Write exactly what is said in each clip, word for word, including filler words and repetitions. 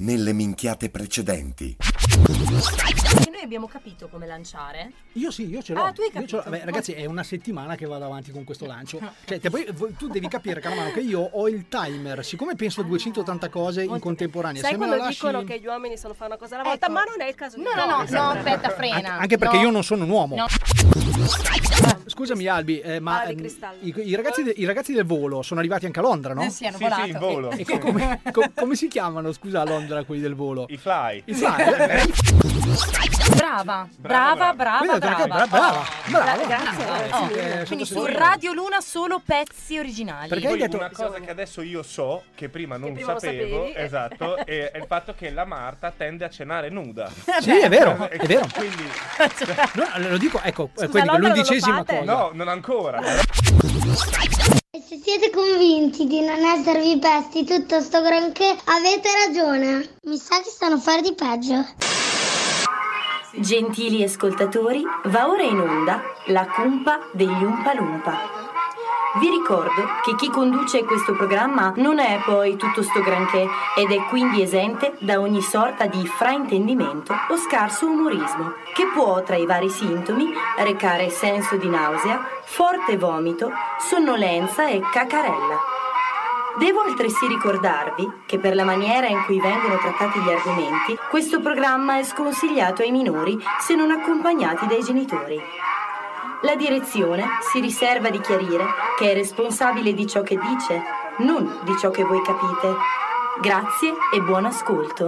nelle minchiate precedenti. E noi abbiamo capito come lanciare? Io sì, io ce l'ho. Ah, tu hai Io ce l'ho. capito? Beh, ragazzi, è una settimana che vado avanti con questo lancio. Cioè, te, poi, tu devi capire, caro mano, che io ho il timer. Siccome penso a duecentottanta cose in contemporanea, Sai se me quando la lasci... dicono che gli uomini sanno fare una cosa alla volta, Ecco. ma non è il caso di No, no, no, no, aspetta, frena. Anche, anche perché No. io non sono un uomo. No. Scusami Albi, eh, ma Palla di ehm, cristallo. i, i ragazzi de- i ragazzi del volo sono arrivati anche a Londra, no? Eh sì, hanno Sì, volato. sì, in volo. E co- come, co- come si chiamano, scusa, a Londra quelli del volo? I fly. I fly, eh? Brava, brava, brava, Quindi ho detto brava. anche brava, brava, brava. Grazie. Oh, Sì, eh, quindi su sottosegretto. Radio Luna solo pezzi originali. Perché Poi hai detto- una cosa che adesso io so, che prima non prima non sapevo, sapevi. esatto, è, è il fatto che la Marta tende a cenare nuda. Sì, è vero, E è vero. Quindi, No, lo dico, ecco, Scusa, quindi Londra non lo l'undicesima fate? cosa. no, non ancora. E se siete convinti di non esservi pesti tutto sto granché, avete ragione. Mi sa che stanno a fare di peggio. Gentili ascoltatori, va ora in onda la cumpa degli Umpa Lumpa. Vi ricordo che chi conduce questo programma non è poi tutto sto granché ed è quindi esente da ogni sorta di fraintendimento o scarso umorismo, che può, tra i vari sintomi, recare senso di nausea, forte vomito, sonnolenza e cacarella. Devo altresì ricordarvi che per la maniera in cui vengono trattati gli argomenti, questo programma è sconsigliato ai minori se non accompagnati dai genitori. La direzione si riserva di chiarire che è responsabile di ciò che dice, non di ciò che voi capite. Grazie e buon ascolto.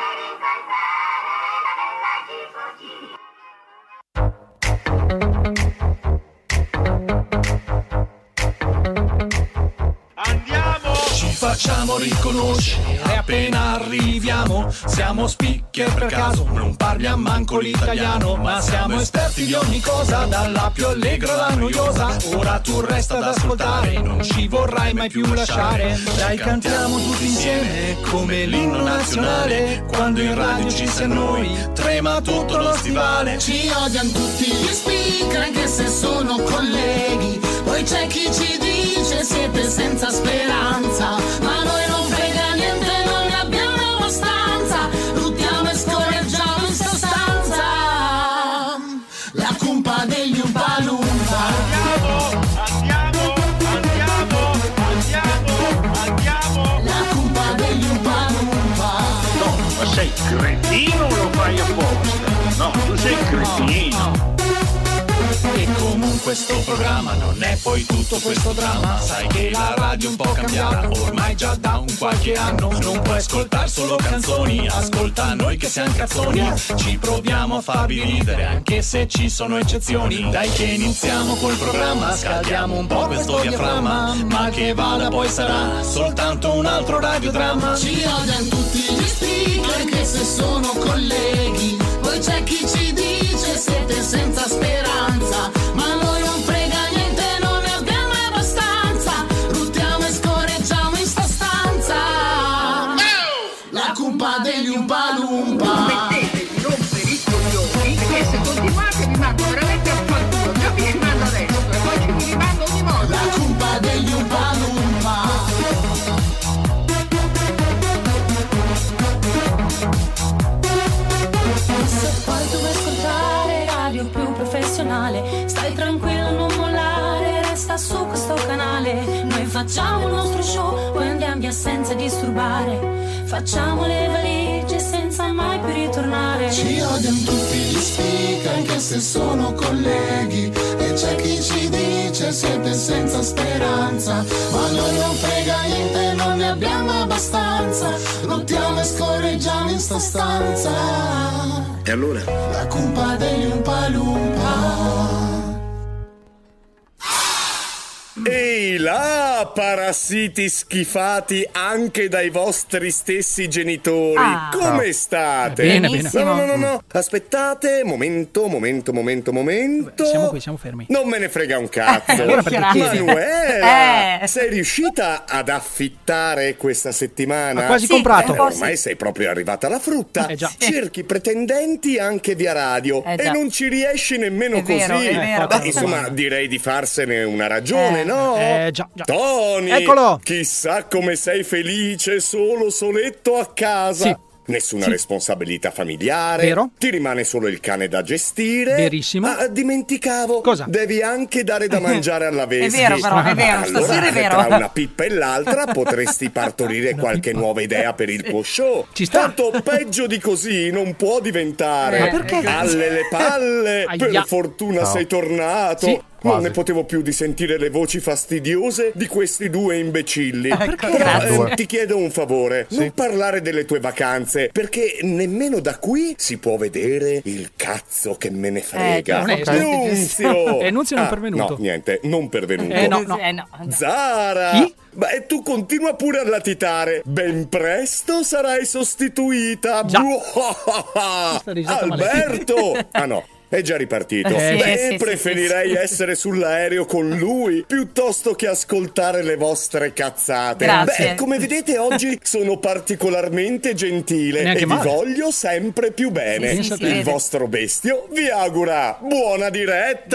Ci facciamo riconoscere appena arriviamo. Siamo speaker per caso, non parliamo manco l'italiano, ma siamo esperti di ogni cosa, dalla più allegra alla noiosa. Ora tu resta ad ascoltare, non ci vorrai mai più lasciare. Dai, cantiamo tutti insieme come l'inno nazionale. Quando in radio ci sei noi, trema tutto lo stivale. Ci odiano tutti gli speaker anche se sono colleghi. Poi c'è chi ci dice siete senza speranza, ma noi non frega niente, non ne abbiamo abbastanza. Luttiamo e scorreggiamo in sostanza. La cumpa degli Umpa Lumpa. Andiamo, andiamo, andiamo, andiamo. La cumpa degli Umpa Lumpa. No, ma sei cretino o lo fai apposta? No, tu sei cretino. E comunque sto programma non è poi tutto questo dramma. Sai che la radio è un po' cambiata, ormai già da un qualche anno. Non puoi ascoltare solo canzoni, ascolta noi che siamo cazzoni. Ci proviamo a farvi ridere anche se ci sono eccezioni. Dai che iniziamo col programma, scaldiamo un po' questo diaframma. Ma che vada poi sarà soltanto un altro radiodramma. Ci odiano tutti gli speaker anche se sono colleghi. Poi c'è chi ci dice siete senza speranza, ma noi non frega niente, non ne abbiamo abbastanza. Ruttiamo e scorreggiamo in sta stanza. La cumpa degli Umpa Lumpa. Smettete di rompere i coglioni, perché se continuate vi mando veramente a fanculo. Già vi rimando adesso e poi ci vi rimando ogni volta. La cumpa degli Umpa Lumpa. Se poi tu vuoi ascoltare radio più professionale, stai tranquillo, non mollare, resta su questo canale. Noi facciamo il nostro show, poi andiamo via senza disturbare. Facciamo le valigie senza mai più ritornare. Ci odiano tutti gli speaker anche se sono colleghi. E c'è chi ci dice siete senza speranza, ma noi non frega niente, non ne abbiamo abbastanza. Lottiamo e scorreggiamo in sta stanza. E allora? La cumpa degli Umpa Lumpa. Ehi là, parassiti schifati anche dai vostri stessi genitori. Ah. Come state? Bene, bene. No, no, no, no, no. Aspettate, momento, momento, momento, momento. Siamo qui, siamo fermi. Non me ne frega un cazzo. Allora perché chiedi? Manuela, Eh. sei riuscita ad affittare questa settimana? Ha quasi Sì, comprato. un po' Ormai sei proprio arrivata alla frutta. Eh già. Cerchi pretendenti anche via radio Eh e già. non ci riesci nemmeno È così. vero, è vero. Beh, insomma, direi di farsene una ragione, Eh. no? Eh, già, già. Tony, Eccolo. chissà come sei felice solo soletto a casa. Sì. nessuna Sì. responsabilità familiare. Vero. Ti rimane solo il cane da gestire. Verissimo. Ah, dimenticavo. Cosa? Devi anche dare da mangiare alla Veschi. È vero, però, è vero, Allora, stasera è vero. tra una pippa e l'altra potresti partorire qualche nuova idea per il tuo show. Ci sta. Tanto peggio di così non può diventare. Ma perché? Alle le palle. Aia. Per fortuna No. sei tornato. Sì. Non Quasi. ne potevo più di sentire le voci fastidiose di questi due imbecilli. Perché? Però, Grazie. eh, ti chiedo un favore, non parlare delle tue vacanze, perché nemmeno da qui si può vedere il cazzo che me ne frega. Eh, giusto. Nunzio! Eh, Nunzio non è Ah, pervenuto. No, niente, non pervenuto. Eh, no, no. Eh, no. Zara! Chi? Beh, tu continua pure a latitare. Ben presto sarai sostituita. Già. Buah! Questa risata Alberto! Ah no. È già ripartito. Eh, Beh, sì, sì, preferirei sì, sì. essere sull'aereo con lui piuttosto che ascoltare le vostre cazzate. Grazie. Beh, come vedete oggi sono particolarmente gentile Neanche e vi male. voglio sempre più bene. Sì, sì, si Il vede. vostro bestio vi augura buona diretta.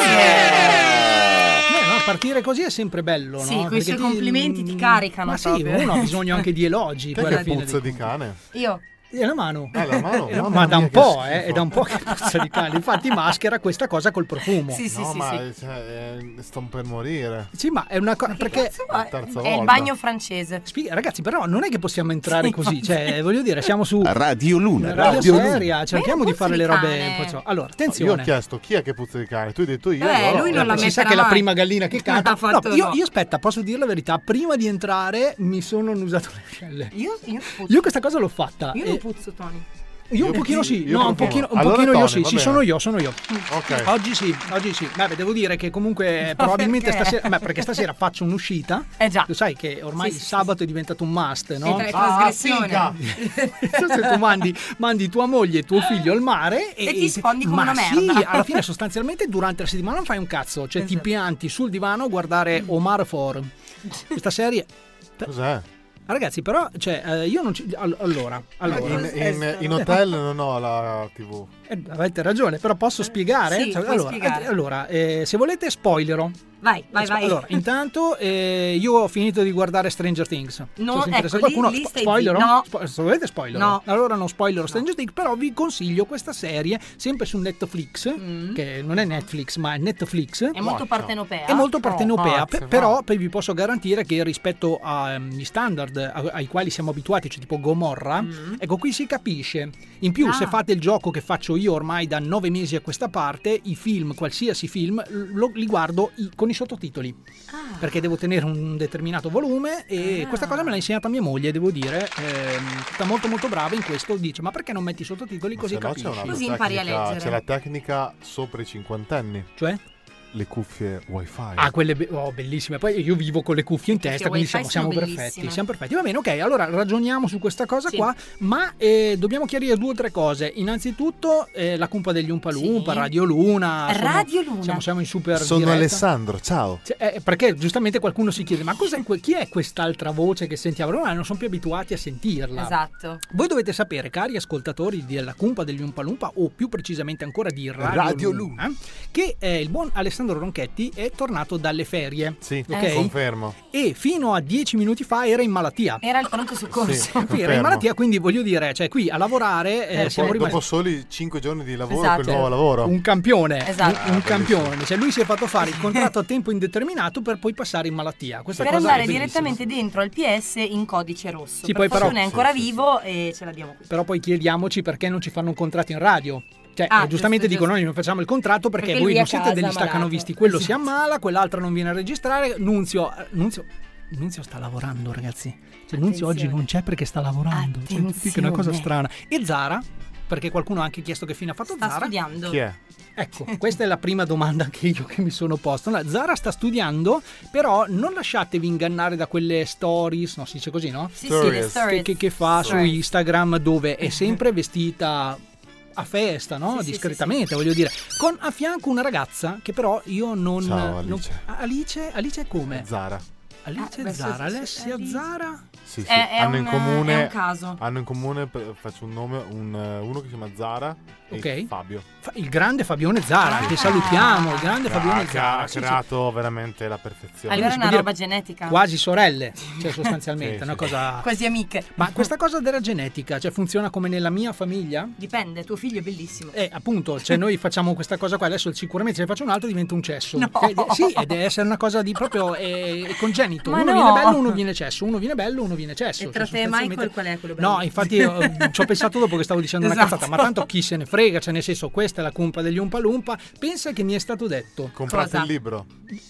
Grazie. Eh, no, partire così è sempre bello, Sì, no? quei Perché suoi ti- complimenti ti caricano Ma sì, proprio. uno ha bisogno anche di elogi. Che poi alla che fine puzza dei- di cane? Io. È la mano. Eh, la mano, Eh, mamma ma da mia, un che po', schifo. eh, è da un po' che puzza di cane. Infatti maschera questa cosa col profumo. Sì, sì, No, sì, ma sì. cioè, eh, sto per morire. Sì, ma è una cosa perché Cazzo, ma terza è il volta. bagno francese. Spiega- ragazzi, però non è che possiamo entrare Sì, così, infatti. cioè voglio dire, siamo su Radio Luna. una radio Radio Luna. seria, cerchiamo Ma di io fare puzzo le di robe cane. un po' ciò. Allora, Io ho attenzione. chiesto chi è che puzza di cane, tu hai detto io. Eh, allora- lui non la si sa metterà che è la mai. prima gallina che canta. Ha fatto No, io, no. io aspetta, posso dire la verità, prima di entrare mi sono annusato le scelle. Io, io puzzo. Io questa cosa l'ho fatta. Io e- non puzzo, Tony. Io un Io pochino pochino- sì, io no, un profumo. pochino, un Allora pochino io Tony, sì, va sì, bene. sono io, sono io. Ok. Oggi sì, oggi sì. Vabbè, devo dire che comunque probabilmente perché? stasera, beh, perché stasera faccio un'uscita. Eh già. Lo sai che ormai Sì, il sì, sabato è diventato un must, Sì, no? tra le Ah, trasgressioni. figa. Se tu mandi, mandi tua moglie e tuo figlio al mare E ti sfondi come ma una sì, merda. alla fine sostanzialmente durante la settimana non fai un cazzo, cioè ti Esatto. pianti sul divano a guardare Omar Four. Questa serie Cos'è? ragazzi, però cioè eh, io non ci all- allora, allora In, in- in hotel non ho la tivù. Eh, avete ragione, però posso spiegare? Sì, puoi allora, spiegare. eh, allora eh, se volete spoilerò. Vai, vai, vai. Allora, intanto eh, io ho finito di guardare Stranger Things. No, Se interessa ecco, lì- qualcuno, lì spo- stai spoilerò? zitto. No. Spo- se volete spoilerò. No. Allora non spoilerò Stranger Things, però vi consiglio questa serie sempre su Netflix, che non è Netflix, ma è Netflix. Mm. È molto partenopea. È molto partenopea, Oh, pe- pazze, però va. poi vi posso garantire che rispetto agli standard a- ai quali siamo abituati, cioè tipo Gomorra, ecco qui si capisce. In più, Mm. Ah. se fate il gioco che faccio io ormai da nove mesi a questa parte, i film, qualsiasi film, lo- li guardo i- con i sottotitoli. Ah. Perché devo tenere un determinato volume e Ah. questa cosa me l'ha insegnata mia moglie, devo dire, ehm, sta molto molto brava in questo, dice ma perché non metti i sottotitoli così Se no capisci? c'è una Così impari a tecnica- leggere. C'è la tecnica sopra i cinquantenni. Cioè? Le cuffie wifi. Ah, quelle be- oh, bellissime. Poi io vivo con le cuffie in Le testa, cuffie quindi siamo, wifi siamo sono perfetti. bellissime. Siamo perfetti. Va bene, ok. Allora ragioniamo su questa cosa Sì. qua. Ma eh, dobbiamo chiarire due o tre cose. Innanzitutto, eh, la cumpa degli Umpa Lumpa, Sì. Radio Luna. sono- Radio Luna. Siamo, siamo in super. Sono diretta. Alessandro, ciao. Cioè, eh, perché giustamente qualcuno si chiede: ma cos'è que- chi è quest'altra voce che sentiamo? Noi non sono più abituati a sentirla. Esatto. Voi dovete sapere, cari ascoltatori della cumpa degli Umpa Lumpa, o più precisamente ancora di Radio, Radio Luna, che eh, il buon Alessandro Ronchetti è tornato dalle ferie. Sì, Ok? confermo. E fino a dieci minuti fa era in malattia. Era il pronto soccorso. Sì. Qui era in confermo. malattia, quindi voglio dire, cioè qui a lavorare eh, Dopo- siamo rimasti Dopo soli cinque giorni di lavoro, Esatto. quel nuovo lavoro. un campione, Esatto. un, un Ah, campione. Cioè lui si è fatto fare il contratto a tempo indeterminato per poi passare in malattia. Questa Per cosa andare è bellissima. direttamente dentro al P S in codice rosso. Sì, per poi però- fortuna è ancora Sì, sì, vivo e ce l'abbiamo qui. Però poi chiediamoci perché non ci fanno un contratto in radio. Cioè, Ah, eh, giustamente giusto, dicono: giusto. noi non facciamo il contratto perché, Perché voi lui non a siete casa degli malato. staccanovisti. Quello si Esatto. ammala, quell'altra non viene a registrare. Nunzio, eh, Nunzio, Nunzio sta lavorando, ragazzi. Cioè, Nunzio oggi Attenzione. non c'è perché sta lavorando. Cioè, Attenzione. che è una cosa strana. E Zara, perché qualcuno ha anche chiesto che fine ha fatto Sta Zara. studiando. Chi è? Ecco, questa è la prima domanda che io che mi sono posto. No, Zara sta studiando, però non lasciatevi ingannare da quelle stories, no, si dice così, no? Sì, sì, le Stories. Che, stories. che- che fa su Stories. Instagram, dove è sempre vestita a festa, no? Sì, sì, Discretamente, voglio dire, con a fianco una ragazza che però io non... Ciao, non- Alice. Alice, Alice è come? Zara. Alessia Ah, Zara, beh, Alessia sì, sì, Zara. Sì, sì. È- è hanno, un- in comune, è un caso. hanno in comune, per- faccio un nome, un, eh, uno che si chiama Zara Ok. e Fabio. Fa- Il grande Fabione Zara, che salutiamo, il grande Fabione che Zara. ha sì, sì. creato veramente la perfezione. Allora è si una può dire roba genetica. Quasi sorelle, cioè sostanzialmente, Sì, una sì. cosa. Quasi amiche. Ma questa cosa della genetica, cioè funziona come nella mia famiglia? Dipende, tuo figlio è bellissimo. Eh, appunto, cioè noi facciamo questa cosa qua, adesso sicuramente se ne faccio un'altra diventa un cesso. No. Eh, eh, sì, ed deve essere una cosa di proprio eh, è congenito. Ma uno no. viene bello, uno viene cesso, uno viene bello, uno viene cesso. E tra Cioè, te e sostanzialmente- Michael qual è quello bello? No, infatti io, eh, ci ho pensato dopo che stavo dicendo una Esatto. cazzata, ma tanto chi se ne frega, cioè nel senso questa è la cumpa degli Umpa Lumpa. Pensa che mi è stato detto. Comprate Cosa? il libro.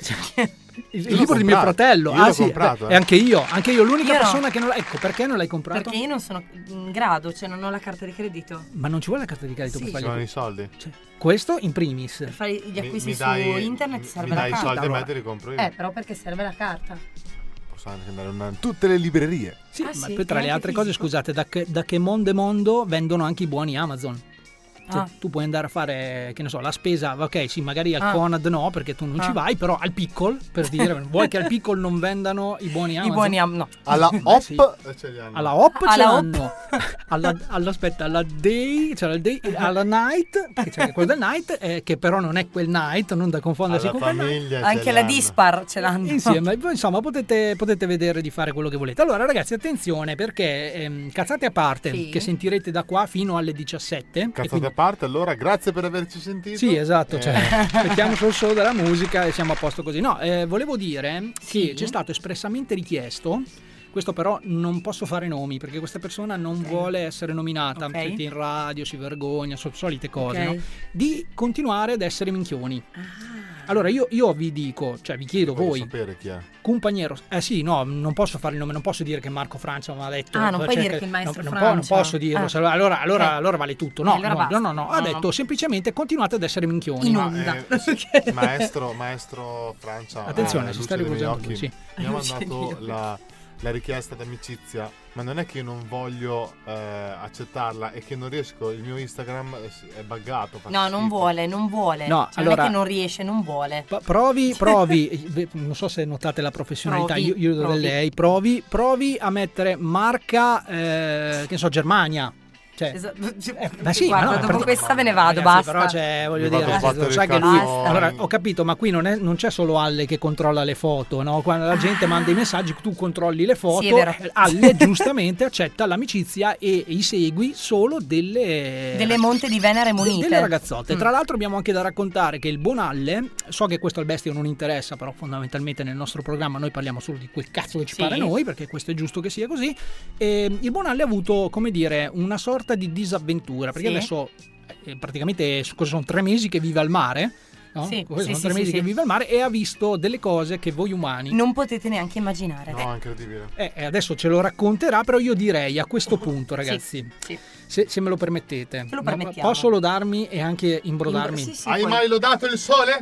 Il, Io il l'ho libro di mio comprato. fratello. Io ah l'ho sì, comprato, beh, eh. e anche io, anche io l'unica Io no. persona che non l'ha. Ecco, perché non l'hai comprato? Perché io non sono in grado, cioè non ho la carta di credito. Ma non ci vuole la carta di credito Sì. per Ci fargli sono i soldi. cioè, questo in primis. Per fare gli Mi- acquisti mi su dai- internet mi- serve mi la dai i carta. soldi a Allora. me te li compro io. Eh, però perché serve la carta. Posso anche andare in tutte le librerie. Sì, Ah, ma sì, poi tra e le anche altre cose, fisico. scusate, da che, da che mondo e mondo vendono anche i buoni Amazon. Cioè, Ah. tu puoi andare a fare, che ne so, la spesa, ok, sì, magari al Ah. Conad no, perché tu non ci Ah. vai, però al Piccol, per dire, vuoi che al Piccol non vendano i buoni Amazon? I buoni am- no. Alla Beh, Hop sì. eh, ce li hanno. Alla Hop ce Alla l'hanno. alla, alla- aspetta, alla Day, cioè alla, day, alla Night, che c'è quello del Night, eh, che però non è quel Night, non da confondersi Alla con quel Night. famiglia ce Anche la l'hanno. Dispar ce l'hanno. Insieme, poi, insomma, potete, potete vedere di fare quello che volete. Allora, ragazzi, attenzione perché ehm, cazzate a parte, Sì. che sentirete da qua fino alle diciassette. e Cazzate quindi- a parte, allora grazie per averci sentito. Sì, esatto, Eh, cioè, mettiamo solo solo della musica e siamo a posto così. No, eh, volevo dire Sì. che c'è stato espressamente richiesto, questo però non posso fare nomi perché questa persona non vuole essere nominata, Ok. sente in radio, si vergogna, sono solite cose, Ok. no? Di continuare ad essere minchioni. Allora io, io vi dico, cioè vi chiedo voglio voi, sapere chi è. compagnero, eh sì, no, non posso fare il nome, non posso dire che Marco Francia mi ha detto. Ah, non puoi cioè dire che il maestro non, non po- non Francia. posso dirlo, Ah. se- allora, allora, Ok. allora vale tutto. No, Eh, allora no, basta. no, no, no, ha No, no. detto semplicemente continuate ad essere minchioni. In No, onda. Eh, sì, maestro, maestro Francia. Attenzione, eh, si luce sta dei miei rivolgendo occhi. sì. Mi ha Luce degli mandato occhi. la, la richiesta d'amicizia, ma non è che io non voglio eh, accettarla, è che non riesco, il mio Instagram è buggato. fa No, non schifo. vuole, non vuole. No, Cioè, allora- non è che non riesce, non vuole. Pa- Provi, provi, eh, non so se notate la professionalità, Provi, io, io do provi. del lei, provi, provi a mettere marca, eh, che ne so, Germania. Cioè, Esatto. eh, ma sì, Guarda, ma no, dopo pratica- questa ve ne vado, Ragazzi, basta. però c'è, voglio Mi vado dire, a battere lo sai il che lui. cazzo. Allora, ho capito, ma qui non, è- non c'è solo Alle che controlla le foto, no? Quando la gente manda i messaggi, tu controlli le foto. Sì, è vero. eh, Alle giustamente accetta l'amicizia e i segui solo delle. Delle monte di Venere De- munite. delle ragazzotte. Mm. Tra l'altro abbiamo anche da raccontare che il buon Alle, so che questo al bestio non interessa, però fondamentalmente nel nostro programma noi parliamo solo di quel cazzo che ci Sì. pare a noi, perché questo è giusto che sia così. E il buon Alle ha avuto, come dire, una sorta di disavventura, perché Sì. adesso eh, praticamente cosa sono tre mesi che vive al mare. No? Sì, Questi sì, sono sì, tre sì, mesi sì. che vive al mare e ha visto delle cose che voi umani Non potete neanche immaginare. No, è incredibile. eh, eh, adesso ce lo racconterà, però io direi a questo punto, ragazzi, Sì. se, se me lo permettete, Te lo no, permettiamo. posso lodarmi e anche imbrodarmi? Sì, sì, Hai poi- mai lodato il sole?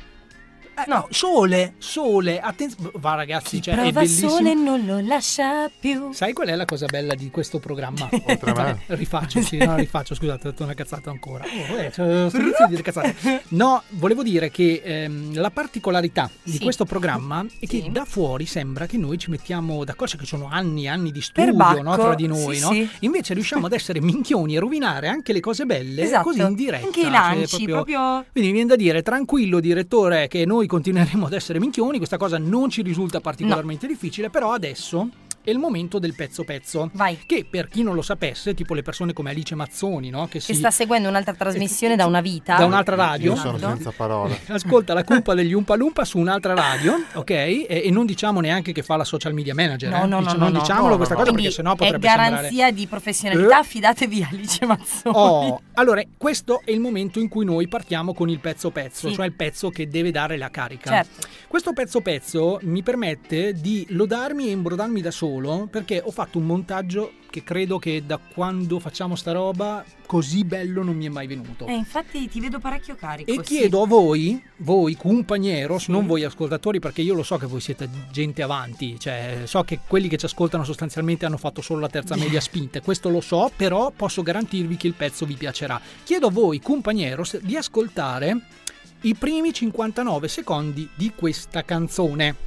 Eh, no, sole, sole, attenzione, va ragazzi, Chi cioè, è prova bellissimo. sole non lo lascia più. Sai qual è la cosa bella di questo programma? Oltre a me. Rifaccio, sì, no, rifaccio, scusate, ho detto una cazzata ancora. Oh, eh, cioè, sto iniziando a dire cazzate. No, volevo dire che ehm, la particolarità di Sì. questo programma è che Sì. da fuori sembra che noi ci mettiamo d'accordo, cioè che sono anni e anni di Per studio, bacco, no, tra di noi, sì, no? sì. Invece riusciamo ad essere minchioni e rovinare anche le cose belle Esatto. così in diretta. Anche i cioè, lanci, proprio... Quindi mi viene da dire, tranquillo direttore, che noi continueremo ad essere minchioni, questa cosa non ci risulta particolarmente difficile, però adesso è il momento del pezzo pezzo. Vai. Che per chi non lo sapesse, tipo le persone come Alice Mazzoni, no? Che, Che si, sta seguendo un'altra trasmissione da una vita. da un'altra radio. Io sono Esatto. senza parole. Ascolta la cumpa degli Umpa Lumpa su un'altra radio, ok? E, e non diciamo neanche che fa la social media manager. No, eh? no, Dice- no, non no, diciamolo no, questa no, cosa no. Quindi perché sennò è potrebbe garanzia sembrare. di professionalità, Eh. fidatevi a Alice Mazzoni. Oh, allora questo è il momento in cui noi partiamo con il pezzo pezzo, Sì. cioè il pezzo che deve dare la carica. Certo. Questo pezzo pezzo mi permette di lodarmi e imbrodarmi da solo perché ho fatto un montaggio che credo che da quando facciamo sta roba così bello non mi è mai venuto. Eh, infatti ti vedo parecchio carico. E sì. chiedo a voi, voi compagneros, Sì. non voi ascoltatori, perché io lo so che voi siete gente avanti, cioè so che quelli che ci ascoltano sostanzialmente hanno fatto solo la terza media spinta, questo lo so, però posso garantirvi che il pezzo vi piacerà. Chiedo a voi compagneros di ascoltare i primi cinquantanove secondi di questa canzone.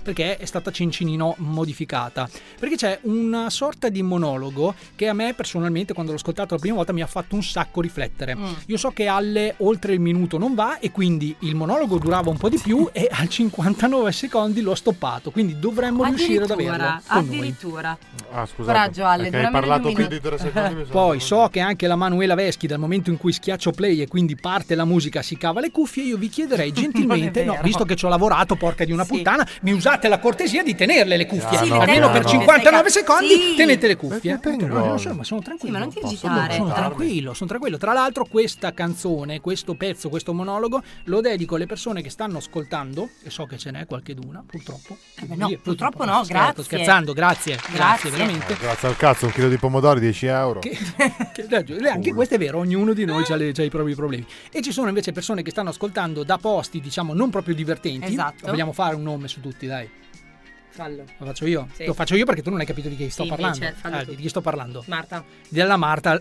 perché è stata cincinino modificata, perché c'è una sorta di monologo che a me personalmente, quando l'ho ascoltato la prima volta, mi ha fatto un sacco riflettere. Mm. Io so che alle oltre il minuto non va, e quindi il monologo durava un po' di più e al cinquantanove secondi l'ho stoppato, quindi dovremmo riuscire ad averlo con addirittura. Ah, scusate, coraggio Ale, hai parlato più di tre secondi. Mi Poi so che anche la Manuela Veschi, dal momento in cui schiaccio play e quindi parte la musica, si cava le cuffie. Io vi chiederei gentilmente, no, visto che ci ho lavorato, porca di una sì. puttana, mi usate la cortesia di tenerle le cuffie, sì, almeno no, per no. cinquantanove secondi sì. tenete le cuffie. No, non so, ma sono tranquillo. Sì, ma non ti sono, agitare. sono tranquillo, sono tranquillo. Tra l'altro questa canzone, questo pezzo, questo monologo lo dedico alle persone che stanno ascoltando, e so che ce n'è qualcheduna, purtroppo. Eh beh, no, Io, purtroppo, purtroppo no, no, scherzo, grazie. scherzando, grazie, grazie, Grazie. veramente. Eh, grazie al cazzo, un chilo di pomodori dieci euro. Che, che, anche questo è vero, ognuno di noi ha i propri problemi. E ci sono invece persone che stanno ascoltando da posti, diciamo, non proprio divertenti. Esatto. Vogliamo fare un nome su tutti, dai. Fallo. Lo faccio io? Sì. Lo faccio io perché tu non hai capito di chi sto Sì, parlando. invece, fallo Ah, tu. di chi sto parlando? Marta. Della Marta,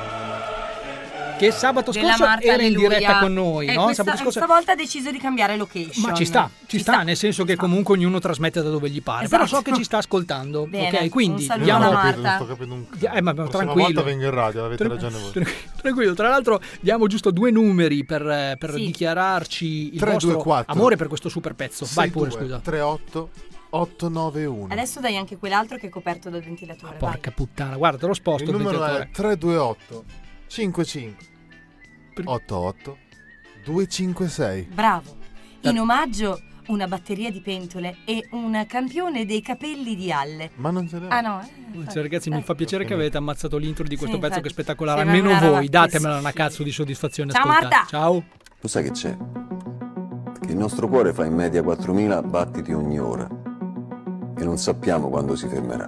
che sabato Della scorso Marta, era in alleluia. diretta con noi, Eh, no? questa, Sabato scorso... stavolta ha deciso di cambiare location. Ma ci sta, ci, sta, nel senso che comunque ognuno trasmette da dove gli pare. Esatto. Però so che ci sta ascoltando. Bene, ok, quindi un saluto diamo. alla Capito, Marta. non sto capendo un Di- eh, ma La prossima tranquillo. volta vengo in radio, avete Tra- ragione voi. tra- Tranquillo, tra l'altro diamo giusto due numeri per, eh, per Sì. dichiararci il tre, vostro due, quattro. amore per questo super pezzo. Vai pure, scusa. tre otto otto nove uno. Adesso dai anche quell'altro che è coperto dal ventilatore. vai. Porca puttana, guarda, te lo sposto Il il numero ventilatore. è tre due otto cinque cinque otto otto due cinque sei. Bravo. In omaggio una batteria di pentole e un campione dei capelli di Alle. Ma non ce n'è. Ah no, eh, Cioè, ragazzi, mi fa piacere che avete ammazzato l'intro di questo Sì, pezzo infatti. che è spettacolare. Sembra Almeno una roba- voi, datemela sì, una sì. cazzo di soddisfazione. Ciao, ascoltate. Marta. Ciao. Tu sai che c'è? Che il nostro cuore fa in media quattromila battiti ogni ora e non sappiamo quando si fermerà.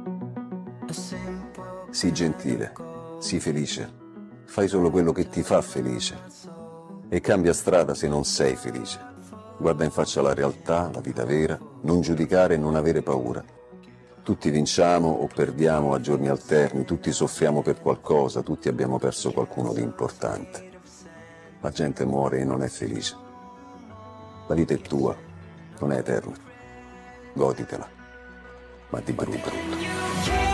Sii gentile, sii felice, fai solo quello che ti fa felice e cambia strada se non sei felice. Guarda in faccia la realtà, la vita vera, non giudicare e non avere paura. Tutti vinciamo o perdiamo a giorni alterni, tutti soffriamo per qualcosa, tutti abbiamo perso qualcuno di importante. La gente muore e non è felice. La vita è tua, non è eterna. Goditela, ma di brutto.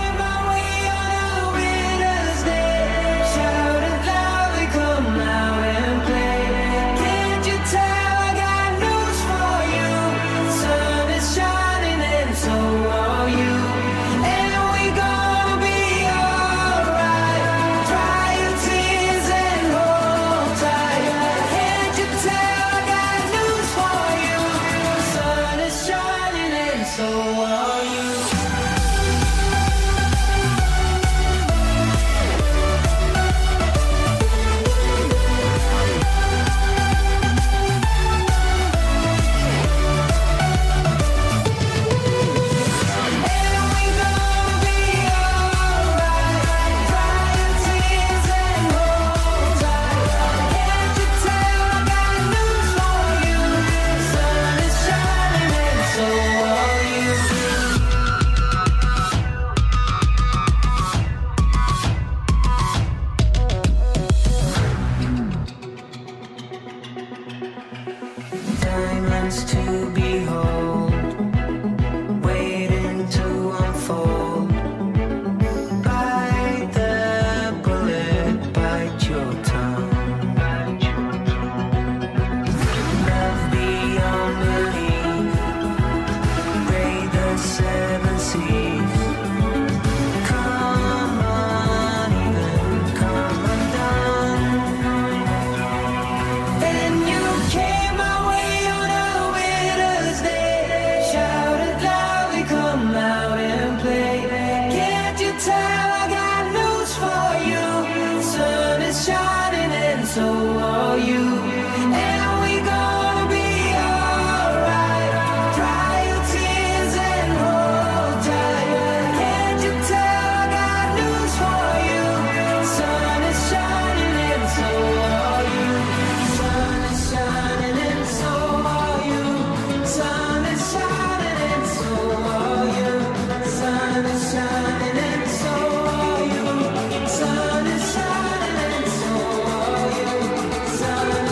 Sun is shining and so are you. Sun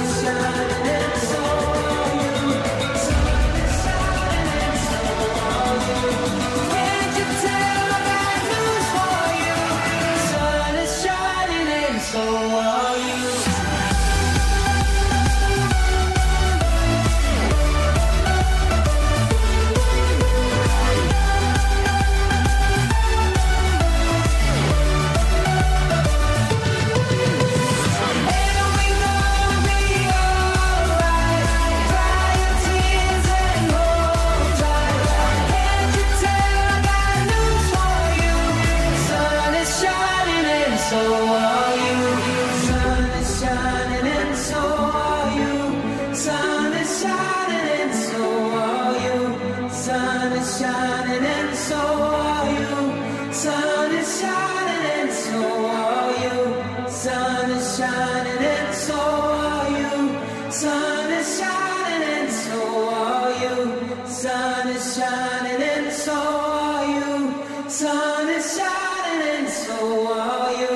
so are you. Sun is shining and so are you. Sun is shining and so are you. Sun is shining and so are you. Sun is shining and so are you. Sun is shining and so are you. Sun is shining and so are you. Sun is shining and so are you. Sun is shining and so are you.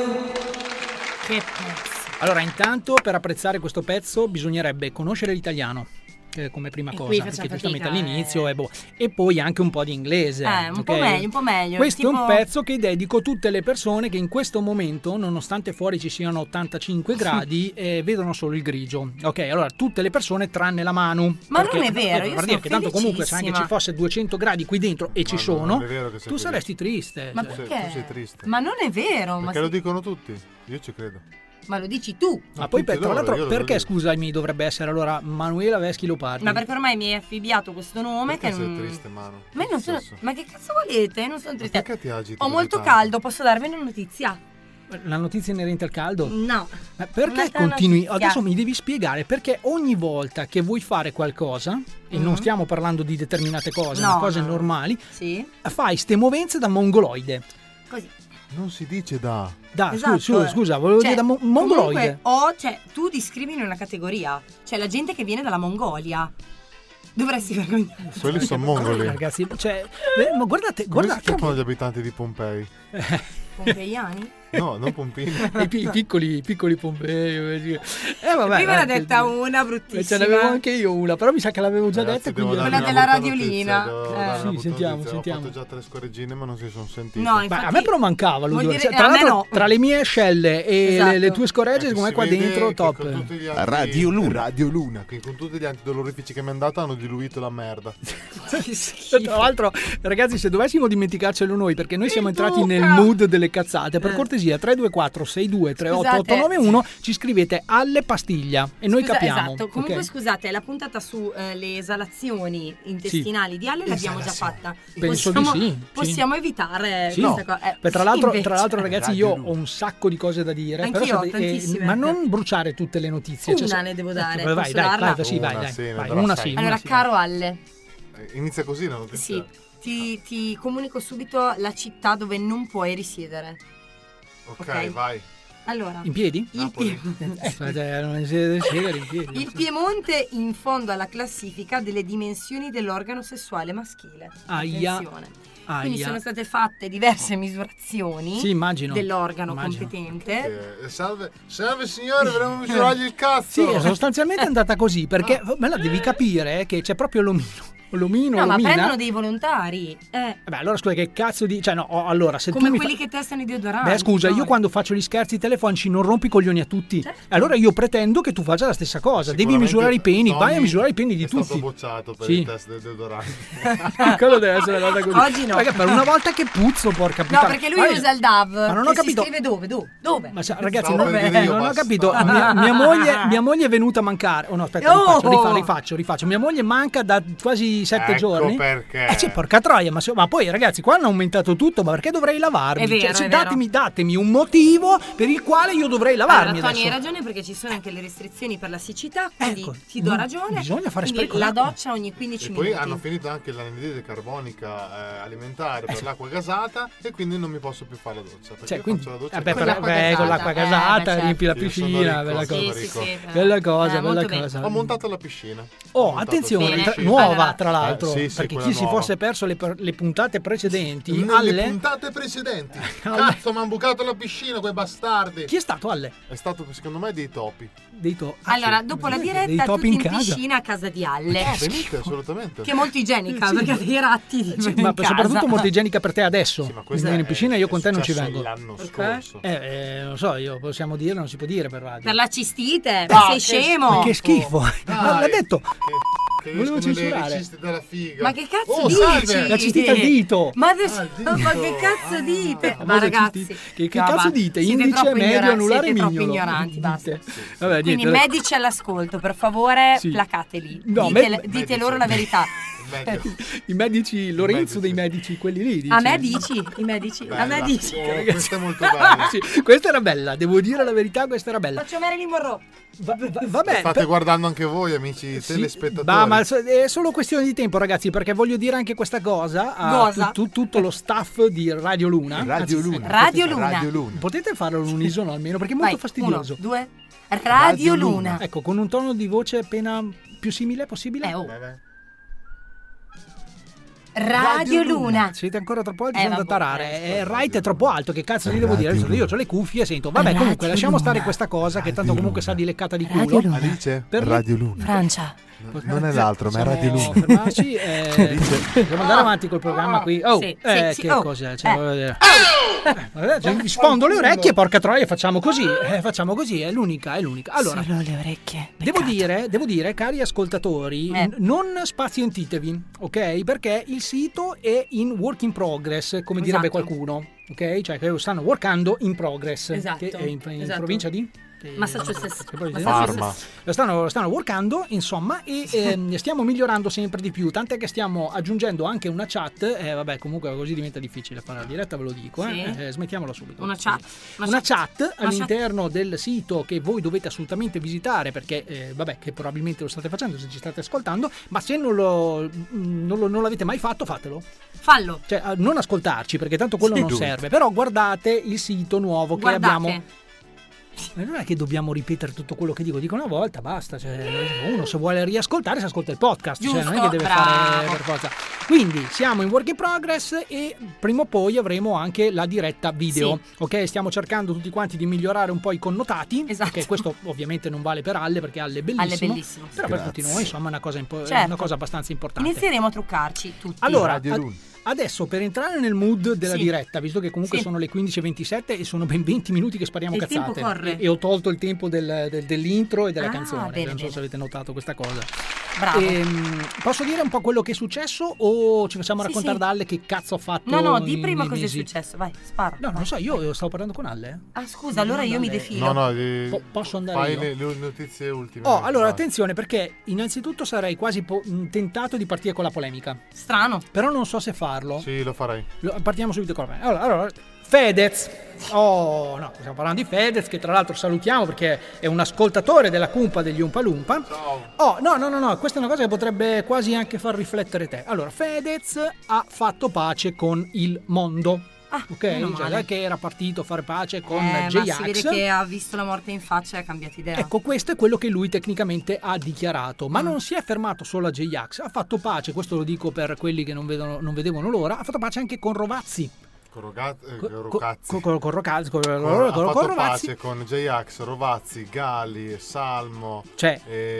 Che pezzo. Allora, intanto per apprezzare questo pezzo bisognerebbe conoscere l'italiano eh, come prima E cosa, qui perché facciamo giustamente fatica, all'inizio eh. è boh. E poi anche un po' di inglese. Eh, un po' ok? meglio, un po' meglio. Questo tipo... è un pezzo che dedico a tutte le persone che in questo momento, nonostante fuori ci siano ottantacinque gradi, eh, vedono solo il grigio. Ok, allora tutte le persone tranne la Manu. Ma perché, non è vero, eh, io per sono dire che tanto comunque se anche ci felicissima. fosse duecento gradi qui dentro e ci Ma no, sono, non è vero che sei tu così. saresti triste. Ma cioè. perché? Tu sei triste. Ma non è vero. Ma, Perché se- lo dicono tutti. Io ci credo. ma lo dici tu. Ma poi tutti per, tra loro, l'altro io lo perché dico. scusami dovrebbe essere allora Manuela Veschi Leopardi? Ma perché ormai mi è affibbiato questo nome Perché che sei non... triste, Manu? Ma, io non sono... Stesso. ma che cazzo volete? Non sono triste. Perché ti agiti Ho così molto tanto? caldo, posso darvi una notizia? La notizia inerente al caldo? No. Ma perché Un'altra continui? notizia. Adesso mi devi spiegare perché ogni volta che vuoi fare qualcosa, e non Mhm. stiamo parlando di determinate cose, No, ma cose no. normali, Sì. fai ste movenze da mongoloide. Così. Non si dice da. Da, Esatto, scusa, eh. scusa, volevo Cioè, dire da mo- mongoloide. Comunque, o, cioè, tu discrimini una categoria. Cioè, la gente che viene dalla Mongolia. Dovresti vergognare. Quelli sono mongoli. Ragazzi, cioè, eh, ma guardate, Come si guardate chiamano che- gli abitanti di Pompei? Pompeiani? No, non Pompini. i, pi- i piccoli, i piccoli Pompei. Eh, vabbè, Prima ne ha eh, detta una eh, bruttissima. Ce n'avevo anche io una, però mi sa che l'avevo già Ragazzi, detta. devo Quindi darvi Quella una della brutta radiolina. notizia, devo Eh. dare una Sì, brutta sentiamo, notizia. sentiamo. Ho fatto già tre scorreggine ma non si sono sentite. No, Beh, infatti, a me però mancava vuol l'odore. dire- Cioè, tra a me l'altro, no. tra le mie scelle e Esatto. le, le tue scorregge, Eh, secondo me si qua vede dentro che top. con tutti gli altri- Radio Luna. Radio Luna, che con tutti gli antidolorifici che mi hanno dato hanno diluito la merda. Tra l'altro, ragazzi, se dovessimo dimenticarcelo noi, perché noi siamo entrati Duca! nel mood delle cazzate, per Eh. cortesia tre due quattro sei due tre otto Scusate. otto nove uno ci scrivete alle pastiglia e noi Scusa, capiamo. Esatto, comunque ok? scusate, la puntata sulle esalazioni intestinali di Ale l'abbiamo già fatta. Penso possiamo, di sì, sì. Possiamo evitare Sì. questa cosa. Eh, Beh, tra, sì, l'altro, invece. tra l'altro, ragazzi, io ho un sacco di cose da dire. Anch'io, però sapete- tantissime. ma non bruciare tutte le notizie. Una se- ne devo dare, Eh, vai, posso dai, darla? vai, sì, vai, Una, dai, sì, ne vai, darà una sei. sì. Allora, una sì. caro Alle, Eh, Inizia così la notizia. sì, ti, ti comunico subito la città dove non puoi risiedere. Ok, Ok. vai. Allora, In piedi? il, Napoli. Pie- Eh, cioè, non si deve scegliere in piedi. il Piemonte in fondo alla classifica delle dimensioni dell'organo sessuale maschile. Aia. Attenzione. Quindi Aia. sono state fatte diverse misurazioni Sì, immagino. dell'organo Immagino. competente. Eh, salve, salve signore, vorremmo misurargli il cazzo. Sì, sostanzialmente è andata così, perché me la devi capire che c'è proprio l'omino. L'omino, No, ma l'omina. prendono dei volontari. Eh, Vabbè, allora scusa, che cazzo di. Cioè, no, oh, allora, se come tu mi quelli fa- che testano i deodoranti. Beh, scusa, no? io quando faccio gli scherzi telefonici non rompi i coglioni a tutti. Certo. Allora io pretendo che tu faccia la stessa cosa. Devi Sicuramente misurare i peni, vai a Tony misurare i peni di è stato tutti. bocciato per Sì. il test del deodorante. Quello deve essere una cosa così. Oggi no. Perché per una volta che puzzo, porca No, puttana. perché lui Vai- usa il D A V. Ma non ho che capito. Si scrive dove? Dove? Dove? Ma sa- ragazzi, Stavo non, per dire io, non ho basta. capito. Mia, mia moglie, mia moglie è venuta a mancare. Oh no, aspetta, Oh! rifaccio, rifaccio, rifaccio, rifaccio. Mia moglie manca da quasi sette Ecco giorni. perché. Eh sì, porca troia, ma, se- ma poi ragazzi, qua hanno aumentato tutto, ma perché dovrei lavarmi? È vero, Cioè, se è vero. datemi, datemi un motivo per il quale io dovrei lavarmi Allora, Tony, hai adesso. ragione perché ci sono anche le restrizioni per la siccità, quindi Ecco, ti do non- ragione. bisogna fare Quindi spreco la d'acqua. doccia ogni quindici E poi minuti. hanno finito anche l'anidride carbonica eh, alimentare per l'acqua gasata e quindi non mi posso più fare la doccia. Perché Cioè, io quindi, faccio la doccia vabbè, con per- l'acqua beh, gasata. con l'acqua Eh, gasata, beh, certo. riempi la Io sono piscina, ricco, bella sono cosa. Sì, sì, sì. Bella cosa, Eh, bella molto bene. cosa. Ho montato la piscina. Ho Oh, montato attenzione, la tra- piscina. nuova Allora- tra l'altro, Eh, sì, sì, perché quella chi si nuova. fosse perso le, per- le puntate precedenti, Nelle alle... puntate precedenti. Alle- Cazzo, mi hanno bucato la piscina, quei bastardi. Chi è stato alle? È stato secondo me dei topi. Dei to- Allora, ah, sì. dopo la Dei diretta, topi tutti in, in casa. piscina a casa di Alle. Ah, venite, assolutamente. Che è molto igienica, Sì. perché ha dei ratti di Sì, in ma casa. soprattutto molto igienica per te adesso. Sì, ma Mi questo vieni in è- piscina e io è con te non ci successo vengo. l'anno Perché? scorso. Eh, eh, non so, io possiamo dire, non si può dire per radio. Per la cistite, Ah, sei che scemo. Che schifo. Dai. L'ha detto. Che, che Volevo escono le censurare. cisti della figa. Ma che cazzo Oh, dici? salve! La cistita al dito. Ma, adesso- Ah, il dito. ma che cazzo Ah. dite? Famosa Ma ragazzi, cistita. Che, che no, cazzo va, dite? siete Indice, troppo medio, ignora- anulare, siete troppo mignolo. ignoranti, basta. Dite. Vabbè, Quindi niente. medici all'ascolto, per favore, Sì. placateli. No, dite me- dite loro la verità. I medici, Lorenzo dei medici, quelli lì. Dici. A me dici, i medici, Bella. a me dici. Oh, questa è molto bella. Sì, questa era bella, devo dire la verità, questa era bella. Faccio Marilyn Monroe. Va, va, vabbè, State per... guardando anche voi, amici Sì, telespettatori. bah, ma è solo questione di tempo, ragazzi, perché voglio dire anche questa cosa a Cosa? tu- tu- tutto lo staff di Radio Luna. Radio Anzi, Luna. Radio Luna. Radio Luna. Potete farlo all'unisono almeno, perché è molto Vai, fastidioso. Uno, due. Radio, Radio Luna. Luna. Ecco, con un tono di voce appena più simile possibile. Eh, oh. Vai, vai. Radio Luna. Siete ancora troppo alti, Eh, sono da vabbè, tarare. eh, Eh, right è troppo alto, che cazzo gli devo dire? Adesso io ho le cuffie e sento. Vabbè, Radio comunque, lasciamo stare Luna. questa cosa che tanto comunque sa di leccata di Radio culo. Luna. Alice, Per- Radio Luna. Francia. Non è l'altro, ma è Radio Possiamo Luna. fermarci e dobbiamo andare avanti col programma qui. Oh, Sì, eh, sì, che sì, oh. cos'è? Cioè, Eh. voglio dire. Eh, guarda, cioè, vi sfondo le orecchie, porca troia, facciamo così. Eh, facciamo così, è l'unica, è l'unica. Allora, Solo le orecchie. devo dire, devo dire, cari ascoltatori, Eh. n- non spazientitevi, ok? Perché il sito è in work in progress, come direbbe Esatto. qualcuno, ok? Cioè che lo stanno workando in progress. Esatto, Che è in, in esatto. provincia di? Che- Massachusetts. che poi- Parma. Lo stanno, lo stanno workando, insomma, e ehm, stiamo migliorando sempre di più, tant'è che stiamo aggiungendo anche una chat, eh, vabbè, comunque così diventa difficile fare la diretta, ve lo dico, eh, Sì. eh, smettiamola subito. Una chat. Una chat Una all'interno del sito che voi dovete assolutamente visitare, perché eh, vabbè, che probabilmente lo state facendo se ci state ascoltando, ma se non lo, non lo- non l'avete mai fatto, fatelo. Fallo. Cioè, eh, non ascoltarci, perché tanto quello Sì, non tu. serve, però guardate il sito nuovo che Guardate. abbiamo. Ma non è che dobbiamo ripetere tutto quello che dico, dico una volta, basta. Cioè, uno se vuole riascoltare si ascolta il podcast, cioè, non è Giusto, che deve bravo. fare per forza. Quindi siamo in work in progress e prima o poi avremo anche la diretta video. Ok, stiamo cercando tutti quanti di migliorare un po' i connotati. Esatto. Che questo ovviamente non vale per Alle, perché Alle è bellissimo. Alle è bellissimo. Però per Grazie. tutti noi, insomma, è una cosa, impo- Certo. una cosa abbastanza importante. Inizieremo a truccarci tutti. Allora, Radio ad- Luna. adesso per entrare nel mood della Sì. diretta, visto che comunque Sì. sono le quindici e ventisette e sono ben venti minuti che spariamo E il cazzate. tempo corre. E, e ho tolto il tempo del- del- dell'intro e della Ah, canzone. bene, non so bene. se avete notato questa cosa. Bravo. Ehm, posso dire un po' quello che è successo o ci facciamo Sì, raccontare sì. da Alle che cazzo ha fatto? No, no, di in- prima nei cosa è mesi? successo. Vai, spara. No, non lo so, io stavo parlando con Alle. Ah, scusa, allora io mi defilo. No, no, eh, Po- posso andare fai io? le, le notizie ultime. Oh, allora Vai. attenzione, perché innanzitutto sarei quasi po- mh, tentato di partire con la polemica. Strano. Però non so se farlo. Sì, lo farai. Lo- Partiamo subito con me. Allora, allora, Fedez. Oh, no, stiamo parlando di Fedez, che tra l'altro salutiamo perché è un ascoltatore della cumpa degli Umpa Lumpa. Oh, no, no, no, no, questa è una cosa che potrebbe quasi anche far riflettere te. Allora, Fedez ha fatto pace con il mondo. Ah, Ok, meno cioè, male. non è che era partito a fare pace con Eh, ma J-Ax. si vede che ha visto la morte in faccia e ha cambiato idea. Ecco, questo è quello che lui tecnicamente ha dichiarato, ma Mm. non si è fermato solo a J-Ax, ha fatto pace, questo lo dico per quelli che non, vedono, non vedevano l'ora, ha fatto pace anche con Rovazzi. Con Rogazzi. Eh, Co- Rocazzi. co- co- con Rocazzi, con, Con- con- ha con fatto Rovazzi. pace con J-Ax, Rovazzi, Gali, Salmo. Cioè,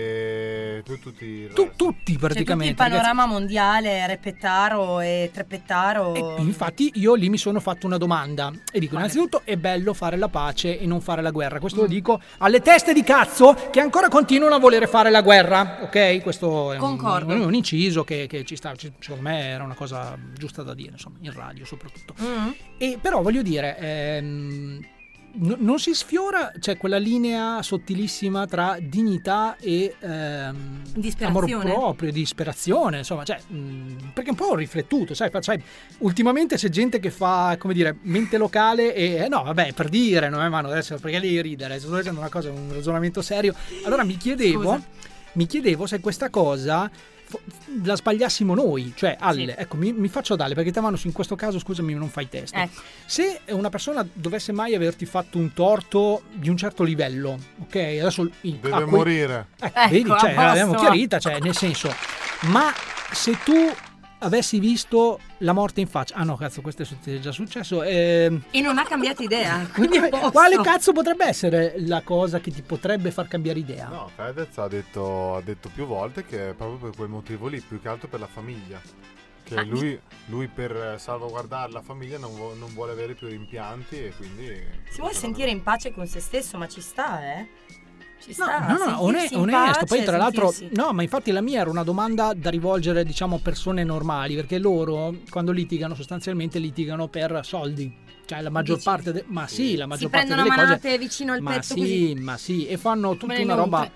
e tu- tutti i tu- resti. tutti C'è tutto il praticamente. panorama mondiale, Repettaro e Trepettaro. ragazzi. E infatti io lì mi sono fatto una domanda e dico innanzitutto è bello fare la pace e non fare la guerra, questo Mm. lo dico alle teste di cazzo che ancora continuano a volere fare la guerra, ok? Questo è un, Concordo. un, un inciso che, che ci sta, ci- secondo me era una cosa giusta da dire, insomma, in radio soprattutto. Mm. E però voglio dire, ehm, no- non si sfiora, cioè quella linea sottilissima tra dignità e ehm, amor Disperazione? proprio, disperazione, insomma, cioè, mh, perché è un po' riflettuto, sai, fa- sai, ultimamente c'è gente che fa, come dire, mente locale e eh, no, vabbè, per dire, non è mano adesso, perché lì ridere, sto dicendo una cosa, un ragionamento serio. Allora mi chiedevo, Scusa. mi chiedevo se questa cosa fo- la sbagliassimo noi, cioè Alle, Sì. ecco, mi, mi faccio Dalle perché te Manu, in questo caso scusami non fai testa. Ecco. Se una persona dovesse mai averti fatto un torto di un certo livello, ok, adesso i- Deve a quei- morire. Ecco, Ecco, vedi, a cioè, posto. l'abbiamo chiarita, cioè, nel senso, ma se tu avessi visto la morte in faccia, ah no, cazzo, questo è succe- già successo. ehm, E non ha cambiato idea. Quindi è a posto. quale cazzo potrebbe essere la cosa che ti potrebbe far cambiare idea? No, Fedez ha detto, ha detto più volte che è proprio per quel motivo lì, più che altro per la famiglia. Che Ah, lui, lui per salvaguardare la famiglia non, vu- non vuole avere più rimpianti e quindi... Si vuole sentire in pace con se stesso, ma ci sta, eh? Ci No, sta. no, no, one- sentirsi in onesto. pace, Poi, tra l'altro, sentirsi- no, ma infatti la mia era una domanda da rivolgere, diciamo, a persone normali, perché loro, quando litigano, sostanzialmente litigano per soldi. Cioè, la maggior Dici? parte, de- ma sì, la Si maggior parte prendono delle manate cose. vicino al Ma petto sì, così. ma sì, e fanno tutta Come una le roba. nutre.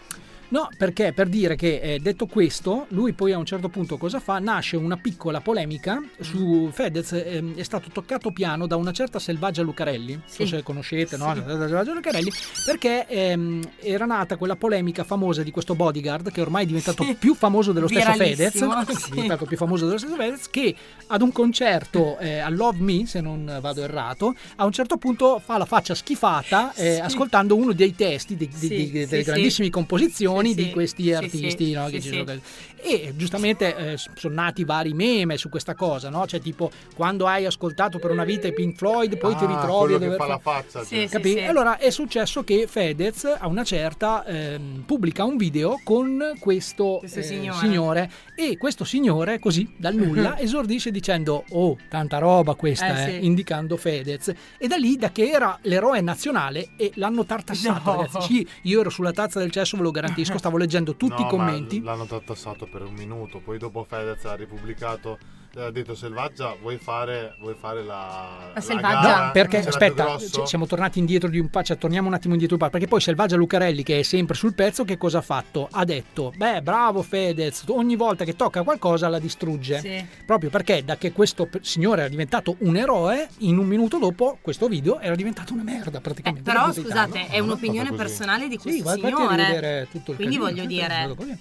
No, perché per dire che eh, detto questo, lui poi a un certo punto cosa fa? Nasce una piccola polemica su Fedez, ehm, è stato toccato piano da una certa Selvaggia Lucarelli, non so Sì. se conoscete, Sì. no? Selvaggia Lucarelli, perché ehm, era nata quella polemica famosa di questo bodyguard che ormai è diventato Sì. più famoso dello stesso Fedez, Viralissimo, è sì. diventato più famoso dello stesso Fedez, che ad un concerto eh, a Love Me, se non vado errato, a un certo punto fa la faccia schifata eh, Sì. ascoltando uno dei testi di, di- Sì, di- sì, delle sì. grandissime composizioni Sì, di sì. questi Sì, artisti, sì. no, Sì, che ci sì. sono. E giustamente eh, sono nati vari meme su questa cosa, no? Cioè tipo quando hai ascoltato per una vita i Pink Floyd poi ti Ah, ritrovi a quello che dover fa fa- la faccia. Sì, sì, Capì? sì. Allora è successo che Fedez a una certa ehm, pubblica un video con questo, Questo eh, signore. signore e questo signore così dal nulla esordisce dicendo oh tanta roba questa Eh, eh, sì. indicando Fedez e da lì da che era l'eroe nazionale e l'hanno tartassato No. ragazzi. Sì, io ero sulla tazza del cesso, ve lo garantisco, stavo leggendo tutti No, i commenti. ma l'hanno tartassato per un minuto, poi dopo Fedez ha ripubblicato, ha detto Selvaggia, vuoi fare, vuoi fare la, la Selvaggia? gara? No, perché C'era aspetta, più grosso? c- siamo tornati indietro di un po', cioè torniamo un attimo indietro di un po', perché poi Selvaggia Lucarelli, che è sempre sul pezzo, che cosa ha fatto? Ha detto, beh, bravo Fedez, ogni volta che tocca qualcosa la distrugge. Sì. Proprio perché da che questo p- signore era diventato un eroe, in un minuto dopo questo video era diventato una merda Eh, praticamente. però Tutti i scusate, danni. è un'opinione così. personale di Sì, questo vai infatti a signore. rivedere tutto il Quindi casino, voglio tutto è dire, stato così.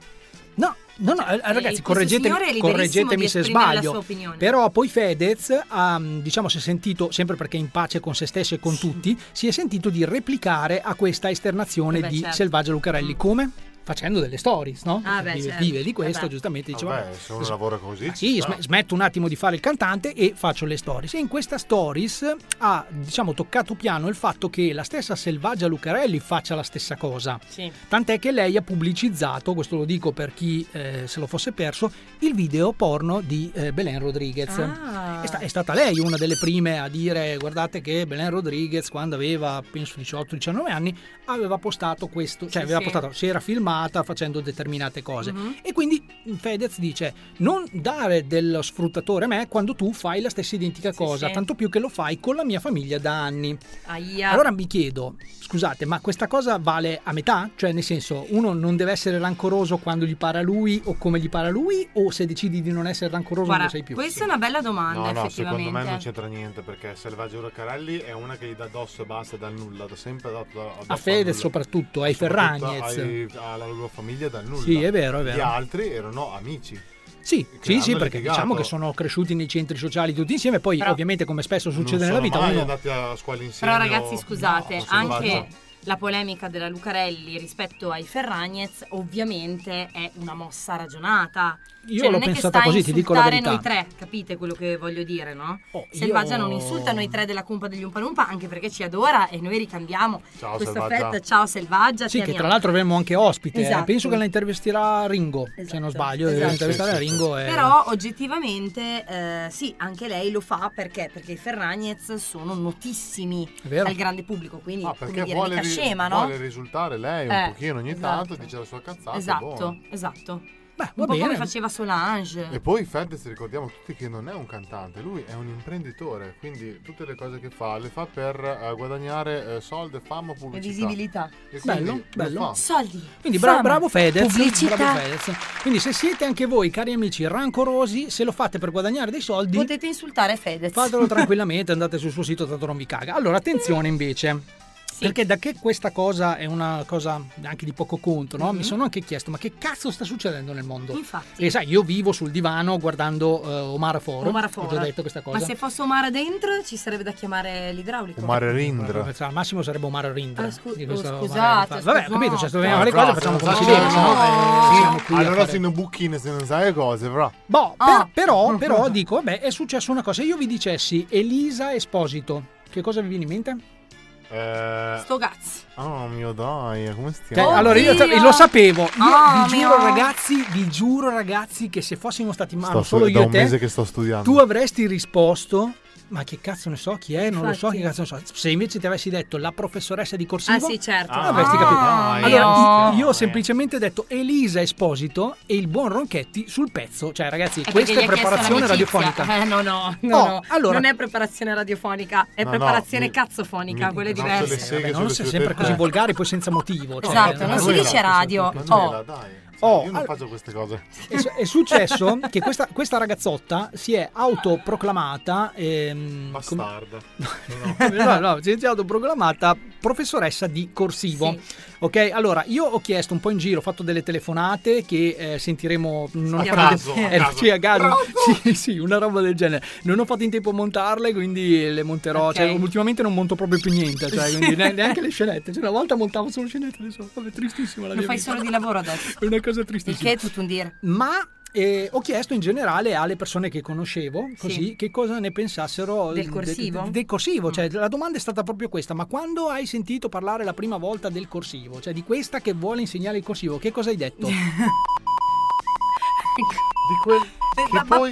No, no, no, eh, ragazzi, questo correggetemi, signore è liberissimo correggetemi di se esprimere la sbaglio. sua opinione. Però poi Fedez, ha, diciamo, si è sentito, sempre perché è in pace con se stesso e con tutti, si è sentito di replicare a questa esternazione Eh beh, di certo. Selvaggia Lucarelli. Come? Facendo delle stories, no? Ah, beh, vive, certo. vive di questo, Vabbè. giustamente diceva. Vabbè, se uno lavora così, Ah, ci sì, sta. sm- smetto un attimo di fare il cantante e faccio le stories. E in questa stories ha, diciamo, toccato piano il fatto che la stessa Selvaggia Lucarelli faccia la stessa cosa. Sì. Tant'è che lei ha pubblicizzato, questo lo dico per chi eh, se lo fosse perso, il video porno di eh, Belen Rodriguez. Ah. È, sta- è stata lei una delle prime a dire guardate che Belen Rodriguez quando aveva penso diciotto diciannove anni aveva postato questo, cioè Sì, aveva sì. postato, si era filmata facendo determinate cose. Mhm. E quindi Fedez dice non dare dello sfruttatore a me quando tu fai la stessa identica cosa, sì. tanto più che lo fai con la mia famiglia da anni. Aia. Allora mi chiedo, scusate, ma questa cosa vale a metà? Cioè nel senso, uno non deve essere rancoroso quando gli pare a lui o come gli pare a lui, o se decidi di non essere rancoroso Guarda, non lo sei più? questa è una bella domanda, No, no, effettivamente. secondo me non c'entra niente perché Selvaggia Lucarelli è una che gli dà addosso e basta dal nulla, da sempre dato addosso A al Fedez nulla. soprattutto, ai Soprattutto Ferragnez. ai- alla loro famiglia dal nulla. Sì, è vero, è vero. Gli altri erano amici. Sì, che sì, sì, hanno perché litigato. diciamo che sono cresciuti nei centri sociali tutti insieme, poi Però- ovviamente come spesso succede non nella vita sono mai uno... andati a scuola insieme. Però ragazzi, o- scusate, no, Selvaggia. anche la polemica della Lucarelli rispetto ai Ferragnez ovviamente è una mossa ragionata. Io Cioè, l'ho non è che pensata sta a così, ti dico la insultare verità. noi tre, capite quello che voglio dire, no? Oh, Selvaggia io- non insulta noi tre della cumpa degli Umpalumpa, anche perché ci adora e noi ricambiamo Ciao, questo Selvaggia. affetto. Ciao Selvaggia, Sì, ti che tra amiamo. l'altro avremo anche ospite. eh. Esatto. Penso che la intervisterà Ringo, se non Esatto, sbaglio, deve esatto. intervistare Sì, sì, Ringo. E... Però oggettivamente eh, sì, anche lei lo fa perché? Perché i Ferragnez sono notissimi È vero. al grande pubblico, quindi Ah, come perché dire, vuole, mica ri- scema, no? vuole risultare lei un Eh, pochino ogni esatto. tanto, dice la sua cazzata. Esatto, buono. esatto. Beh, Un va po' bene. come faceva Solange. E poi Fedez, ricordiamo tutti che non è un cantante, lui è un imprenditore, quindi tutte le cose che fa le fa per eh, guadagnare eh, soldi, fama, E pubblicità. visibilità. E quindi Bello, lo bello. fa. Soldi. Quindi bra- fama, bravo Fedez, pubblicità. bravo Fedez. Quindi se siete anche voi, cari amici, rancorosi, se lo fate per guadagnare dei soldi, Potete insultare Fedez. fatelo tranquillamente, andate sul suo sito, tanto non vi caga. Allora, attenzione invece. Sì. Perché da che questa cosa è una cosa anche di poco conto, no? Mhm. Mi sono anche chiesto, ma che cazzo sta succedendo nel mondo? Infatti. E sai, io vivo sul divano guardando eh, Omar Foro. Omar Ho Foro. già detto questa cosa. Ma se fosse Omar dentro ci sarebbe da chiamare l'idraulico. Un mare Rindra. Al massimo sarebbe Omar Rindra. Ah, scu- di questo oh, Omar scusate, Rindra. Vabbè, scusate. capito, cioè, se dobbiamo No, fare le cose però, facciamo se come non si deve, sai- sennò eh, siamo qui a Allora fare- sei un bucchino se non sai le cose, però. Boh, per- Ah. però, però dico, vabbè, è successa una cosa. Se io vi dicessi Elisa Esposito, che cosa vi viene in mente? Eh, Sto cazzo. oh mio dai, come Cioè, stiamo? allora io Oddio. lo sapevo, io Oh, vi giuro mio. ragazzi, vi giuro ragazzi che se fossimo stati in mano Sto solo stu- io da e un te, mese che sto studiando. tu avresti risposto Ma che cazzo ne so chi è? Non lo so Infatti. che cazzo ne so. Se invece ti avessi detto la professoressa di corsivo, Ah sì, certo. ah, avresti Ah, capito. dai, Allora, no. io, io ho semplicemente detto Elisa Esposito e il buon Ronchetti sul pezzo. Cioè, ragazzi, È questa perché è gli ha chiesto preparazione l'amicizia. radiofonica. Eh, no, no, no, Oh, no. allora- Non è preparazione radiofonica, è No, no, preparazione mi- cazzofonica, mi- quelle mi faccio le diverse. seghe Vabbè, non sulle si è sue sempre tette. così volgari, poi senza motivo. Cioè, Esatto, non si dice radio. Oh. Manuela, dai. Sai, Oh, io non all- faccio queste cose. È, su- è successo che questa, questa ragazzotta si è autoproclamata ehm, come- Bastarda. no, no, si è autoproclamata professoressa di corsivo. Sì. Ok, allora io ho chiesto un po' in giro, ho fatto delle telefonate che eh, sentiremo. Non A ho fatto caso, in- a eh, caso. sì, a caso. Sì, sì, una roba del genere. Non ho fatto in tempo a montarle, quindi le monterò. Ok. Cioè, ultimamente non monto proprio più niente, cioè, quindi ne- neanche le scenette. Cioè, una volta montavo solo scenette, adesso vabbè, tristissima la Lo mia fai vita. solo di lavoro adesso. È una cosa Il tristissima. che è tutto un dire. Ma eh, ho chiesto in generale alle persone che conoscevo così Sì. che cosa ne pensassero Del de- corsivo? de- del corsivo. Cioè, la domanda è stata proprio questa: ma quando hai sentito parlare la prima volta del corsivo? Cioè, di questa che vuole insegnare il corsivo, che cosa hai detto? Di quel che poi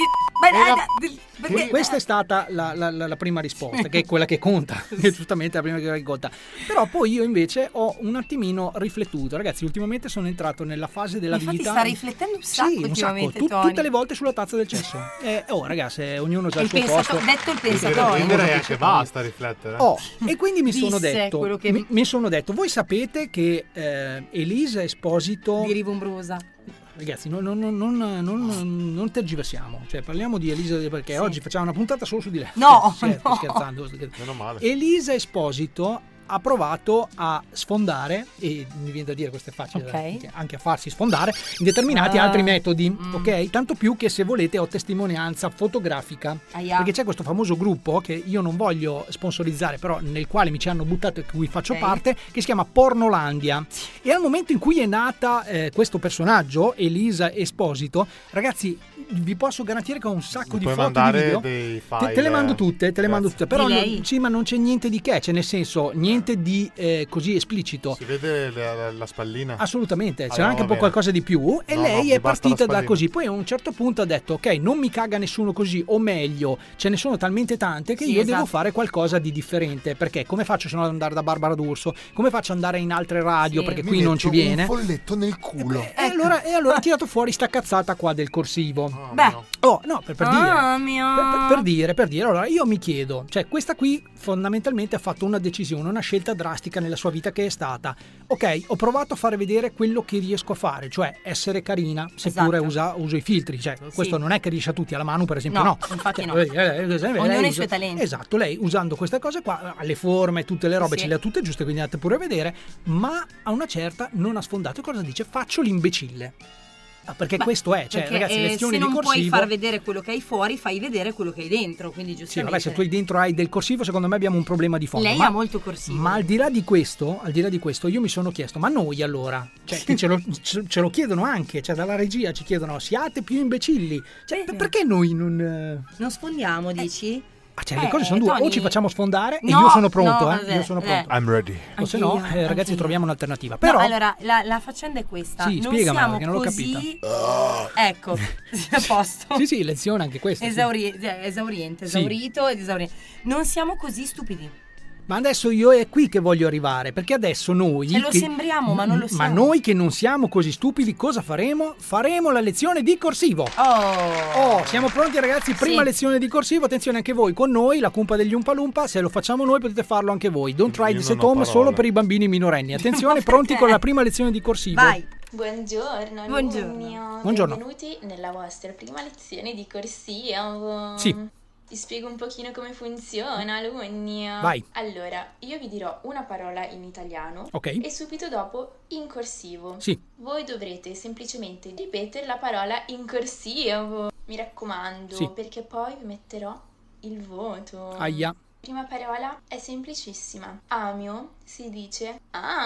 Que- Questa è stata la, la- la- la prima risposta, che è quella che conta, che giustamente è la prima che conta. Però poi io invece ho un attimino riflettuto. Ragazzi, ultimamente sono entrato nella fase della Infatti vita. sta riflettendo un sacco Sì, un sacco. ultimamente, Tu- Tony. tutte le volte sulla tazza del cesso. Eh, oh, ragazzi, eh, ognuno ha il Il suo pensato- posto. detto il Direi pensatorio. direi anche basta riflettere. Oh, e quindi mi sono Disse detto, quello che- mi, mi sono detto, voi sapete che eh, Elisa Esposito. Di Rivombrusa. Ragazzi, non, non, non, non, non, non tergiversiamo, cioè parliamo di Elisa perché Sì. oggi facciamo una puntata solo su di lei. No, Scherzo, no. scherzando, sto scherzando. Meno male. Elisa Esposito ha provato a sfondare, e mi viene da dire questo è facile, Ok. anche- anche a farsi sfondare, in determinati Ah. altri metodi, Mm. ok? Tanto più che se volete ho testimonianza fotografica, Aia. perché c'è questo famoso gruppo che io non voglio sponsorizzare, però nel quale mi ci hanno buttato e di cui faccio Ok. parte, che si chiama Pornolandia. E al momento in cui è nata eh, questo personaggio, Elisa Esposito, ragazzi, vi posso garantire che ho un sacco Mi di puoi foto di mandare video. dei Te, file, te le mando eh. tutte, te le mando tutte. Però Di non- lei? sì, ma non c'è niente di che, cioè nel senso, niente di eh, così esplicito. Si vede la, la- la spallina? Assolutamente, c'era Allora, anche un va po' bene. qualcosa di più e No, lei no, mi è basta la partita da spallina. così. Poi a un certo punto ha detto ok, non mi caga nessuno così, o meglio, ce ne sono talmente tante che Sì, io esatto. devo fare qualcosa di differente. Perché come faccio se no ad andare da Barbara D'Urso? Come faccio ad andare in altre radio? Sì. Perché Mi qui non ci metto viene. un folletto nel culo. E allora, e allora ho tirato fuori sta cazzata qua del corsivo. Oh, Beh. mio. Oh, no, per, per dire. Ah, mio. Per, per- per dire, per dire, allora io mi chiedo, cioè questa qui fondamentalmente ha fatto una decisione, una scelta drastica nella sua vita che è stata, ok, ho provato a fare vedere quello che riesco a fare, cioè essere carina, seppure Esatto. usa, uso i filtri, cioè questo non è che riesce a tutti, alla mano per esempio No, no. infatti Cioè, no. eh, eh, eh, lei Ognuno ha i usa- suoi talenti. Esatto, lei usando queste cose qua, le forme, tutte le robe Sì. ce le ha tutte giuste, quindi andate pure a vedere, ma a una certa non ha sfondato. E cosa dice? Faccio l'imbecille. Ah, perché Beh, questo è, cioè perché, ragazzi, eh, lezioni se di non corsivo. puoi far vedere quello che hai fuori, fai vedere quello che hai dentro, quindi Sì, giustamente. vabbè, se tu hai dentro hai del corsivo, secondo me abbiamo un problema di fondo. Lei ma, ha molto corsivo. ma al di là di questo, al di là di questo, io mi sono chiesto, ma noi allora, cioè, che ce, lo, ce, ce lo chiedono anche, cioè dalla regia ci chiedono, siate più imbecilli. Cioè, Vero. perché noi non... eh, Non sfondiamo, dici? Ah, cioè, le Eh, cose sono due, o Tony- ci facciamo sfondare e No, io sono pronto, no, eh, vabbè, io sono eh. pronto. I'm ready. O se no, Anch'io, eh, ragazzi, anch'io. troviamo un'alternativa. No, Però, allora, la, la faccenda è questa. Sì, non spiegamela, siamo perché non l'ho così... Ecco, a posto. sì, sì, lezione anche questa. sì. Esauri- eh, esauriente, Sì. esaurito ed esauriente. Non siamo così stupidi. Ma adesso io è qui che voglio arrivare, perché adesso noi... E lo che- sembriamo, ma non lo Ma siamo. noi che non siamo così stupidi, cosa faremo? Faremo la lezione di corsivo. Oh, Oh, siamo pronti ragazzi? Prima Sì. lezione di corsivo, attenzione anche voi con noi, la cumpa degli Umpa Lumpa, se lo facciamo noi potete farlo anche voi. Don't try Io this non at ho home parole. solo per i bambini minorenni. Attenzione, pronti con la prima lezione di corsivo. vai. Buongiorno, Buongiorno. alunni. Buongiorno. Benvenuti nella vostra prima lezione di corsivo. Sì. Ti spiego un pochino come funziona, alunni. Vai. Allora, io vi dirò una parola in italiano Ok. e subito dopo in corsivo. Sì. Voi dovrete semplicemente ripetere la parola in corsivo. Mi raccomando, Sì. perché poi vi metterò il voto. Aia. Prima parola è semplicissima. Amio si dice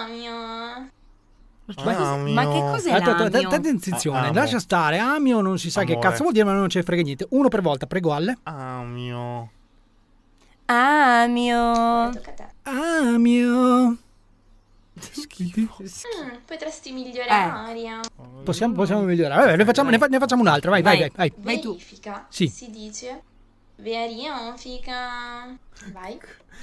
amio. Vai. Ma che cos'è Aspetta, l'amio? aspetta, attenzione, Ah, amo. lascia stare, amio non si sa che Amore. cazzo vuol dire, ma non ce ne frega niente. Uno per volta, prego Alle. Ah, mio. Amio. Tocca a te. Amio. Schifi. Mm, potresti migliorare. Possiamo, possiamo migliorare. Vabbè, ne facciamo, ne fa- ne facciamo un'altra, vai, vai, vai. vai. Vai tu. Verifica Sì. si dice Verifica. Vai.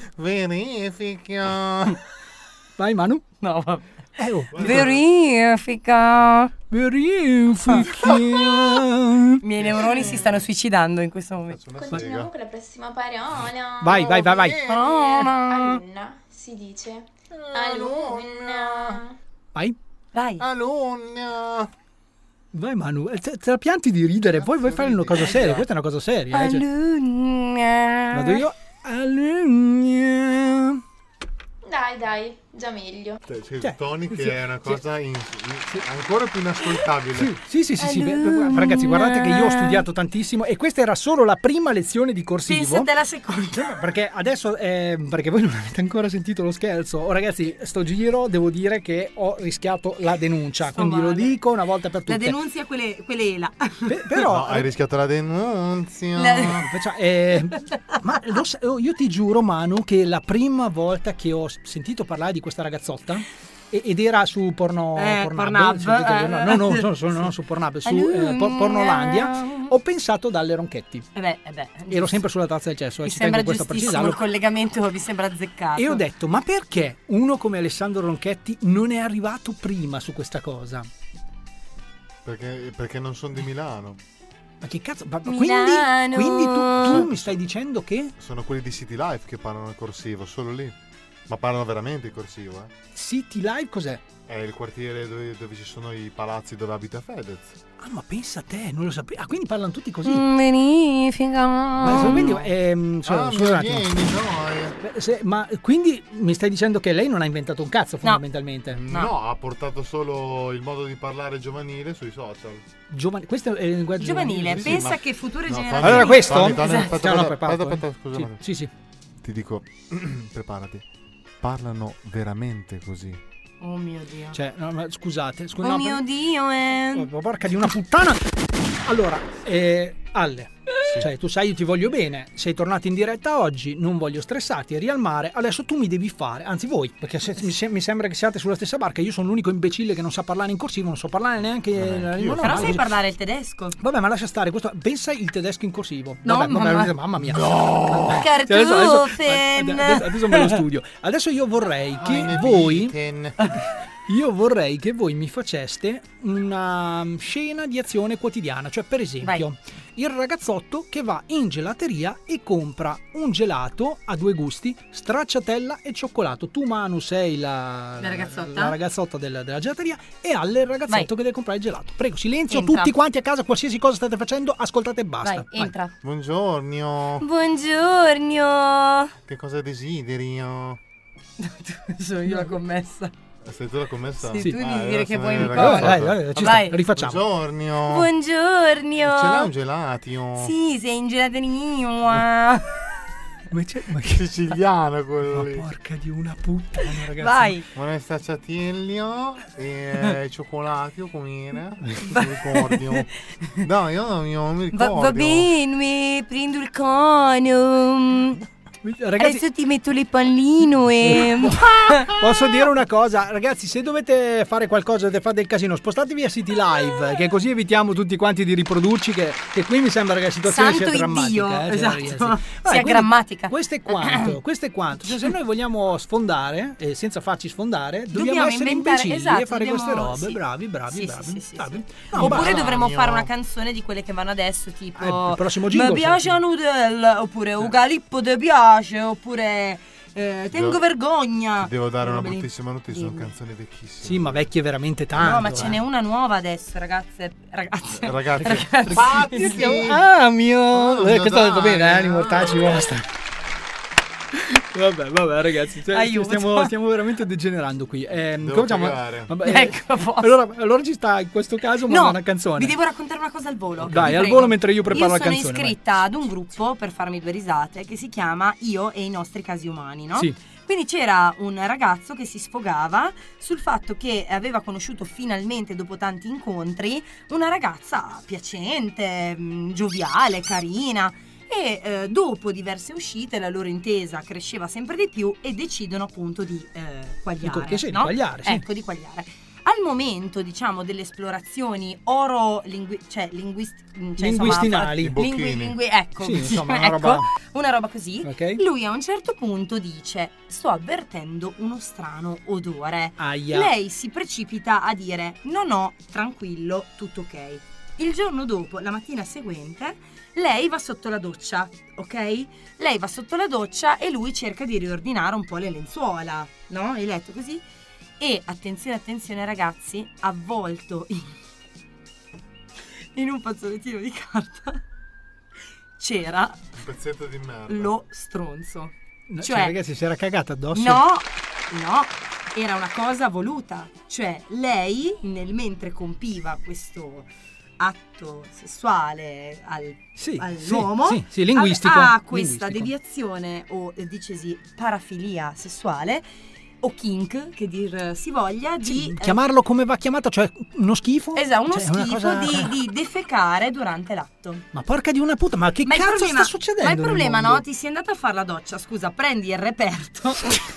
Verifica. Vai Manu. No, vabbè. Eh, oh, Verifica. Verifica. I miei neuroni si stanno suicidando in questo momento. Continuiamo con la prossima parola. Vai, vai, vai, vai. Alunna si dice alunna. Vai. Vai. Alunna. Vai Manu, te, te la pianti di ridere, poi vuoi fare una cosa seria, questa è una cosa seria. Eh, cioè. Alunna. Vado io. Alunna. Dai, dai, già meglio. C'è il Cioè, Tony che sì, è una sì. cosa in- in- ancora più inascoltabile. Sì, sì, sì, sì, sì. Beh, ragazzi, guardate che io ho studiato tantissimo e questa era solo la prima lezione di corsivo. Pensate alla seconda. Perché adesso, eh, perché voi non avete ancora sentito lo scherzo. Oh, ragazzi, sto giro devo dire che ho rischiato la denuncia, quindi male. lo dico una volta per tutte. La denunzia quelle, quelle là. Pe- però No, hai rischiato la denunzia. La- Cioè, eh, ma lo sa- io ti giuro Manu che la prima volta che ho sentito parlare di questa ragazzotta e- ed era su porno Eh, Pornhub, Pornhub, su- no, no, no, eh. no, su- non su Pornhub, su eh, Por- Pornolandia, ho pensato Dalle Ronchetti. Eh beh, eh beh, Ero sempre sulla tazza del cesso, mi e ci sembra tengo questo a giustissimo, precisarlo. il collegamento mi sembra azzeccato. E ho detto, ma perché uno come Alessandro Ronchetti non è arrivato prima su questa cosa? Perché, perché non sono di Milano. Ma che cazzo? Ma- ma quindi, Milano. quindi tu, tu mi stai dicendo che Sono quelli di City Life che parlano il corsivo, solo lì. Ma parlano veramente il corsivo, eh. City Live cos'è? È il quartiere dove, dove ci sono i palazzi dove abita Fedez. Ah, ma pensa a te, non lo sapevo. Ah, quindi parlano tutti così. Mm, Verifica. Ma, se- quindi, ehm, scusa, Ah, scusa un mi attimo. vieni, dai. Beh, se- ma quindi mi stai dicendo che lei non ha inventato un cazzo fondamentalmente? No. ha portato solo il modo di parlare giovanile sui social. Giovane, questo è il linguaggio Giovanile, Sì, sì, pensa ma- che future No, generazioni. Allora questo? Tony, Tony, Esatto. aspetta, No, no, aspetta, preparato, aspetta, eh. aspetta, scusa Sì, un attimo. sì, sì. Ti dico, preparati. Parlano veramente così. Oh mio Dio. Cioè, no, ma scusate, scusa, Oh no, mio per- Dio, eh. oh, porca di una puttana. Allora, eh, Alle, cioè tu sai io ti voglio bene, sei tornato in diretta oggi, non voglio stressarti, eri al mare, adesso tu mi devi fare, anzi voi, perché se- mi, se- mi sembra che siate sulla stessa barca, io sono l'unico imbecille che non sa parlare in corsivo, non so parlare neanche la lingua Però normale, sai così. parlare il tedesco. Vabbè, ma lascia stare, questo, pensa il tedesco in corsivo. No, Vabbè, vabbè, mamma- mamma mia. No! Cioè, adesso, adesso, Kartoffeln. adesso- adesso me lo studio. Adesso io vorrei che Eine voi Bieten. io vorrei che voi mi faceste una scena di azione quotidiana, cioè per esempio il ragazzotto che va in gelateria e compra un gelato a due gusti, stracciatella e cioccolato. Tu Manu sei la, La ragazzotta? la ragazzotta del- della gelateria e Alle il ragazzotto Vai. che deve comprare il gelato. Prego, silenzio, Entra. tutti quanti a casa, qualsiasi cosa state facendo, ascoltate e basta. Vai, entra. Buongiorno. Buongiorno. Che cosa desideri? Sono io la commessa. Sei tu la commessa? Sì, tu devi Ah, dire che sono vuoi il un Vai, ragazzo. vai, vai, ci sta, Vai. rifacciamo. Buongiorno. Buongiorno. Ce l'hai un gelatio? Sì, sei in gelateria. Ma, c'è- ma che Siciliano quello lì. porca di una puttana, ragazzi. Vai. Buon stracciatello e cioccolati o com'era? Non mi ricordo. No, io non, io non mi Va, ricordo. va bene, prendo il cono. Ragazzi, Adesso ti metto le pallino e... posso dire una cosa, ragazzi, se dovete fare qualcosa, dovete fare del casino, spostatevi a City Live, che così evitiamo tutti quanti di riprodurci, che, che qui mi sembra che la situazione Santo sia drammatica. Iddio, eh, cioè, esatto. ragazzi. Sia Vabbè, quindi grammatica. Questo è quanto, questo è quanto. Cioè, se noi vogliamo sfondare, e senza farci sfondare, dobbiamo, Dobbiamo essere inventare- imbecilli esatto, e fare dobbiamo- queste robe. sì. Bravi, bravi, Sì, bravi. sì, sì, sì, bravi. sì. No, Oppure basta. dovremmo Mio. fare una canzone di quelle che vanno adesso, tipo Eh, il prossimo jingle, Mi piace sì. la Nutella, oppure Un Galippo ti piace, oppure eh, Tengo Devo- vergogna. Ti devo dare una Robe lì. bruttissima notizia, sono Dimmi. canzoni vecchissime. Sì, ma vecchie veramente tanto. No, ma ce eh. n'è una nuova adesso, ragazze. Ragazze. Ragazzi, Ragazzi. Ah mio, Oh, eh, mio questo ha detto dai, bene, eh, eh. anni mortacci vostra. Vabbè, vabbè, ragazzi, cioè, Aiuto. stiamo, stiamo veramente degenerando qui. Eh, Devo come facciamo? cagare. Vabbè, eh, Ecco, a posto. allora, allora ci sta in questo caso ma No, una canzone. vi devo raccontare una cosa al volo. Dai, vi al prego. volo mentre io preparo la Io sono canzone, vai. iscritta ad un gruppo per farmi due risate che si chiama Io e i nostri casi umani, no? Sì. Quindi c'era un ragazzo che si sfogava sul fatto che aveva conosciuto finalmente dopo tanti incontri una ragazza piacente, mh, gioviale, carina e eh, dopo diverse uscite la loro intesa cresceva sempre di più e decidono appunto di eh, quagliare, Di co- che sì, di no? quagliare, sì. Ecco, di quagliare. Al momento, diciamo, delle esplorazioni oro lingui- cioè linguist- cioè, linguistinali, insomma, lingui- lingui- ecco, sì, insomma, una ecco, roba... una roba così. Okay. Lui a un certo punto dice: sto avvertendo uno strano odore. Aia. Lei si precipita a dire: no no, tranquillo, tutto ok. Il giorno dopo, la mattina seguente, lei va sotto la doccia, ok? Lei va sotto la doccia e lui cerca di riordinare un po' le lenzuola, no? Il letto così. E attenzione, attenzione ragazzi, avvolto in, in un fazzolettino di carta c'era un pezzetto di merda. Lo stronzo. No, cioè, cioè, ragazzi, si era cagata addosso? No, no, era una cosa voluta. Cioè, lei, nel mentre compiva questo atto sessuale al, sì, all'uomo, sì, sì, sì, linguistico, ha, ha questa linguistico. deviazione o eh, dicesi parafilia sessuale o kink, che dir si voglia, di sì, chiamarlo come va chiamato, cioè uno schifo? Esatto, uno cioè, schifo cosa... di, di defecare durante l'atto. Ma porca di una puta, ma che ma cazzo problema, sta succedendo? Ma il problema, no? Ti sei andata a fare la doccia, scusa, prendi il reperto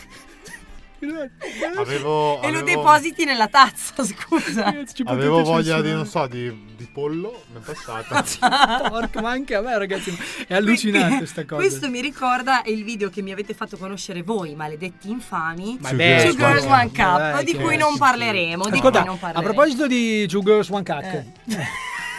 avevo, e avevo... lo depositi nella tazza, scusa. Avevo voglia di, non so, di, di pollo, mi è passata. Porca, ma anche a me, ragazzi, è allucinante questa cosa. Questo mi ricorda il video che mi avete fatto conoscere voi, maledetti infami, Ma Two beh, Girls One Cup, vabbè, di cui non parleremo, di Ascolta, cui non a parleremo. proposito di Two Girls One Cup, eh.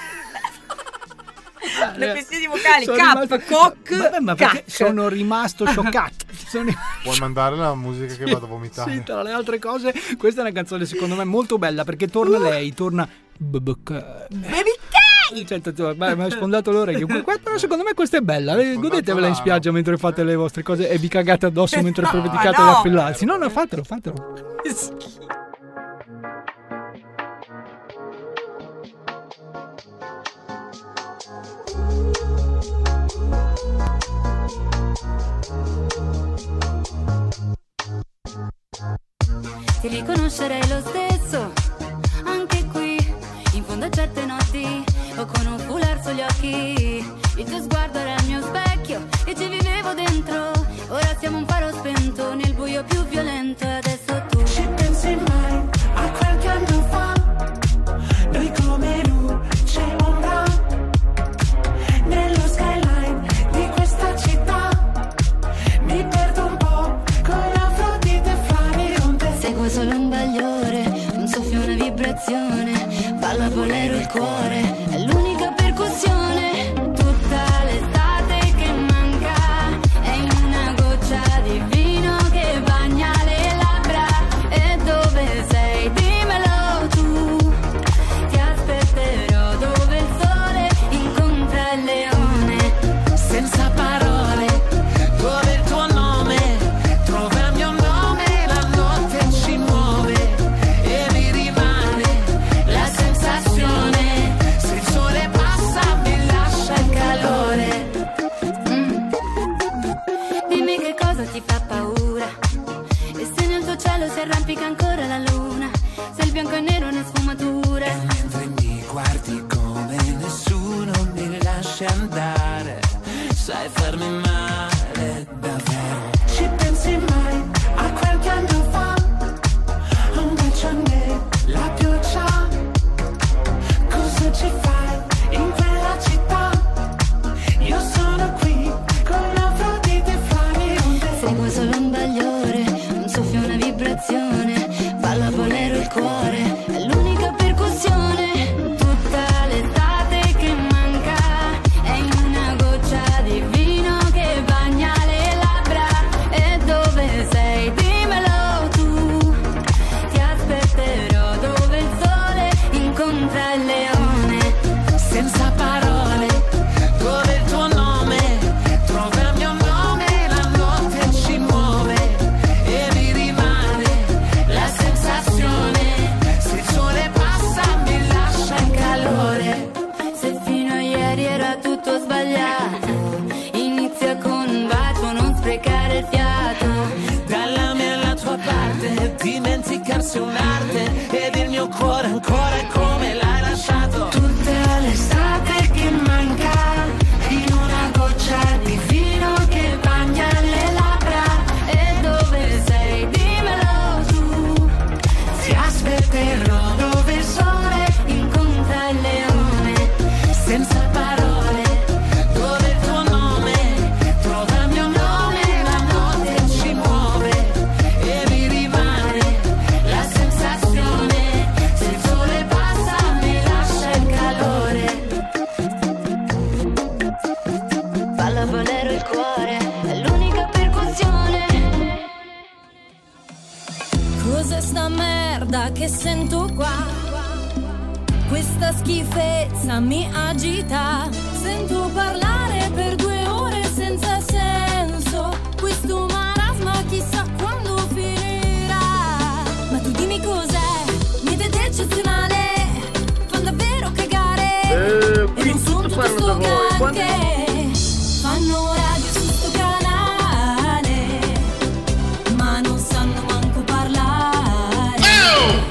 Le questioni vocali, sono cap, rimasto... cock, vabbè, ma perché cac. sono rimasto scioccato. Sono... Puoi mandare la musica che vado a vomitare. Sì, tra le altre cose, questa è una canzone secondo me molto bella perché torna lei, torna Baby K. Cioè, mi ha sfondato l'orecchio. Però secondo me questa è bella. Godetevela in spiaggia mentre fate le vostre cose e vi cagate addosso mentre no, praticate no. l'appellarsi. No, no, fatelo, fatelo. Ti riconoscerei lo stesso, anche qui, in fondo a certe notti, o con un foulard sugli occhi. Il tuo sguardo era il mio specchio e ci vivevo dentro. Ora siamo un faro spento nel buio più violento. E adesso tu ci pensi mai a qualche anno fa? Noi come luce ombra nello skyline di questa città. Mi perdo un po' con l'Afrodite fra le onde. Seguo solo un bagliore, un soffio, una vibrazione. Balla bolero il cuore, è l'unica percussione. Tutta l'estate che manca è in una goccia di vino che bagna le labbra. E dove sei? Dimmelo tu. Ti aspetterò dove il sole incontra il leone. Senza parole, dove il tuo nome trova il mio nome. La notte ci muove e mi rimane la sensazione. Se il sole passa mi lascia il calore. Mm. Dimmi che cosa ti fa paura e se nel tuo cielo si arrampica ancora la luna. Se il bianco e nero ne sfumature. E mentre mi guardi come nessuno mi lascia andare, sai farmi male davvero. Ci pensi mai a qualche anno fa? A un bacio nella pioggia. Cosa ci fai in quella città? Io sono qui con l'Afrodite fra le onde. Seguo solo un bagliore, un soffio, una vibrazione. Balla bolero il cuore, è l'unica percussione. Tutta l'estate che manca è in una goccia di vino che bagna le labbra. E dove sei? Dimmelo tu. Ti aspetterò dove il sole incontra il leone. Senza parole, dove il tuo nome trova il mio nome. La notte ci muove e mi rimane la sensazione. Se il sole passa mi lascia il calore. Se fino a ieri era tutto sbagliato, inizia con un bacio, non sprecare il fiato. Dalla mia alla tua parte, dimenticarsi un'arte. Ed il mio cuore ancora è come l'hai lasciato. Tutta l'estate che manca in una goccia di vino che bagna le labbra. E dove sei? Dimmelo tu. Ti aspetterò cos'è sta merda che sento qua? Questa schifezza mi agita, sento parlare per due ore senza senso, questo marasma chissà quando finirà. Ma tu dimmi cos'è, niente di eccezionale, fan davvero cagare, eh, e non sono tutto sto granché, fanno radio su sto canale, ma non sanno manco parlare. Oh!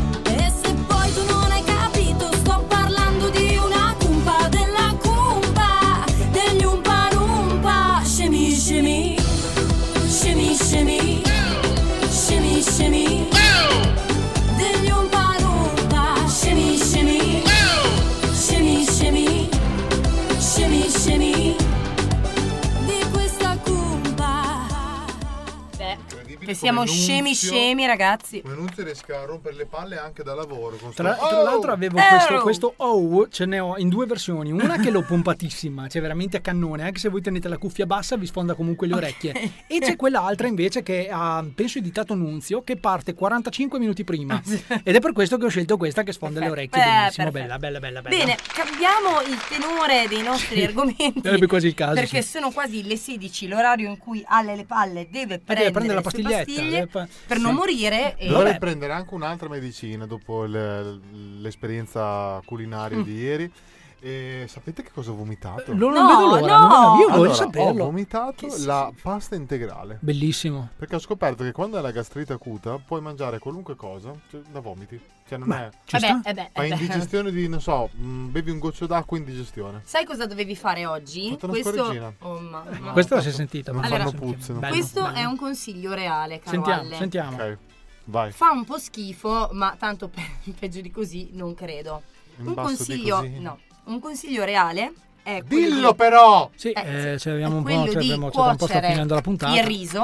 Che siamo scemi scemi, ragazzi. Un annunzio riesca a rompere le palle anche da lavoro. Con Tra, sto... tra oh! l'altro avevo Oh! questo, questo oh, ce ne ho in due versioni. Una che l'ho pompatissima, cioè veramente a cannone, anche se voi tenete la cuffia bassa vi sfonda comunque le orecchie. Okay. E c'è quell'altra invece che ha, penso, editato Nunzio, che parte quarantacinque minuti prima. Ed è per questo che ho scelto questa che sfonda le orecchie. Beh, benissimo, perfetto. bella, bella, bella, bella. Bene, cambiamo il tenore dei nostri sì, argomenti. Sarebbe quasi il caso. Perché sì. sono quasi le sedici, l'orario in cui alle le palle deve prendere, deve prendere la pastiglietta pastiglie pa- per sì. non morire. E... Dovrei prendere anche un'altra medicina dopo le, l'esperienza culinaria mm. di ieri. E sapete che cosa ho vomitato? Non, no, non vedo l'ora, no. no, io voglio allora, saperlo. Ho vomitato che la sì. pasta integrale. Bellissimo. Perché ho scoperto che quando hai la gastrite acuta puoi mangiare qualunque cosa, cioè, la vomiti. Cioè non Beh, è... ci Vabbè, sta? eh beh, Fai eh beh. indigestione di, non so, mh, bevi un goccio d'acqua, indigestione. Sai cosa dovevi fare oggi? Fatto una Questo... scorreggina. Oh, mamma. Questa la si è sentita. Non Allora, fanno puzze. Non bello, Questo bello. è un consiglio reale, caro Sentiamo, Alle. sentiamo. Ok, vai. Fa un po' schifo, ma tanto pe- peggio di così non credo. In Un basso di consiglio, così. no, un consiglio reale è quello Dillo di, però! Sì, eh, eh, cioè, abbiamo un po', quello cioè, di abbiamo, cioè, un po' sta cuocere finendo la puntata. il riso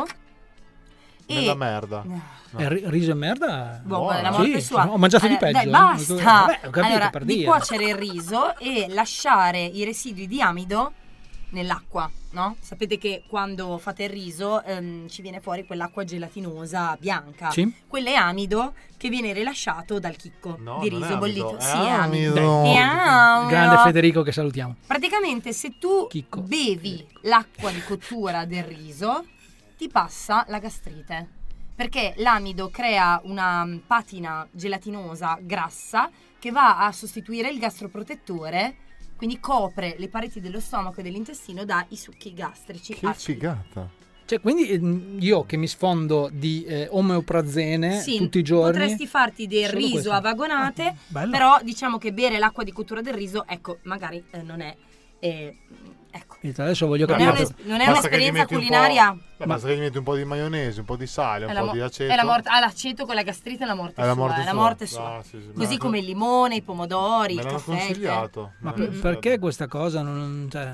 Nella e merda. No. Eh, ri- riso e merda? Boh, Buona. la morte Sì, sua. ho mangiato di Allora, peggio. dai, eh. basta. Vabbè, ho capito, Allora, per di dire. cuocere il riso e lasciare i residui di amido nell'acqua, no? Sapete che quando fate il riso ehm, ci viene fuori quell'acqua gelatinosa bianca. Sì. Quello è amido che viene rilasciato dal chicco No, di non è riso amido, bollito. è Sì, è amido. amido. È amido. Grande Federico che salutiamo. Praticamente se tu Chicco. bevi l'acqua di cottura del riso ti passa la gastrite. Perché l'amido crea una patina gelatinosa grassa che va a sostituire il gastroprotettore, quindi copre le pareti dello stomaco e dell'intestino dai succhi gastrici Che acidi. figata. Cioè, quindi eh, io che mi sfondo di eh, omeoprazene Sì, tutti i giorni. potresti farti del Solo riso questo. a vagonate, Ah, bello. però diciamo che bere l'acqua di cottura del riso, ecco, magari eh, non è... eh, ecco. E adesso voglio Non è, capire. un'es- non è Basta che gli un'esperienza metti un po'- culinaria. Beh, basta che gli metti un po' di maionese, un po' di sale, un È la, po' mo- di aceto. è la morte, ah, l'aceto con la gastrite è la morte È la sua. morte è la sua. morte sua. Ah, sì, sì, Così me come il limone, i pomodori, Me il l'hanno caffè. il tè. consigliato. Ma me per- l'hanno perché questa cosa non. Cioè,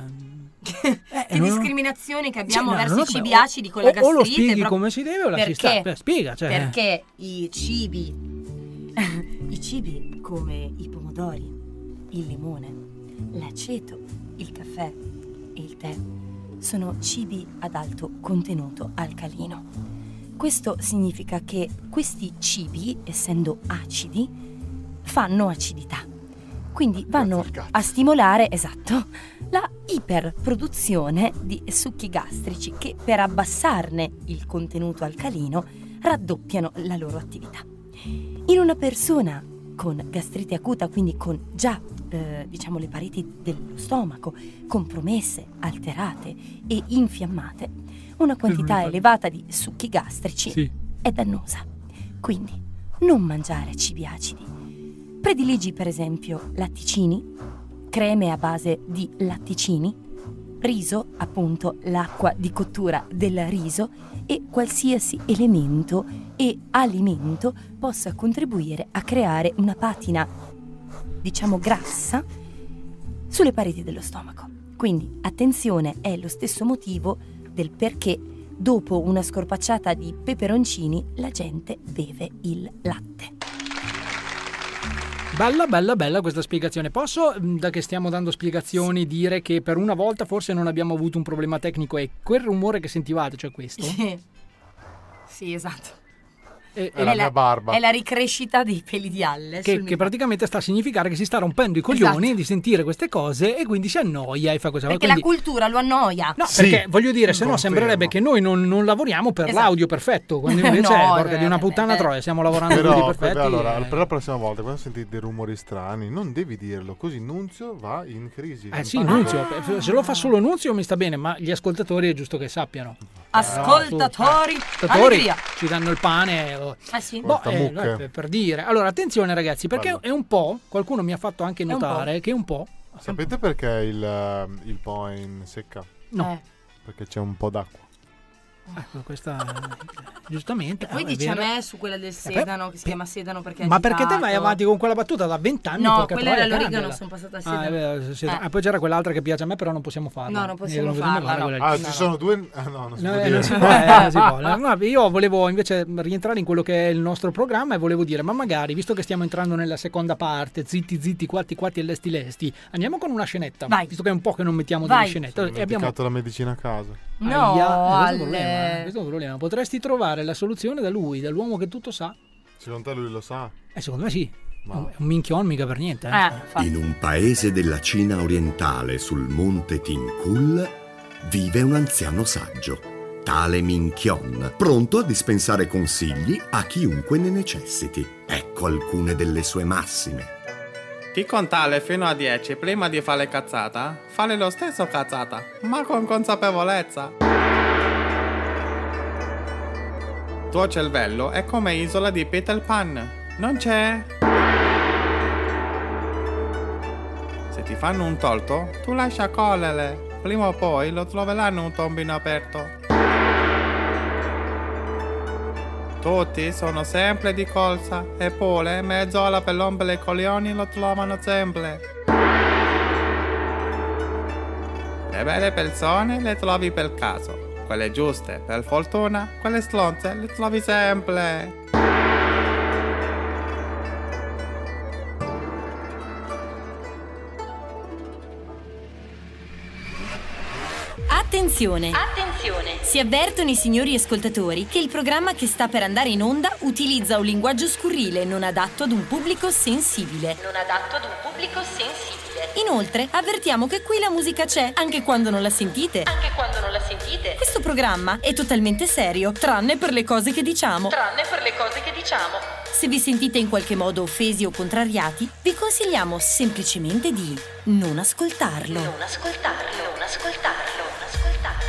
che eh, non- discriminazione che abbiamo Sì, no, verso no, i cibi beh, o- acidi con la o- o gastrite. lo spieghi però- come si deve o la si perché? sta- beh, spiega, cioè. Perché i cibi, i cibi come i pomodori, il limone, l'aceto, il caffè e il tè sono cibi ad alto contenuto alcalino. Questo significa che questi cibi, essendo acidi, fanno acidità. Quindi vanno a stimolare, esatto, la iperproduzione di succhi gastrici che per abbassarne il contenuto alcalino raddoppiano la loro attività. In una persona con gastrite acuta, quindi con già eh, diciamo le pareti dello stomaco compromesse, alterate e infiammate, una quantità elevata di succhi gastrici Sì. è dannosa. Quindi non mangiare cibi acidi. Prediligi per esempio latticini, creme a base di latticini, riso, appunto l'acqua di cottura del riso e qualsiasi elemento e alimento possa contribuire a creare una patina, diciamo grassa, sulle pareti dello stomaco. Quindi attenzione, è lo stesso motivo del perché dopo una scorpacciata di peperoncini la gente beve il latte. Bella, bella, bella questa spiegazione. Posso, mh, da che stiamo dando spiegazioni, dire che per una volta forse non abbiamo avuto un problema tecnico e quel rumore che sentivate, cioè questo? Sì, sì, esatto. E, È la È mia barba. È la ricrescita dei peli di Alle. che, sul che praticamente sta a significare che si sta rompendo i Esatto. coglioni di sentire queste cose e quindi si annoia e fa questa cosa. Perché Quindi- la cultura lo annoia. No, perché voglio dire, se no sembrerebbe che noi non, non lavoriamo per Esatto. l'audio perfetto, quando invece, No, porca di una puttana troia, stiamo lavorando tutti Però, perfetti. però, allora, e- per la prossima volta, quando sentite dei rumori strani, non devi dirlo, così Nunzio va in crisi. Eh sì, In Nunzio, panico. se lo fa solo Nunzio mi sta bene, ma gli ascoltatori è giusto che sappiano. Ascoltatori, Ascoltatori allegria. ci danno il pane. o- Ah sì? Boh, Porta eh, mucche. no, per, per dire. Allora, attenzione ragazzi, perché Bello. è un po', qualcuno mi ha fatto anche un notare che un po'. Sapete perché il, eh, il Po è in secca? No. Eh. Perché c'è un po' d'acqua. Ecco, questa giustamente. Poi eh, è dice a vero. me su quella del sedano, che si chiama sedano perché è Ma perché te vai agitato. avanti con quella battuta da vent'anni? No, porca quella troia, era l'origano, cambiala. sono passata al Ah, è sedano. vero, sì, Eh. ah, poi c'era quell'altra che piace a me, però non possiamo farla. No, non possiamo Eh, farla, no. quella lì. Ah, No, ci no. sono due. Ah, no, non si No, può eh, dire. non si può, eh, non si può. No, io volevo invece rientrare in quello che è il nostro programma e volevo dire, ma magari, visto che stiamo entrando nella seconda parte, zitti zitti, quatti quatti e lesti lesti, andiamo con una scenetta. Vai. Visto che è un po' che non mettiamo Vai. delle scenette. Ho E abbiamo... dimenticato la medicina a casa. No, Aia, questo, è un Ale. problema, questo è un problema. Potresti trovare la soluzione da lui, dall'uomo che tutto sa. Secondo te lui lo sa? E secondo me sì. Ma- È un minchion mica per niente. Eh. Eh, fa- In un paese della Cina orientale sul monte Tinkul vive un anziano saggio, tale Minchion, pronto a dispensare consigli a chiunque ne necessiti. Ecco alcune delle sue massime. Chi contare fino a dieci prima di fare cazzata, fare lo stesso cazzata, ma con consapevolezza. Tuo cervello è come isola di Peter Pan, non c'è. Se ti fanno un torto, tu lascia correre, prima o poi lo troveranno un tombino aperto. Tutti sono sempre di corsa, eppure mezz'ora per rompere i coglioni lo trovano sempre. Le vere persone le trovi per caso, quelle giuste per fortuna, quelle stronze le trovi sempre. Attenzione! Attenzione! Si avvertono i signori ascoltatori che il programma che sta per andare in onda utilizza un linguaggio scurrile non adatto ad un pubblico sensibile. Non adatto ad un pubblico sensibile. Inoltre, avvertiamo che qui la musica c'è, anche quando non la sentite. Anche quando non la sentite. Questo programma è totalmente serio, tranne per le cose che diciamo. Tranne per le cose che diciamo. Se vi sentite in qualche modo offesi o contrariati, vi consigliamo semplicemente di non ascoltarlo. Non ascoltarlo. Non ascoltarlo. Non ascoltarlo.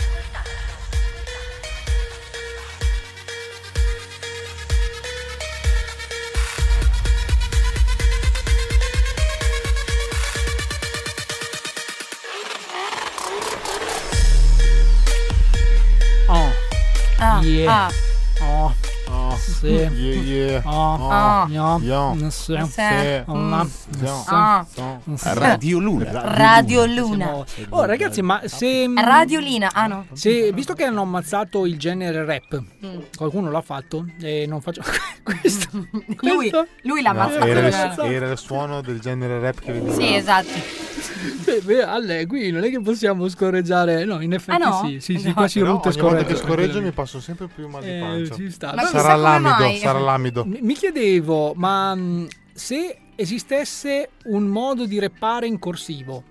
Oh. Ah, Yeah. ah. Oh. Oh, Sì. yeah, yeah. Oh. Oh, No. yeah. Non so. Sì. Oh, ma- Mm. non so. Ah. Non so. Radio Luna. Radio Luna. Oh ragazzi, ma se Radiolina. Ah no. se visto che hanno ammazzato il genere rap, Mm. qualcuno l'ha fatto e non faccio questo. Lui, questo- lui l'ha No, ammazzato. era, Esatto. il, era il suono del genere rap che veniva. Sì, esatto. Beh, beh, Ale, qui non è che possiamo scorreggiare. No, in effetti Ah, no? sì, sì, sì, No. qua si Però ruota e ogni volta che scorreggia. scorreggio mi passo sempre più mal di Eh, pancia. ci sta. Ma No, chissà Sarà come l'amido, mai. sarà l'amido. Mi mi chiedevo, ma mh, se esistesse un modo di rappare in corsivo.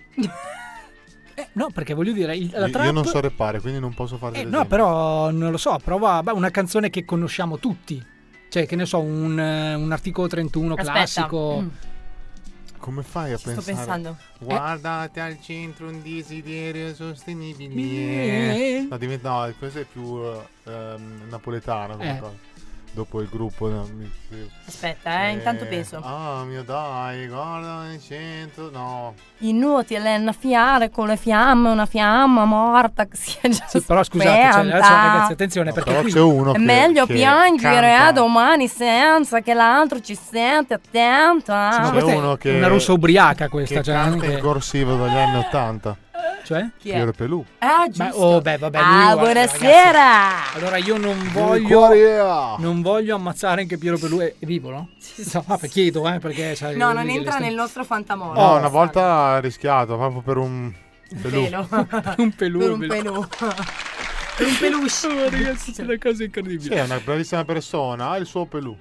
Eh, no, perché voglio dire, il- la Io, trap... io non so rappare, quindi non posso fare Eh, degli no, esempi. però non lo so, prova beh, una canzone che conosciamo tutti. Cioè, che ne so, un, eh, un articolo trentuno Aspetta. classico. Mm. Come fai a Ci sto pensare? pensando. Guardate al centro un desiderio sostenibile. Eh. No, diventa, no, questo è più eh, ehm, napoletano come Eh. cosa. Dopo il gruppo. No, mi- Aspetta, eh, intanto Eh, penso. Ah, mio dai, guarda al centro. No. Inutile annaffiare con le fiamme una fiamma morta che si è già Sì, però scusate, cioè, spenta. adesso, ragazzi, attenzione, No, perché però qui c'è uno È che, meglio che piangere canta. a domani senza che l'altro ci sente attento. eh. Sì, ma C'è questa è uno che una russa ubriaca questa, che cioè, canta non è in che- corsivo dagli anni ottanta. Cioè? Chi è? Piero Pelù. Ah, Beh, giusto. oh, beh, vabbè, lui, ah, guarda, buonasera. ragazzi, allora io non voglio Corea. non voglio ammazzare anche Piero Pelù. È, è vivo, no? No, vabbè, chiedo, eh, perché sai, No, lui non che entra le sta- nel nostro fantamoro. No, una volta ha rischiato proprio per un Pelù. Pelo. un pelù, Per un pelù. pelù. un peluche. Oh, ragazzi, è una cosa incredibile. Sì, è una bravissima persona, ha il suo pelù.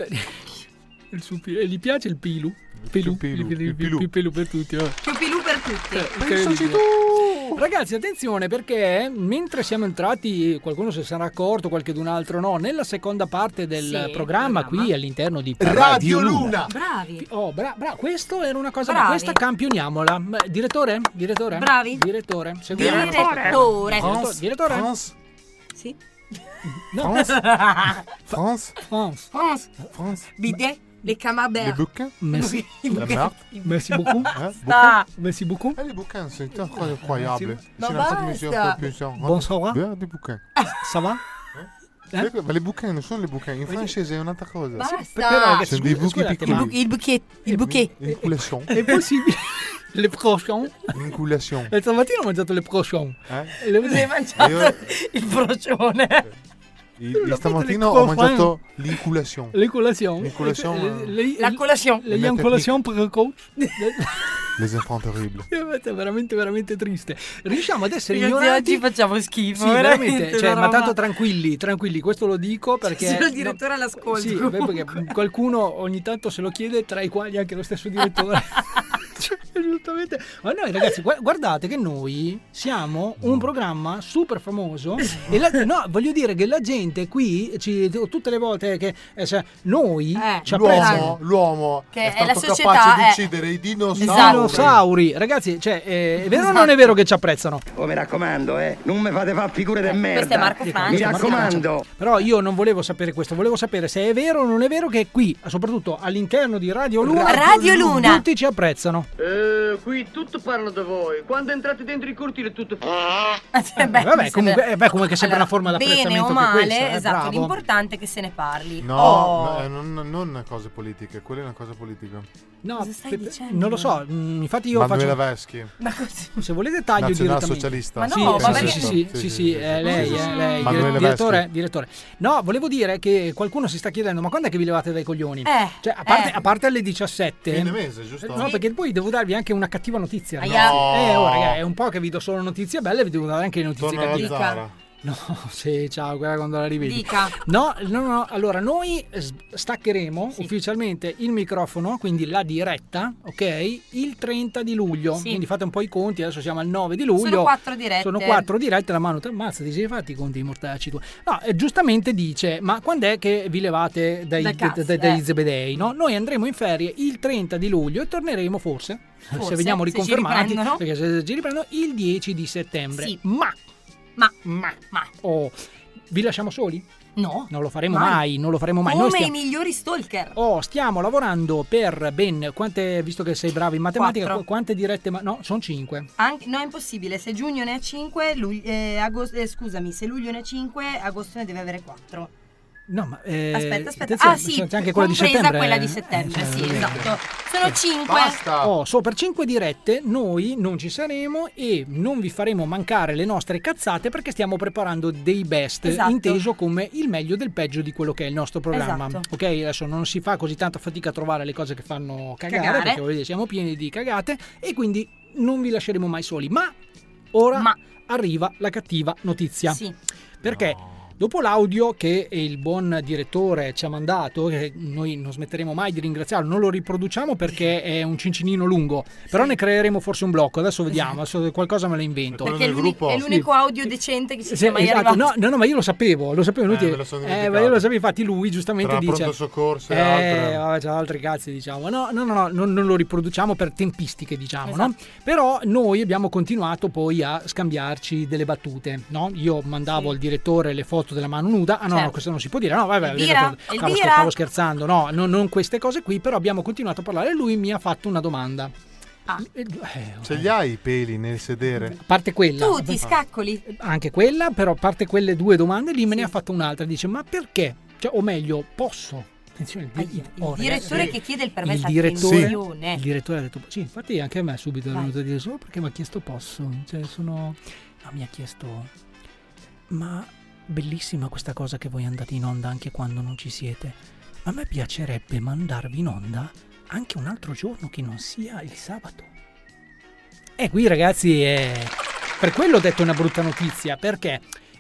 Il suo pi- e gli piace il pilu. Pilu, pilu, pilu, il pilu, pilu. pilu per tutti. vabbè. Più pilù per tutti. Pensaci tu! Ragazzi, attenzione, perché mentre siamo entrati, qualcuno se sarà accorto, qualcun altro no, nella seconda parte del Sì, programma, programma. qui all'interno di Radio Luna. Bravi. Oh, bra- bra- questo era una cosa, Bravi. questa campioniamola. M- Direttore? Direttore? Bravi. Direttore. Seguiamo. Direttore. Direttore. Direttore? France. Sì. No. France. France. France. France. France. Bidet. Les Les camemberts. bouquins. Merci. La merde. Merci beaucoup. Hein, Ah. Merci beaucoup. Ah, les bouquins, c'est incroyable. Ma C'est la basta. trasmissione più più- Bonsoir. Bien, des bouquins. Ça va? Sai che- Ma les bouquins non sono les bouquins, in francese è un'altra cosa. Basta. Però, ragazzi, Sono dei scusa- buchi scusate, piccoli. Il, ma bu- il bouquet. Il bouquet. Une coulation. è possibile? Le prochains? Une coulation. E stamattina ho mangiato le prochains. Eh? Le- Hai mangiato Io- il procione. Il- il stamattina ho mangiato l'inculation. Le colations. L'inculation, Le- eh. le- La collation. Le mie incolation precoce. Les enfants terribles. È veramente, veramente triste. Riusciamo ad essere Ragazzi, ignoranti. oggi facciamo schifo. Sì, veramente. Cioè, una ma roba- tanto tranquilli, tranquilli, questo lo dico perché. Solo il direttore all'ascolto. Sì, beh, perché qualcuno ogni tanto se lo chiede, tra i quali anche lo stesso direttore. Cioè, giustamente. Ma noi ragazzi, gu- guardate che noi siamo un programma super famoso e la- no, voglio dire che la gente qui ci, tutte le volte che eh, cioè, noi Eh, ci apprezzano. L'uomo, l'uomo Che è è la stato società, capace di eh. uccidere i dinosauri. Esatto. Dinosauri, ragazzi, cioè, eh, è vero o non è vero che ci apprezzano? Oh, mi raccomando, eh, non mi fate fare figure di merda. Questo è Marco Mi Francia. raccomando. Però io non volevo sapere questo, volevo sapere se è vero o non è vero che qui, soprattutto all'interno di Radio Luna, Radio Luna. tutti ci apprezzano. Eh, qui tutto parla da voi. Quando entrate dentro i cortili tutto Cioè, beh, Eh, vabbè, mi comunque- sembra- eh, beh, comunque è sempre una forma Bene d'apprezzamento o che male, questa, eh, esatto, bravo. l'importante è che se ne parli. No, Oh. no, eh, non, non cose politiche, quella è una cosa politica. No, Cosa stai pe- dicendo? non lo so, mm, infatti io Manuela faccio... Veschi, Ma così. Se volete taglio direttamente. nazionalsocialista. Ma no, Sì, ma sì, perché- sì, sì, sì, sì, eh, lei, eh, lei, Manuela dire- direttore, Veschi. direttore. No, volevo dire che qualcuno si sta chiedendo, ma quando è che vi levate dai coglioni? Eh, Cioè, a parte, eh. a parte alle diciassette. Fine mese, giusto? No, perché poi devo darvi anche una cattiva notizia. Aia. No. Eh, oh, raga, è un po' che vi do solo notizie belle, vi devo dare anche le notizie Torna alla cattive. Dica. Zara. No, sì, ciao, guarda quando la rivedi. Dica. No, no, no, allora noi s- staccheremo ufficialmente il microfono, quindi la diretta, ok? Il trenta di luglio. Sì. Quindi fate un po' i conti, adesso siamo al nove di luglio. Sono quattro dirette. Sono quattro dirette, la mano te ammazza, ti sei fatti i conti i mortacci tu. No, eh, giustamente dice, ma quando è che vi levate dai, Dal cazzo, dai- dai eh. zebedei, no? Noi andremo in ferie il trenta di luglio e torneremo forse, Forse, se veniamo se ci riconfermati, riprendono. perché se ci riprendono il dieci di settembre. Sì. Ma Ma, ma, ma, oh, vi lasciamo soli? no. Non lo faremo Mai. mai, non lo faremo mai. Come Noi stiamo, i migliori stalker. oh, stiamo lavorando per ben quante, visto che sei bravo in matematica, Quattro. qu- quante dirette? Ma no, sono cinque. Anche, no, è impossibile. Se giugno ne ha cinque, eh, agosto, eh, scusami, se luglio ne ha cinque, agosto ne deve avere quattro. No, ma eh, Aspetta, aspetta. attenzione, Ah, sì, c'è anche quella di compresa settembre. quella di eh. settembre, Eh, sì, eh, esatto. Sono cinque. Basta. Oh, so, per cinque dirette noi non ci saremo e non vi faremo mancare le nostre cazzate perché stiamo preparando dei best, Esatto. inteso come il meglio del peggio di quello che è il nostro programma. Esatto. Ok, adesso non si fa così tanta fatica a trovare le cose che fanno cagare, Cagare. perché vedete, siamo pieni di cagate e quindi non vi lasceremo mai soli. Ma ora Ma- arriva la cattiva notizia. Sì. Perché dopo l'audio che il buon direttore ci ha mandato, che noi non smetteremo mai di ringraziarlo, non lo riproduciamo perché è un cincinino lungo, però ne creeremo forse un blocco, adesso vediamo, adesso qualcosa me lo invento. Perché è, l'uni- è l'unico audio decente che ci Sì, sia mai esatto. arrivato. No, no, no, ma io lo sapevo, lo sapevo. Eh, inutile. me lo sono eh, dimenticato. ma io lo sapevo, infatti lui giustamente Tra dice... pronto soccorso e eh, altre. vabbè, c'ha altri cazzi, diciamo. No, no, no, no non, non lo riproduciamo per tempistiche, diciamo, no? Esatto. Però noi abbiamo continuato poi a scambiarci delle battute, no? Io mandavo Sì. al direttore le foto della mano nuda. Ah no, Certo. no, questo non si può dire. No, vabbè, Elvira, stavo, Elvira. stavo scherzando. No, no, non queste cose qui, però abbiamo continuato a parlare e lui mi ha fatto una domanda. Ah. Eh, Ce li hai i peli nel sedere? A parte quella, Tu ti scaccoli. anche quella, però a parte quelle due domande lì me ne ha fatto un'altra. Dice, ma perché? Cioè, o meglio, posso? Attenzione, il, Il oh, direttore ragazzi, che chiede il permesso, il direttore, attenzione. il direttore ha detto, sì, infatti anche a me subito è Vai. venuto a dire, solo perché mi ha chiesto posso? Cioè, sono... No, mi ha chiesto, ma bellissima questa cosa che voi andate in onda anche quando non ci siete. A me piacerebbe mandarvi in onda anche un altro giorno che non sia il sabato. E qui ragazzi è... per quello ho detto una brutta notizia, perché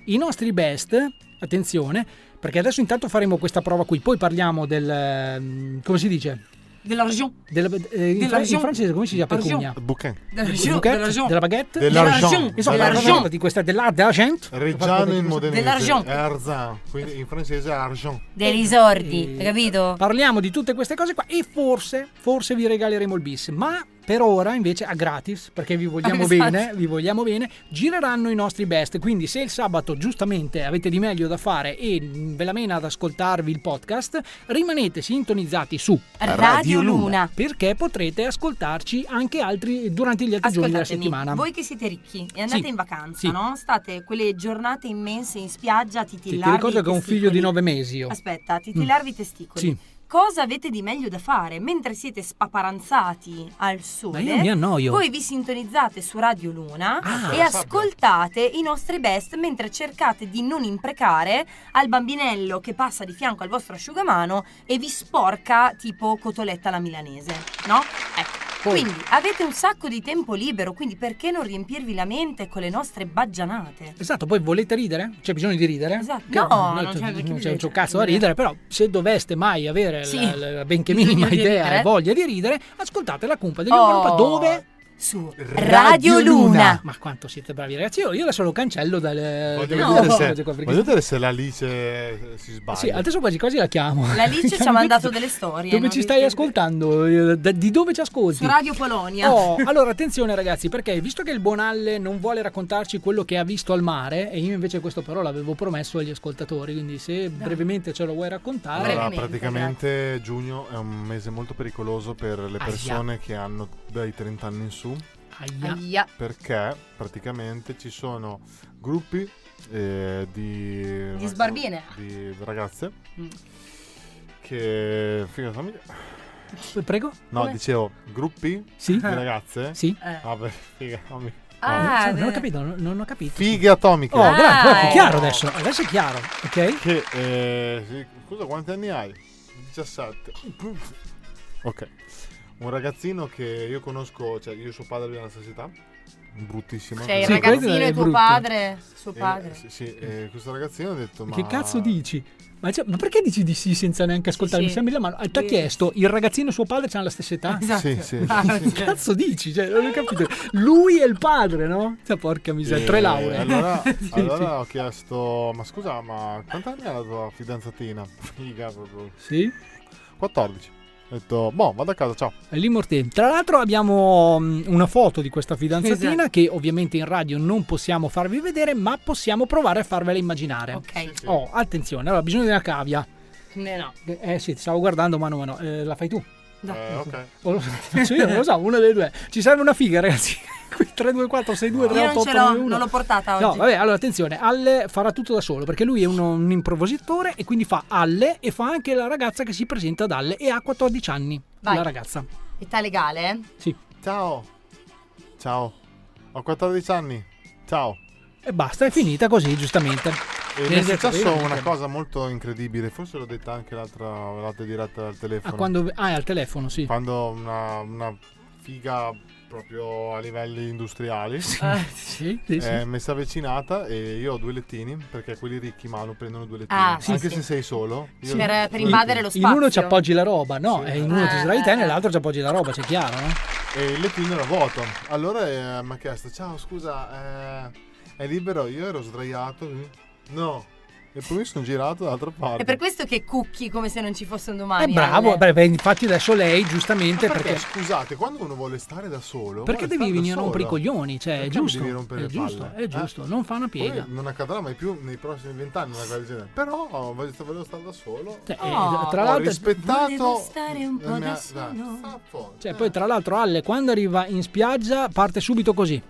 I nostri best, attenzione, perché adesso intanto faremo questa prova qui, poi parliamo del, come si dice? Dell'argent. Della, eh, in, fra- in francese come si dice pecugna? Bouquin. Dell'argent. Della baguette? Dell'argent. Insomma, dell'argent. Di questa dell'argent. Reggiano in modenese dell'argent. è argent, quindi in francese è argent. Dei risordi, hai capito? Parliamo di tutte queste cose qua e forse, forse vi regaleremo il bis, ma per ora invece a gratis, perché vi vogliamo Esatto. bene, vi vogliamo bene, gireranno i nostri best, quindi se il sabato giustamente avete di meglio da fare e ve la mena ad ascoltarvi il podcast, rimanete sintonizzati su Radio Luna, perché potrete ascoltarci anche altri durante gli altri giorni della Ascoltatemi, settimana. voi che siete ricchi e andate Sì, in vacanza, sì. no? State quelle giornate immense in spiaggia a Sì, titillarvi ti ricordo i che ho un testicoli. figlio di nove mesi io. Aspetta, a titillarvi i testicoli. Sì. Cosa avete di meglio da fare? Mentre siete spaparanzati al sole, Ma io mi annoio. voi vi sintonizzate su Radio Luna Ah, e la ascoltate i nostri best mentre cercate di non imprecare al bambinello che passa di fianco al vostro asciugamano e vi sporca tipo cotoletta alla milanese, no? Ecco. Quindi avete un sacco di tempo libero, quindi perché non riempirvi la mente con le nostre baggianate? Esatto, poi volete ridere? C'è bisogno di ridere? Esatto. Che- No, non c'è, c'è perché non c'è ridere. un cazzo da ridere, però se doveste mai avere Sì. la, la benché Bisogno minima di idea ridere. e voglia di ridere, ascoltate la cumpa degli Oh. Umpa dove? Su Radio Luna. Ma quanto siete bravi ragazzi, io, io adesso lo cancello dalle, Voglio, dalle- vedere, dalle- se, perché- voglio vedere se l'Alice eh, si sbaglia. Sì, adesso quasi quasi la chiamo. L'Alice ci ha mandato delle storie. Dove no? ci Di- stai ascoltando? Eh, da- Di dove ci ascolti? Su Radio Polonia. Oh, allora attenzione ragazzi, perché visto che il Bonalle non vuole raccontarci quello che ha visto al mare, e io invece questo però l'avevo promesso agli ascoltatori, quindi se brevemente ce lo vuoi raccontare. Allora, praticamente giugno è un mese molto pericoloso per le persone che hanno dai trenta anni in su. Aia. Aia. Perché praticamente ci sono gruppi eh, di, Di sbarbine. di ragazze Mm. che figa famiglia. Prego? No, Come? dicevo gruppi Sì. di ragazze. Sì. Eh. Vabbè, figa famiglia. Ah, non, non ho beh. capito, non, non ho capito. Fighe atomiche. Oh, grazie, Ah, è chiaro eh. adesso, adesso è chiaro, ok? Che eh, sì, scusa, quanti anni hai? diciassette. Ok. Un ragazzino che io conosco, cioè io e suo padre abbiamo la stessa età. Bruttissimo. Cioè il Sì, ragazzino quello è e tuo brutto. padre, suo Eh, padre. sì, sì, eh, questo ragazzino ha detto ma Che cazzo dici? Ma, cioè, ma perché dici di sì senza neanche ascoltare? Sì, Mi sembri la mano. Ti ha sì. chiesto, il ragazzino e suo padre hanno la stessa età? Esatto. Sì, sì. Ah, Che cioè. cazzo dici? Cioè, non ho capito. Lui è il padre, no? Cioè, porca miseria, Eh, tre lauree. Allora, Sì, allora sì. ho chiesto, ma scusa, ma quanti anni ha la tua fidanzatina? Figa proprio. Sì? quattordici. Ho detto, boh, vado a casa, ciao. È lì morte. Tra l'altro abbiamo mm, una foto di questa fidanzatina Esatto. che ovviamente in radio non possiamo farvi vedere, ma possiamo provare a farvela immaginare. Ok. Oh, attenzione, allora bisogno di una cavia. Eh, no. Eh sì, ti stavo guardando, ma no, ma no. Eh, la fai tu? Eh, ok. O lo faccio io, non lo so, una delle due. Ci serve una figa, ragazzi. tre due quattro sei due tre Io otto non ce otto l'ho, nove uno. non l'ho portata oggi. No, vabbè, allora attenzione, Alle farà tutto da solo perché lui è uno- un improvisatore e quindi fa Alle e fa anche la ragazza che si presenta ad Alle e ha quattordici anni. Vai. La ragazza. Età legale? eh? Sì. Ciao. Ciao. Ho quattordici anni. Ciao. E basta, è finita così, giustamente. E mi è successo una cosa molto incredibile, forse l'ho detta anche l'altra, l'altra diretta al telefono. Ah, quando... ah, è al telefono, sì. Quando una, una figa proprio a livelli industriali Eh, sì, sì, sì. eh, mi si è avvicinata e io ho due lettini, perché quelli ricchi mano prendono due lettini, Ah, sì, anche sì. se sei solo. io- Per, per invadere lo In spazio. uno ci appoggi la roba, no? Sì. E in uno ti Eh, sdrai te, eh, nell'altro ci appoggi la roba, c'è chiaro, no? E il lettino era vuoto. Allora eh, mi ha chiesto, ciao scusa, eh, è libero? Io ero sdraiato. No. E poi mi sono girato dall'altra parte. È per questo che cucchi come se non ci fosse un È domani. bravo, Ale. beh, beh, infatti adesso lei giustamente Ma perché, perché... scusate, quando uno vuole stare da solo, Perché vuole devi stare da venire a rompere i solo. coglioni, cioè è Perché mi giusto, devi rompere è le giusto, palle? è giusto, Eh? non fa una Poi piega. non accadrà mai più nei prossimi vent'anni una cosa del genere. Però oh, voglio, voglio stare da solo. Cioè, eh, Oh, tra Ho l'altro, rispettato Volevo stare un po' la mia- da dai, solo. sta fuori. cioè, poi tra l'altro Alle quando arriva in spiaggia parte subito così.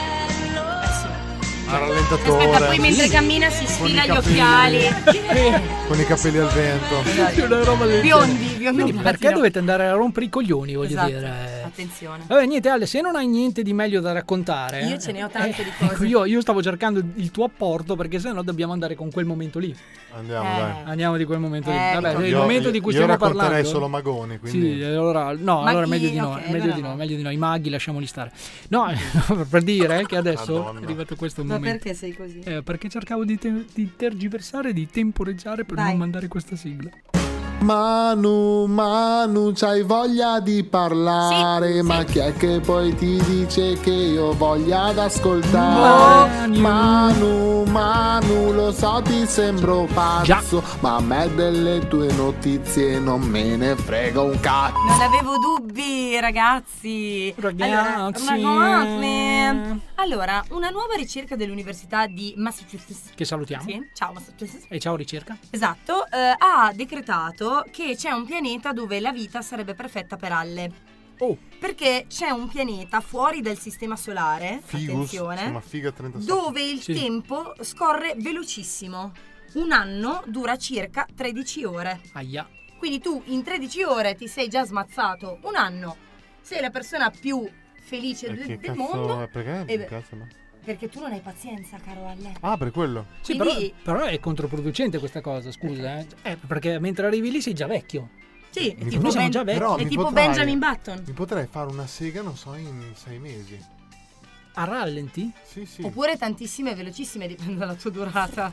A rallentatore. Aspetta, poi mentre cammina si Con sfila i gli capelli. occhiali. Con i capelli al vento. Una roba del Biondi, biondo Quindi platino. perché dovete andare a rompere i coglioni, voglio Esatto, dire. attenzione. Vabbè, niente Ale, se non hai niente di meglio da raccontare. Io ce ne ho tante eh, di cose. ecco, io, io stavo cercando il tuo apporto perché sennò dobbiamo andare con quel momento lì. Andiamo, Eh. dai. Andiamo di quel momento lì. Eh, Vabbè, Io- il momento di cui io stiamo racconterei parlando. solo magoni, quindi. Sì, allora no, Ma allora chi- meglio di no, ok, meglio allora di no, no. meglio di no. I maghi lasciamoli stare. No, per dire che adesso Madonna. è arrivato questo Ma momento. perché sei così? Eh, perché cercavo di, te- di tergiversare, di temporeggiare per Vai. non mandare questa sigla. Manu, Manu, c'hai voglia di parlare, Sì, ma sì. chi è che poi ti dice che io voglia ad ascoltare? Manu. Manu, Manu, lo so ti sembro pazzo, ma a me delle tue notizie non me ne frega un cazzo. Non avevo dubbi, ragazzi. Ragazzi. Allora, ragazzi. Allora, una nuova ricerca dell'Università di Massachusetts. Che salutiamo. Sì, ciao Massachusetts. E ciao ricerca. Esatto, eh, ha decretato che c'è un pianeta dove la vita sarebbe perfetta per Alle. Oh. Perché c'è un pianeta fuori dal sistema solare, Figus, attenzione, ma figa trentasette. dove il Sì. tempo scorre velocissimo. Un anno dura circa tredici ore. Aia. Quindi tu in tredici ore ti sei già smazzato un anno. Sei la persona più felice E del, che del cazzo mondo. è? Perché? E beh, Cazzo, no? perché tu non hai pazienza, caro Alle. Ah, per quello. Sì, però, Quindi- però è controproducente questa cosa, scusa. Eh. Eh, perché mentre arrivi lì sei già vecchio. Sì, è Mi tipo, noi siamo Ben- già vecchi. Però è mi tipo potrai- Benjamin Button. Mi potrei fare una sega, non so, in sei mesi. A rallenti? Sì, sì. Oppure tantissime e velocissime, dipende dalla tua durata.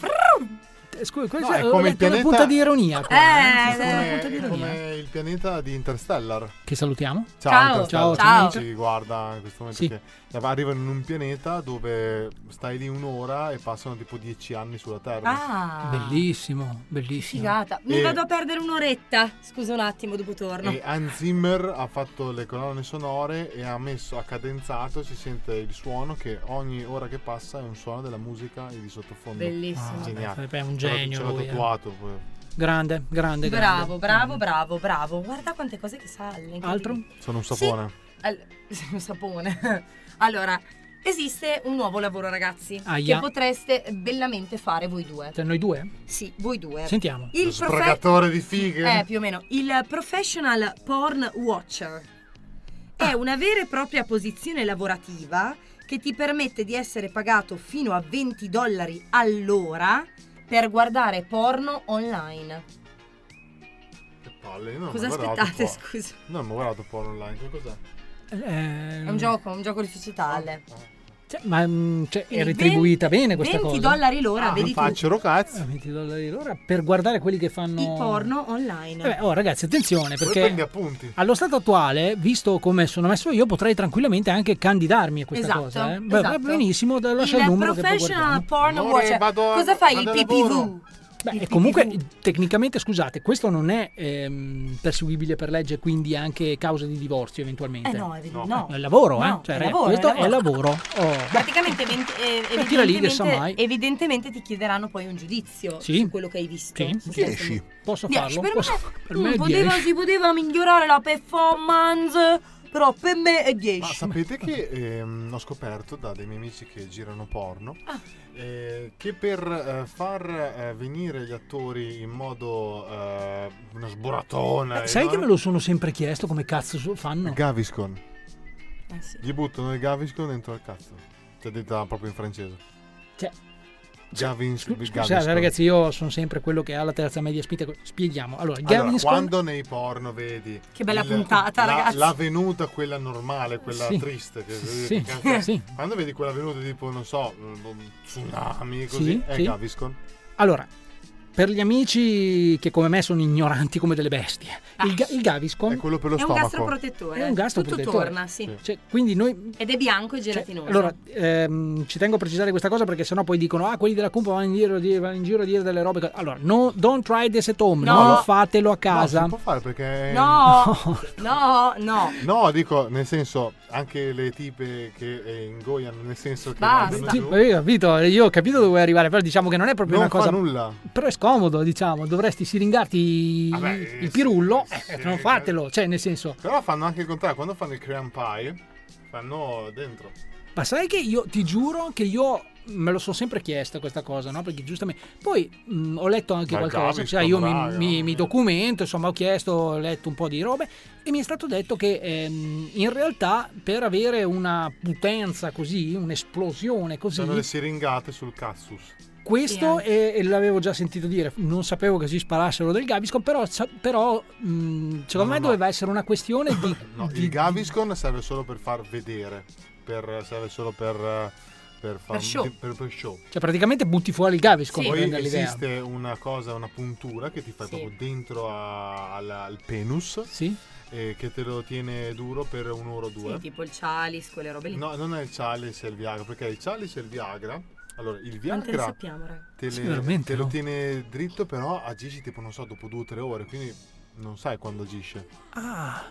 Eh, Scusa, No, questa è ho come il letto una pianeta- punta di ironia qua. Eh, eh. eh, Questa è una eh, punta di È ironia. come il pianeta di Interstellar. Che salutiamo. Ciao, Ciao. Interstellar. Ciao, ciao. Ci guarda in questo momento Sì. che arrivano in un pianeta dove stai lì un'ora e passano tipo dieci anni sulla Terra. Ah, Bellissimo, bellissimo. figata. Mi E- vado a perdere un'oretta. Scusa un attimo, dopo torno. E Hans Zimmer ha fatto le colonne sonore e ha messo, ha cadenzato, si sente il suono che ogni ora che passa è un suono della musica e di sottofondo. Bellissimo. Ah, Geniale. beh, è un Ce l'ho- genio Ce l'ho lui, eh. tatuato. poi. Grande, grande, Bravo, grande. bravo, bravo, bravo. Guarda quante cose che sa. Alle, incredibile. Altro? Sono un sapone. Al- un sapone. Allora, esiste un nuovo lavoro, ragazzi, Aia. che potreste bellamente fare voi due. Cioè, noi due? Sì, voi due. Sentiamo. Il Lo profe- spregatore di fighe. Eh, più o meno. Il Professional Porn Watcher è una vera e propria posizione lavorativa che ti permette di essere pagato fino a venti dollari all'ora per guardare porno online. Che palle, io non ho Cosa mai guardato aspettate, porno. scusa? Non ho guardato porno online, che cos'è? Eh, È un gioco, un gioco di società, Ale. cioè, ma mm, cioè, è Quindi retribuita bene questa venti cosa? dollari l'ora, Ah, vedi tu. faccio cazzo. Eh, venti dollari l'ora per guardare quelli che fanno Il porno online. Eh beh, oh ragazzi, attenzione, Poi prendi perché appunti. allo stato attuale, visto come sono messo io, potrei tranquillamente anche candidarmi a questa Esatto, cosa. Eh? Beh, va esatto. benissimo, lascia il, Il numero che poi Professional guardiamo. Porn Amore, Watcher. vado a- Cosa fai? Il vado a P P V? lavoro. Beh, Il e comunque P P V. tecnicamente, scusate, questo non è ehm, perseguibile per legge, quindi anche causa di divorzio eventualmente. Eh no, è No. no. È lavoro, No, eh? Cioè, è re- lavoro, questo è è lavoro. lavoro. Oh, beh, Praticamente event- eh, Beh, chi la liga sa evidentemente, mai. evidentemente ti chiederanno poi un giudizio Sì. su quello che hai visto. Sì, Su dieci. questo. Posso Dieci, farlo? per Posso- me, per mm, me è poteva- dieci. si poteva migliorare la performance, però per me è dieci. Ma sapete che ehm, ho scoperto da dei miei amici che girano porno Ah. eh, che per eh, far eh, venire gli attori in modo eh, una sboratona Eh, sai no? che me lo sono sempre chiesto come cazzo so- fanno? Gaviscon, Eh sì. gli buttano il Gaviscon dentro al cazzo, cioè detta proprio in francese. Cioè, Gavin, scusate ragazzi, io sono sempre quello che ha la terza media spinta. Spieghiamo. Allora, Allora, Gaviscon quando nei porno vedi Che bella il- puntata, la, ragazzi. la venuta quella normale, quella Sì. triste che, Sì, che cazzo- sì. quando vedi quella venuta tipo non so un tsunami così Sì, è sì. Gaviscon. Allora, per gli amici che come me sono ignoranti come delle bestie, il, ga- il Gaviscon È quello per lo È un stomaco. gastroprotettore. è un gas Tutto protettore. torna, sì. Cioè, quindi noi Ed è bianco e cioè, gelatinoso. allora ehm, ci tengo a precisare questa cosa perché sennò poi dicono ah quelli della Cumpa vanno in giro, a dire- vanno in giro a dire delle robe co-". Allora no, don't try this at home, No. non fatelo a No, casa. si può fare perché No, no, no. No, dico nel senso anche le tipe che eh, ingoiano nel senso che Basta. vanno Sì, giù, io ho capito, io ho capito dove vuoi arrivare, però diciamo che non è proprio non una cosa fa nulla. però è scomodo, diciamo, dovresti siringarti Vabbè, il sì, pirullo, sì, eh, sì, non sì. fatelo, cioè nel senso, Però fanno anche il contrario, quando fanno il cream pie fanno dentro. ma sai che io ti giuro che io me lo sono sempre chiesto questa cosa, no? Perché giustamente poi mh, ho letto anche Dal qualcosa, Gaviscon, cioè io mi, dai, mi, no? mi documento, insomma ho chiesto, ho letto un po' di robe e mi è stato detto che ehm, in realtà per avere una potenza così, un'esplosione così, Sono le siringate sul Cassus. questo e, e l'avevo già sentito dire, non sapevo che si sparassero del Gaviscon, però, sa- però mh, secondo No, me no, no. doveva essere una questione di... No, di- il Gaviscon serve solo per far vedere, per, serve solo per, per, far, Per show. di- per, per show. Cioè praticamente butti fuori il Gaviscon per Poi rendere l'idea. esiste una cosa, una puntura che ti fai Sì. proprio dentro a- al, al penus, Sì. e che te lo tiene duro per un ora o due. Sì, tipo il Chalice, quelle robe lì. No, non è il Chalice e il Viagra, perché il Chalice e il Viagra, allora il Quante ne Viagra sappiamo, raga? te, Sì, le- veramente, te lo no? tiene dritto, però agisci tipo, non so, dopo due o tre ore, quindi non sai quando agisce. Ah,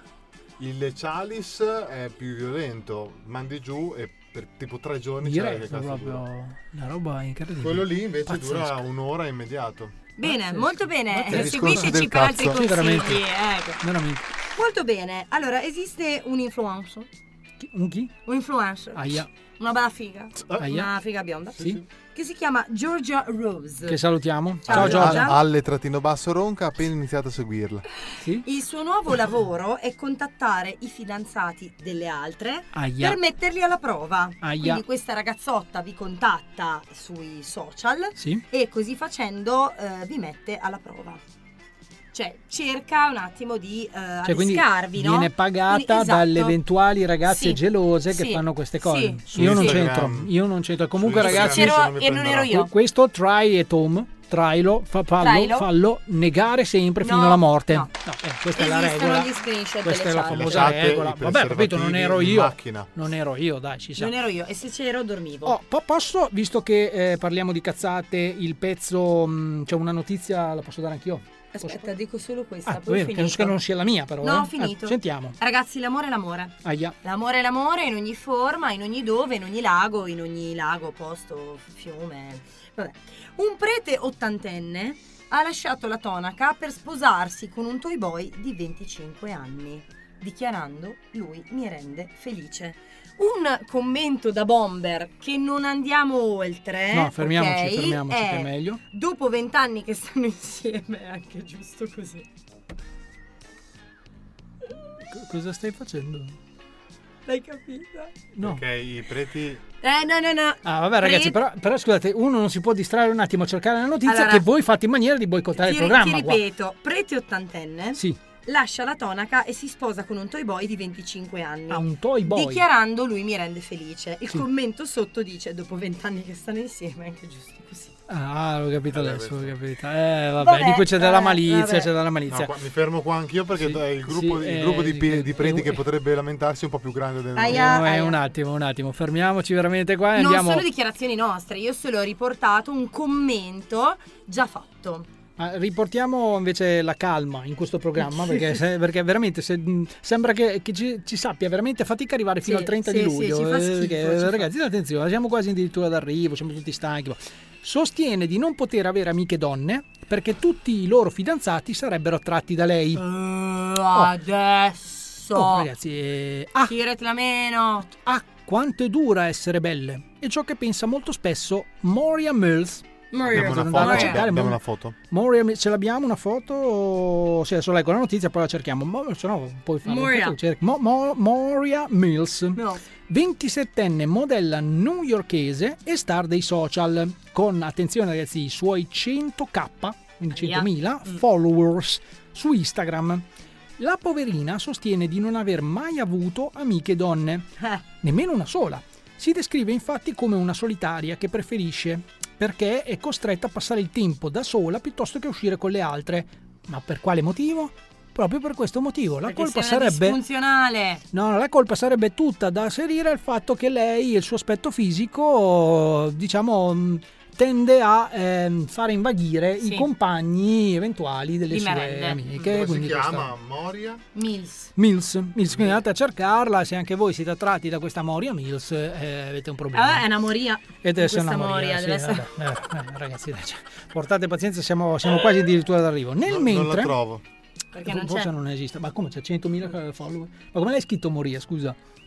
Il Chalice è più violento, mandi giù e per tipo tre giorni c'è direi che che cazzo dura. proprio una roba incredibile. Quello lì invece Pazzesco. dura un'ora immediato. Bene, Pazzesco. molto bene. Ma che Eh, discorso Seguiteci del per altri cazzo. Sì, consigli. veramente. Ecco. Veramente. Molto bene. Allora, esiste un influencer. Chi- Un chi? Un influencer. Aia. Una bella figa. Aia. Una figa bionda. Sì. Che si chiama Georgia Rose. Che salutiamo. Ciao, Ciao, Giorgia. Giorgia. Alle trattino basso ronca, appena iniziato a seguirla. Sì. Il suo nuovo lavoro è contattare i fidanzati delle altre Aia. per metterli alla prova. Aia. Quindi questa ragazzotta vi contatta sui social Sì. e così facendo eh, vi mette alla prova. Cioè cerca un attimo di eh, Cioè, quindi adescarvi, no? viene pagata Quindi, esatto. dalle eventuali ragazze Sì. gelose che Sì. fanno queste cose. Sì. Io non Instagram. c'entro, io non c'entro. Comunque Su ragazzi, Instagram. C'ero e non ero io. questo try at home, trylo, fa, fallo, Trylo. fallo, negare sempre No, fino alla morte. no. No, eh, questa è la Esistono regola. gli screenshot Questa è delle la chat. famosa Lasciate regola. i Vabbè, capito, non ero preservativi in io. macchina. Non ero io, dai, ci sa. Non ero io e se c'ero dormivo. Oh, po- posso, visto che eh, parliamo di cazzate, il pezzo, mh, c'è una notizia, la posso dare anch'io? Aspetta, dico solo questa, Ah, poi vero, finito. penso che non sia la mia però. No, eh. ho finito. Eh, sentiamo. Ragazzi, l'amore è l'amore. Aia. L'amore è l'amore in ogni forma, in ogni dove, in ogni lago, in ogni lago, posto, fiume. Vabbè. Un prete ottantenne ha lasciato la tonaca per sposarsi con un toy boy di venticinque anni, dichiarando: lui mi rende felice. Un commento da bomber che non andiamo oltre. No, fermiamoci, ok, fermiamoci, che è meglio. Dopo vent'anni che stanno insieme è anche giusto così. C- cosa stai facendo? L'hai capita? No. Perché i preti... Eh, no, no, no. Ah, vabbè, ragazzi, Pre- però, però scusate, uno non si può distrarre un attimo a cercare la notizia Allora, che voi fate in maniera di boicottare Ti, il programma. ti qua. ripeto, prete ottantenne Sì, lascia la tonaca e si sposa con un toy boy di venticinque anni. ha un toy boy. Dichiarando: lui mi rende felice. Il Sì. commento sotto dice: dopo vent'anni che stanno insieme è anche giusto così. Ah, l'ho capito Eh, adesso, questo. l'ho capito. Eh, vabbè, Vabbè, di cui c'è della eh, malizia, vabbè. c'è della No, malizia. qua- mi fermo qua anch'io perché Sì, dai, il gruppo, sì, il eh, gruppo di, pe- di preti eh, che potrebbe lamentarsi è un po' più grande del nostro. Aia. No, eh, un attimo, un attimo, fermiamoci veramente qua e Non andiamo. sono dichiarazioni nostre, io solo ho riportato un commento già fatto. Ah, riportiamo invece la calma in questo programma perché, se- perché veramente se- mh, sembra che, che ci, ci sappia veramente fatica arrivare fino Sì, al trenta sì, di sì, luglio. ci fa eh, schifo, perché, ci fa- ragazzi, attenzione, siamo quasi addirittura d'arrivo, siamo tutti stanchi. Sostiene di non poter avere amiche donne perché tutti i loro fidanzati sarebbero attratti da lei. Uh, adesso. Oh, ragazzi, eh, ah, Tiratela meno. ah, quanto è dura essere belle. È ciò che pensa molto spesso Moria Mills. Abbiamo una Andarla a foto? cercare, Abbiamo ma- una foto? Moria, ce l'abbiamo una foto? Sì, adesso leggo la notizia poi la cerchiamo. Ma se no puoi fare Moria. tu, cerchi. Mo- Mo- Moria Mills, No. ventisettenne modella newyorkese e star dei social, con, attenzione ragazzi, i suoi cento k, quindi Aia. centomila Mm. followers su Instagram. La poverina sostiene di non aver mai avuto amiche donne, Eh. nemmeno una sola. Si descrive infatti come una solitaria che preferisce perché è costretta a passare il tempo da sola piuttosto che uscire con le altre. Ma per quale motivo? Proprio per questo motivo. La Perché colpa sei una sarebbe disfunzionale. No, no, la colpa sarebbe tutta da asserire al fatto che lei e il suo aspetto fisico, diciamo, mh, tende a ehm, fare invaghire Sì. i compagni eventuali delle Di sue merende. amiche. Come si quindi chiama? questa- Moria? Mills. Mills, Mills, quindi andate a cercarla, se anche voi siete attratti da questa Moria Mills eh, avete un problema. Ah, è una moria. Ed è questa una moria, moria, sì, deve essere- vabbè, eh, eh, ragazzi, dai, cioè, portate pazienza, siamo, siamo quasi addirittura d'arrivo. Nel No, mentre, non la trovo. Perché non forse c'è. non esiste, ma come c'è centomila follower? Ma come l'hai scritto Moria, scusa?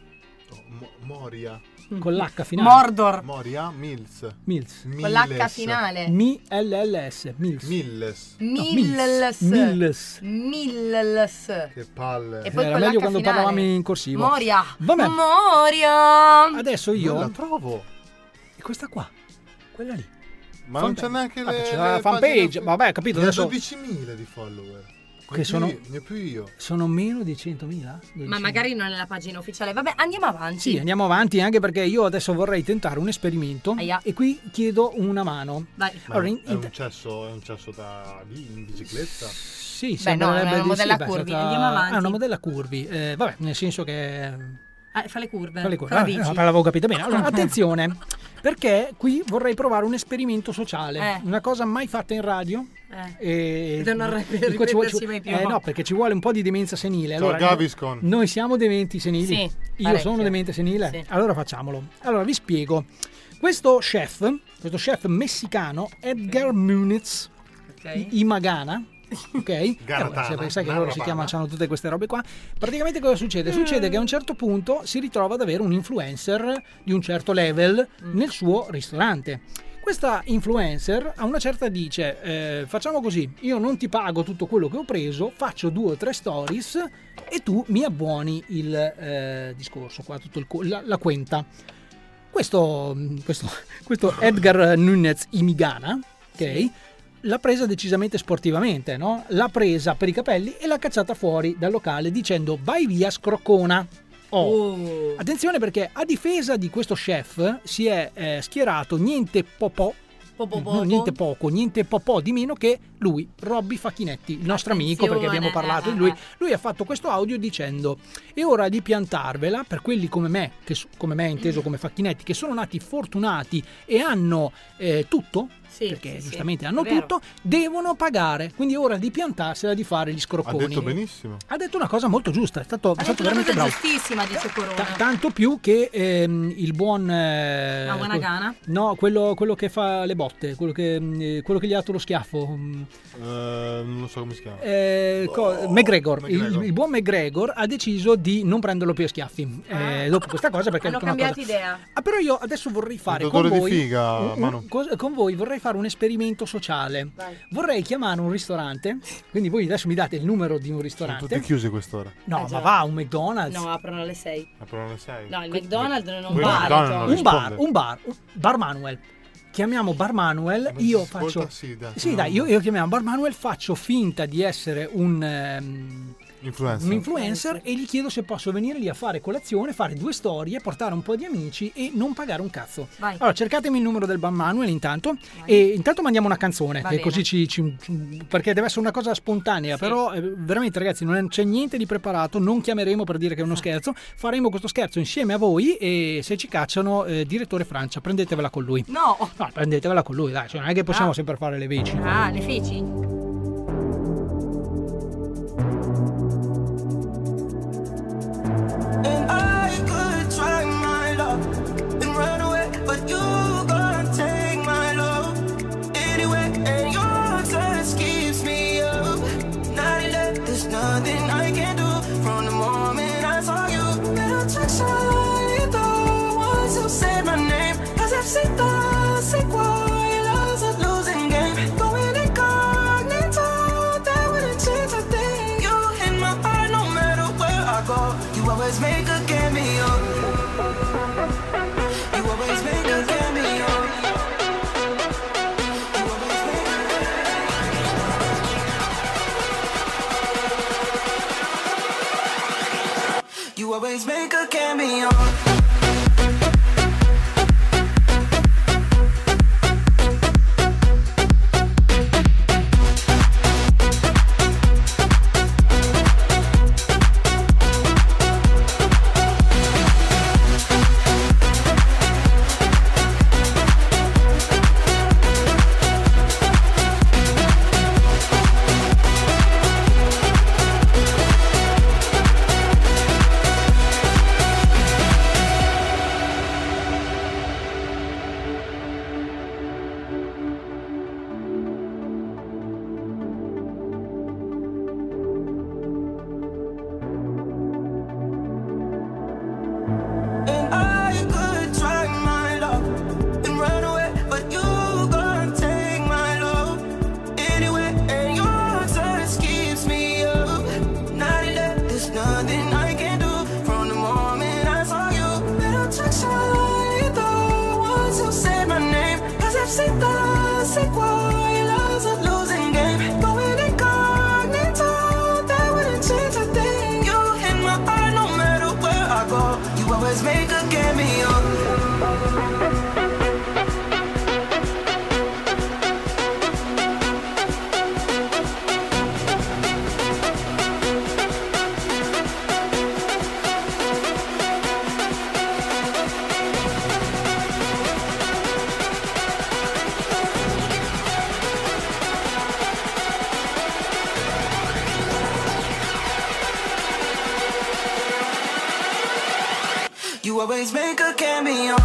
Mo- Moria. Con l'H finale. Mordor. Moria Mills. Mills. Con l'H finale. M I L L S. Mills. Milles. Milles. Milles. Milles. Che palle. E poi Era con meglio l'H quando finale. parlavamo in corsivo. Moria. Vabbè. Moria. Adesso io Non la trovo. E questa qua. Quella lì. Ma non c'è neanche Ah, le, c'è le la fanpage. pagine- Vabbè, capito. Ne ha Adesso dodicimila di follower. che sono, Ne più io. sono meno di centomila. Ma magari non è la pagina ufficiale. Vabbè, andiamo avanti. Sì, andiamo avanti anche perché io adesso vorrei tentare un esperimento Aia. e qui chiedo una mano. Vai. Ma Allora, in- è, un cesso, è un cesso da bi- in bicicletta? Sì, Beh, sembrerebbe no, è una di modella sì, beh, curvi, stata- andiamo avanti. Ah, una modella curvi. Eh, vabbè, nel senso che Ah, fa le curve. Fa le curve. Fa la Ah, bici. no, l'avevo capito bene. Allora, attenzione, perché qui vorrei provare un esperimento sociale, Eh. una cosa mai fatta in radio. Eh. E Da non di cui ci vuole- ripetersi mai più. eh, no, perché ci vuole un po' di demenza senile. Ciao, Allora, Gaviscon. noi siamo dementi senili. Sì, Io parecchio. sono demente senile. Sì. Allora facciamolo. Allora vi spiego. Questo chef, questo chef messicano, Edgar Muniz Ok. Imagana. Ok? Garatana. Eh, perché sai che loro si Garatana. chiamano, hanno tutte queste robe qua. Praticamente cosa succede? Succede che a un certo punto si ritrova ad avere un influencer di un certo level nel suo ristorante. Questa influencer a una certa dice eh, facciamo così, io non ti pago tutto quello che ho preso, faccio due o tre stories e tu mi abbuoni il eh, discorso qua, tutto il co- la, la cuenta. Questo, questo, questo Edgar Nunez Imigana, ok? L'ha presa decisamente sportivamente, no? L'ha presa per i capelli e l'ha cacciata fuori dal locale dicendo vai via scroccona. Oh. Attenzione perché a difesa di questo chef si è eh, schierato niente popò, Po, po, po, no, po. niente poco, niente popò di meno che lui, Robby Facchinetti, il nostro amico, perché abbiamo parlato di lui. Lui ha fatto questo audio dicendo è ora di piantarvela per quelli come me, che so- come me inteso come Facchinetti, che sono nati fortunati e hanno eh, tutto, Sì, perché sì, giustamente sì, hanno è vero. tutto, devono pagare. Quindi è ora di piantarsela, di fare gli Ha scrocconi. detto benissimo. Ha detto una cosa molto giusta, è stato, è Ha stato detto una veramente cosa bravo. giustissima, dice Corona. Ta- tanto più che ehm, il buon eh, Ah, Wanagana? no, quello, quello che fa le botte, quello che, eh, quello che gli ha dato lo schiaffo, mm, Eh, non so come si chiama. eh, co- McGregor, McGregor. Il, il buon McGregor ha deciso di non prenderlo più a schiaffi eh, dopo questa cosa perché Hanno ha detto una cambiato cosa. idea. Ah, però io adesso vorrei fare Un con odore di voi figa, un- un- Manu. cos- con voi vorrei fare un esperimento sociale. Vai. Vorrei chiamare un ristorante, quindi voi adesso mi date il numero di un Sono ristorante. tutti chiusi a quest'ora. No, Eh, ma già. va, un McDonald's. No, aprono alle sei. Aprono le sei. No, il McDonald's non è un Voi bar. McDonald's Tom. non un bar, risponde. un bar, un- Bar Manuel. Chiamiamo Bar Manuel, Ma si io ascolta? faccio Sì, dai, Sì, no. dai, io, io chiamiamo Bar Manuel, faccio finta di essere un ehm, Influencer. un influencer e gli chiedo se posso venire lì a fare colazione, fare due storie, portare un po' di amici e non pagare un cazzo. Vai. Allora, cercatemi il numero del Bar Manuel intanto e intanto mandiamo una canzone, Va che bene. così ci, ci- perché deve essere una cosa spontanea, però eh, veramente ragazzi non è- c'è niente di preparato, non chiameremo per dire che è uno scherzo, faremo questo scherzo insieme a voi e se ci cacciano eh, direttore Francia, prendetevela con lui. No. No, prendetevela con lui, dai, cioè, non è che possiamo Ah. sempre fare le veci. Ah, le feci? And I could try my luck and run away, but you gonna take my love anyway. And your touch keeps me up. Night and day, there's nothing I can do from the moment I saw you. Pero sexualito, once you said my name, necesito, sé cuál es a losing game. Going incognito, that wouldn't change a thing. You in my heart no matter where I go. You always make a cameo. You always make a cameo. You always make- You always make a cameo. always make a cameo. You always make a cameo.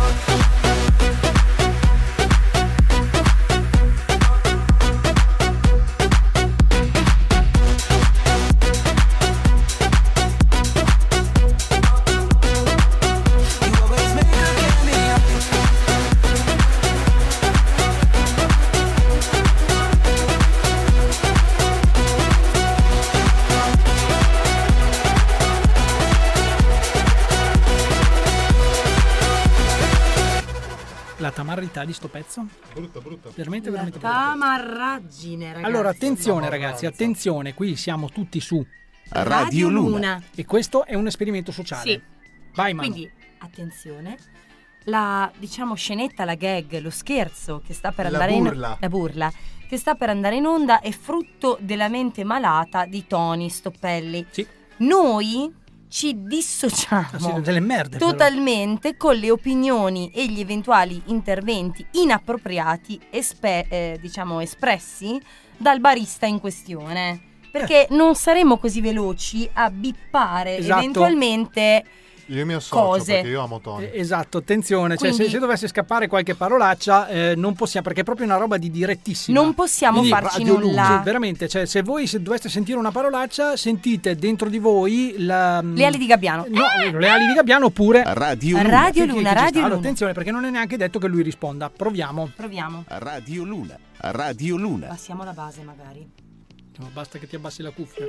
La tamarrità di sto pezzo? Brutta, brutta. Veramente, La veramente brutta. tamarraggine, ragazzi. Allora, attenzione ragazzi, attenzione, qui siamo tutti su Radio Luna. E questo è un esperimento sociale. Sì. Vai, Manu. Quindi, attenzione, la, diciamo, scenetta, la gag, lo scherzo che sta per La andare burla. in la burla che sta per andare in onda è frutto della mente malata di Tony Stoppelli. Sì. Noi ci dissociamo Ah, sì, delle merde, però. totalmente con le opinioni e gli eventuali interventi inappropriati espe- eh, diciamo espressi dal barista in questione, perché non saremo così veloci a bippare Esatto. eventualmente Io mi associo cose. perché io amo Tony. Eh, Esatto, attenzione, cioè, Quindi- se, se dovesse scappare qualche parolaccia eh, non possiamo, perché è proprio una roba di direttissima. Non possiamo Quindi, farci Radio Luna, nulla. sì, veramente, cioè, se voi se doveste sentire una parolaccia, sentite dentro di voi la, le ali di Gabbiano. no, le ali di Gabbiano oppure Radio Luna. Radio Luna, Chi- chi ci Radio sta? Allora, Luna. attenzione, perché non è neanche detto che lui risponda. Proviamo. Proviamo. Radio Luna. Radio Luna. Passiamo la base magari. No, basta che ti abbassi la cuffia.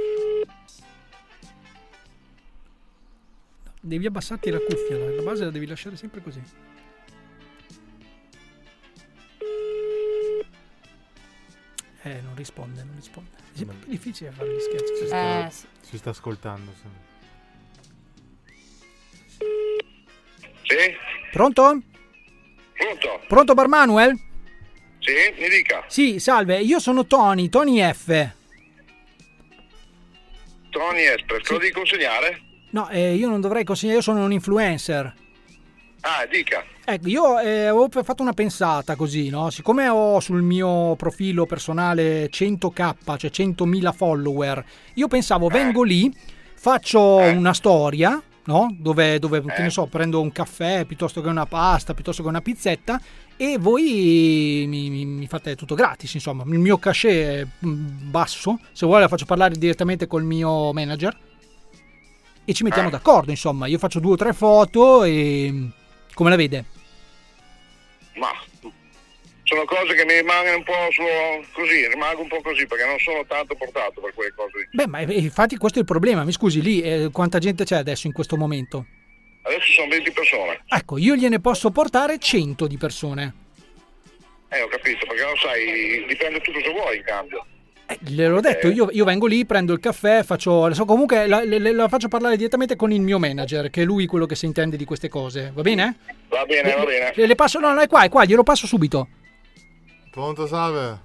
Devi abbassarti la cuffia, la la base la devi lasciare sempre così. Eh, non risponde, non risponde. È sempre più difficile fare gli scherzi. Si Eh, sta, sì. si sta ascoltando. Sì. Sì? Pronto? Pronto? Pronto Barmanuel? Sì, mi dica. Sì, salve, io sono Tony, Tony F. Tony Espress, lo devi consegnare? No, eh, io non dovrei consigliare, io sono un influencer. Ah, dica. Ecco, io eh, ho fatto una pensata così, no? Siccome ho sul mio profilo personale cento k, cioè centomila follower, io pensavo, vengo lì, faccio una storia, no? Dove, dove che ne so, prendo un caffè piuttosto che una pasta, piuttosto che una pizzetta, e voi mi, mi- mi fate tutto gratis, insomma. Il mio cachet è mm, basso, se vuole la faccio parlare direttamente col mio manager e ci mettiamo d'accordo, insomma. Io faccio due o tre foto e... come la vede? Ma sono cose che mi rimangono un po' solo così, rimango un po' così perché non sono tanto portato per quelle cose lì. Beh, ma eh, infatti questo è il problema. Mi scusi, lì eh, quanta gente c'è adesso in questo momento? Adesso sono venti persone. Ecco, io gliene posso portare cento di persone. Eh, ho capito, perché lo sai, dipende tutto se vuoi in cambio. Eh, gliel'ho detto, io, io vengo lì, prendo il caffè, faccio... so, comunque la, le- le- la faccio parlare direttamente con il mio manager, che è lui quello che si intende di queste cose. Va bene? Va bene, va bene. Le, le passo... No, no, è qua, è qua, glielo passo subito. Pronto, salve?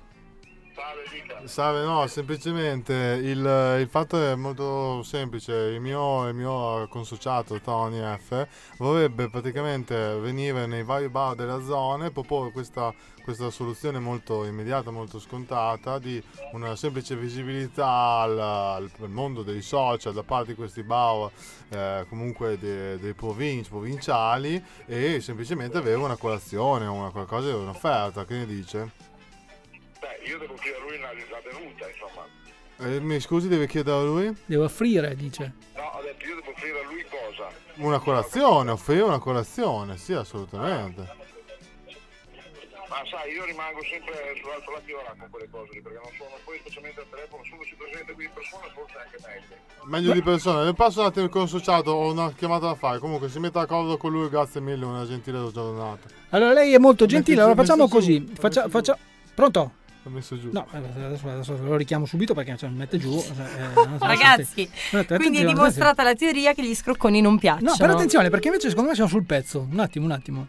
Salve, no, semplicemente il, il fatto è molto semplice. Il mio, il mio consociato Tony F vorrebbe praticamente venire nei vari bar della zona e proporre questa, questa soluzione molto immediata, molto scontata di una semplice visibilità al, al- al mondo dei social da parte di questi bar eh, comunque de- dei provinci, provinciali, e semplicemente avere una colazione, una qualcosa, un'offerta. Che ne dice? Beh, io devo chiedere a lui la, la venuta, insomma. Eh, mi scusi, deve chiedere a lui? Devo offrire, dice. No, ho detto io devo offrire a lui cosa? Una colazione, offrire una colazione, sì, assolutamente. Ma sai, io rimango sempre sull'altro lato di ora con quelle cose lì, perché non sono poi specialmente al telefono, solo si presenta qui in persona, forse anche meglio. Meglio di persone. Le passo un attimo il consociato, ho una chiamata da fare. Comunque si metta d'accordo con lui, grazie mille, una gentile giornata. Allora, lei è molto gentile, Metteci- allora facciamo metteci così. su, Faccia, metteci faccia... Pronto? L'ho messo giù. No, adesso, adesso lo richiamo subito perché cioè, mi mette giù. Eh, Ragazzi, Guardate, quindi è dimostrata la teoria che gli scrocconi non piacciono. No, però attenzione, perché invece secondo me siamo sul pezzo. Un attimo, un attimo.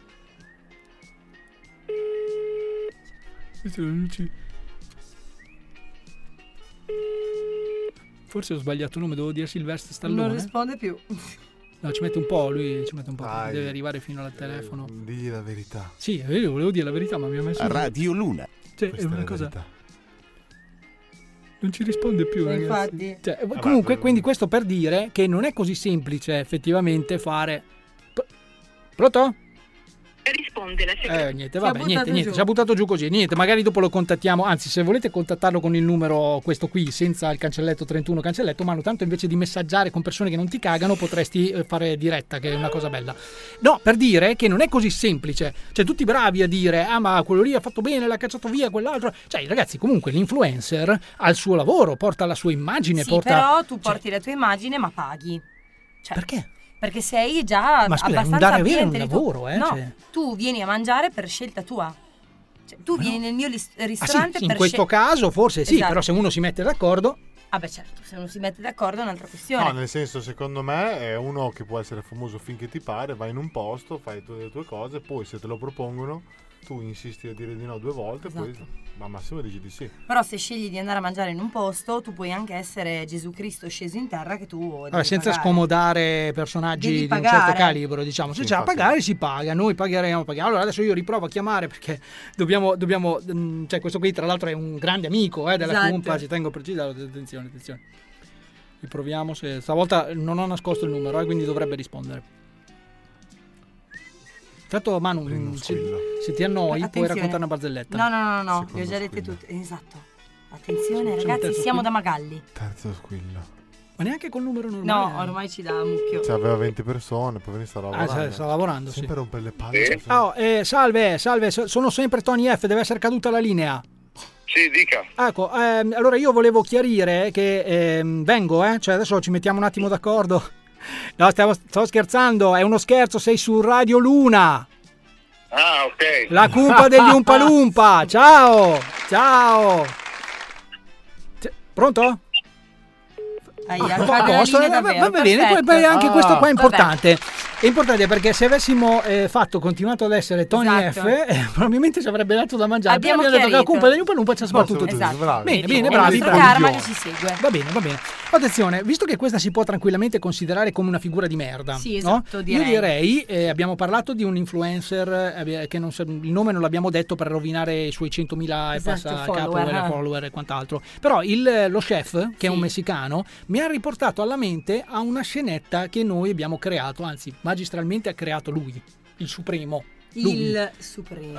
Forse ho sbagliato il nome, devo dire Sylvester Stallone. Non risponde più. No, ci mette un po', lui ci mette un po', Dai. deve arrivare fino al telefono. Eh, digli la verità. Sì, io volevo dire la verità, ma mi ha messo Radio Luna. Cioè, Questa è una la cosa verità. non ci risponde più, Eh, ragazzi. infatti. Cioè, Vabbè, comunque, però- quindi questo per dire che non è così semplice effettivamente fare P- Pronto? Risponde la segretaria. Eh, niente, Si è vabbè, niente, buttato niente, giù. ci ha buttato giù così. Niente, magari dopo lo contattiamo. Anzi, se volete contattarlo con il numero questo qui, senza il cancelletto trentuno cancelletto, Manu, tanto invece di messaggiare con persone che non ti cagano, potresti eh, fare diretta, che è una cosa bella. No, per dire che non è così semplice. Cioè, tutti bravi a dire, ah, ma quello lì ha fatto bene, l'ha cacciato via, quell'altro. Cioè, ragazzi, comunque l'influencer ha il suo lavoro, porta la sua immagine, Sì, porta... però tu porti la tua immagine ma paghi. Cioè, Perché? Perché sei già Ma scusa, abbastanza un dare e avere è un abbiente di tuo- lavoro, eh, No, cioè. tu vieni a mangiare per scelta tua. Cioè, tu vieni nel mio lis- Ah, sì, ristorante sì, in per questo scel- caso forse sì, Esatto. però se uno si mette d'accordo... Ah beh certo, se non si mette d'accordo è un'altra questione. No, nel senso, secondo me è uno che può essere famoso finché ti pare, vai in un posto, fai tu- le tue cose, poi se te lo propongono tu insisti a dire di no due volte, Esatto. poi ma al massimo dici di sì. Però se scegli di andare a mangiare in un posto, tu puoi anche essere Gesù Cristo sceso in terra che tu devi Vabbè, senza pagare. scomodare personaggi Devi di un pagare. certo calibro, diciamo. Se Sì, c'è da infatti. pagare si paga, noi pagheremo, paghiamo. Allora adesso io riprovo a chiamare perché dobbiamo, dobbiamo mh, cioè questo qui tra l'altro è un grande amico eh, della Esatto. Cumpa, ci tengo a precisare, attenzione, attenzione. Riproviamo se stavolta non ho nascosto il numero, eh, quindi dovrebbe rispondere. Tanto Manu, Prendi uno mh, se, squillo. se ti annoi puoi Attenzione. raccontare una barzelletta. No, no, no, no, Secondo le ho già dette squillo. tutte. Esatto. Attenzione Facciamo il ragazzi, terzo siamo squillo. da Magalli. Terzo squillo. Ma neanche col numero No, normale. ormai ci dà mucchio. Cioè aveva venti persone, poi venire sta Ah, lavorando. sta, sta lavorando, sì. Sempre rompere le palle. Sì? cioè, Oh, eh, salve, salve, so- sono sempre Tony F, deve essere caduta la linea. Sì, dica. Ecco, ehm, allora io volevo chiarire che ehm, vengo, eh? Cioè adesso ci mettiamo un attimo d'accordo. No, stavo, stavo scherzando, è uno scherzo, sei su Radio Luna, Ah, ok. la cumpa degli Umpalumpa. Ciao, ciao. C- Pronto? Ai, Ah, al a cade la posto, linea eh, va, davvero, va bene, poi, perfetto. poi anche Ah, questo qua è vabbè. importante. È importante perché se avessimo eh, fatto, continuato ad essere Tony Esatto. F, eh, probabilmente ci avrebbe dato da mangiare. Abbiamo Abbiamo detto che la chiarito. cumpa degli Umpalumpa ci ha sbattuto Esatto. tutto. Bravi. Bene, bene, È bravi, il nostro bravi. karma che ci segue. Va bene, va bene. Attenzione, visto che questa si può tranquillamente considerare come una figura di merda, Sì, no? esatto, Io direi. direi, eh, abbiamo parlato di un influencer eh, che non sa- il nome non l'abbiamo detto per rovinare i suoi centomila Esatto, e passa follower, capo, eh. follower e quant'altro. Però il- lo chef, che è un Sì. messicano, mi ha riportato alla mente a una scenetta che noi abbiamo creato, anzi magistralmente ha creato lui, il supremo. Lui. Il supremo.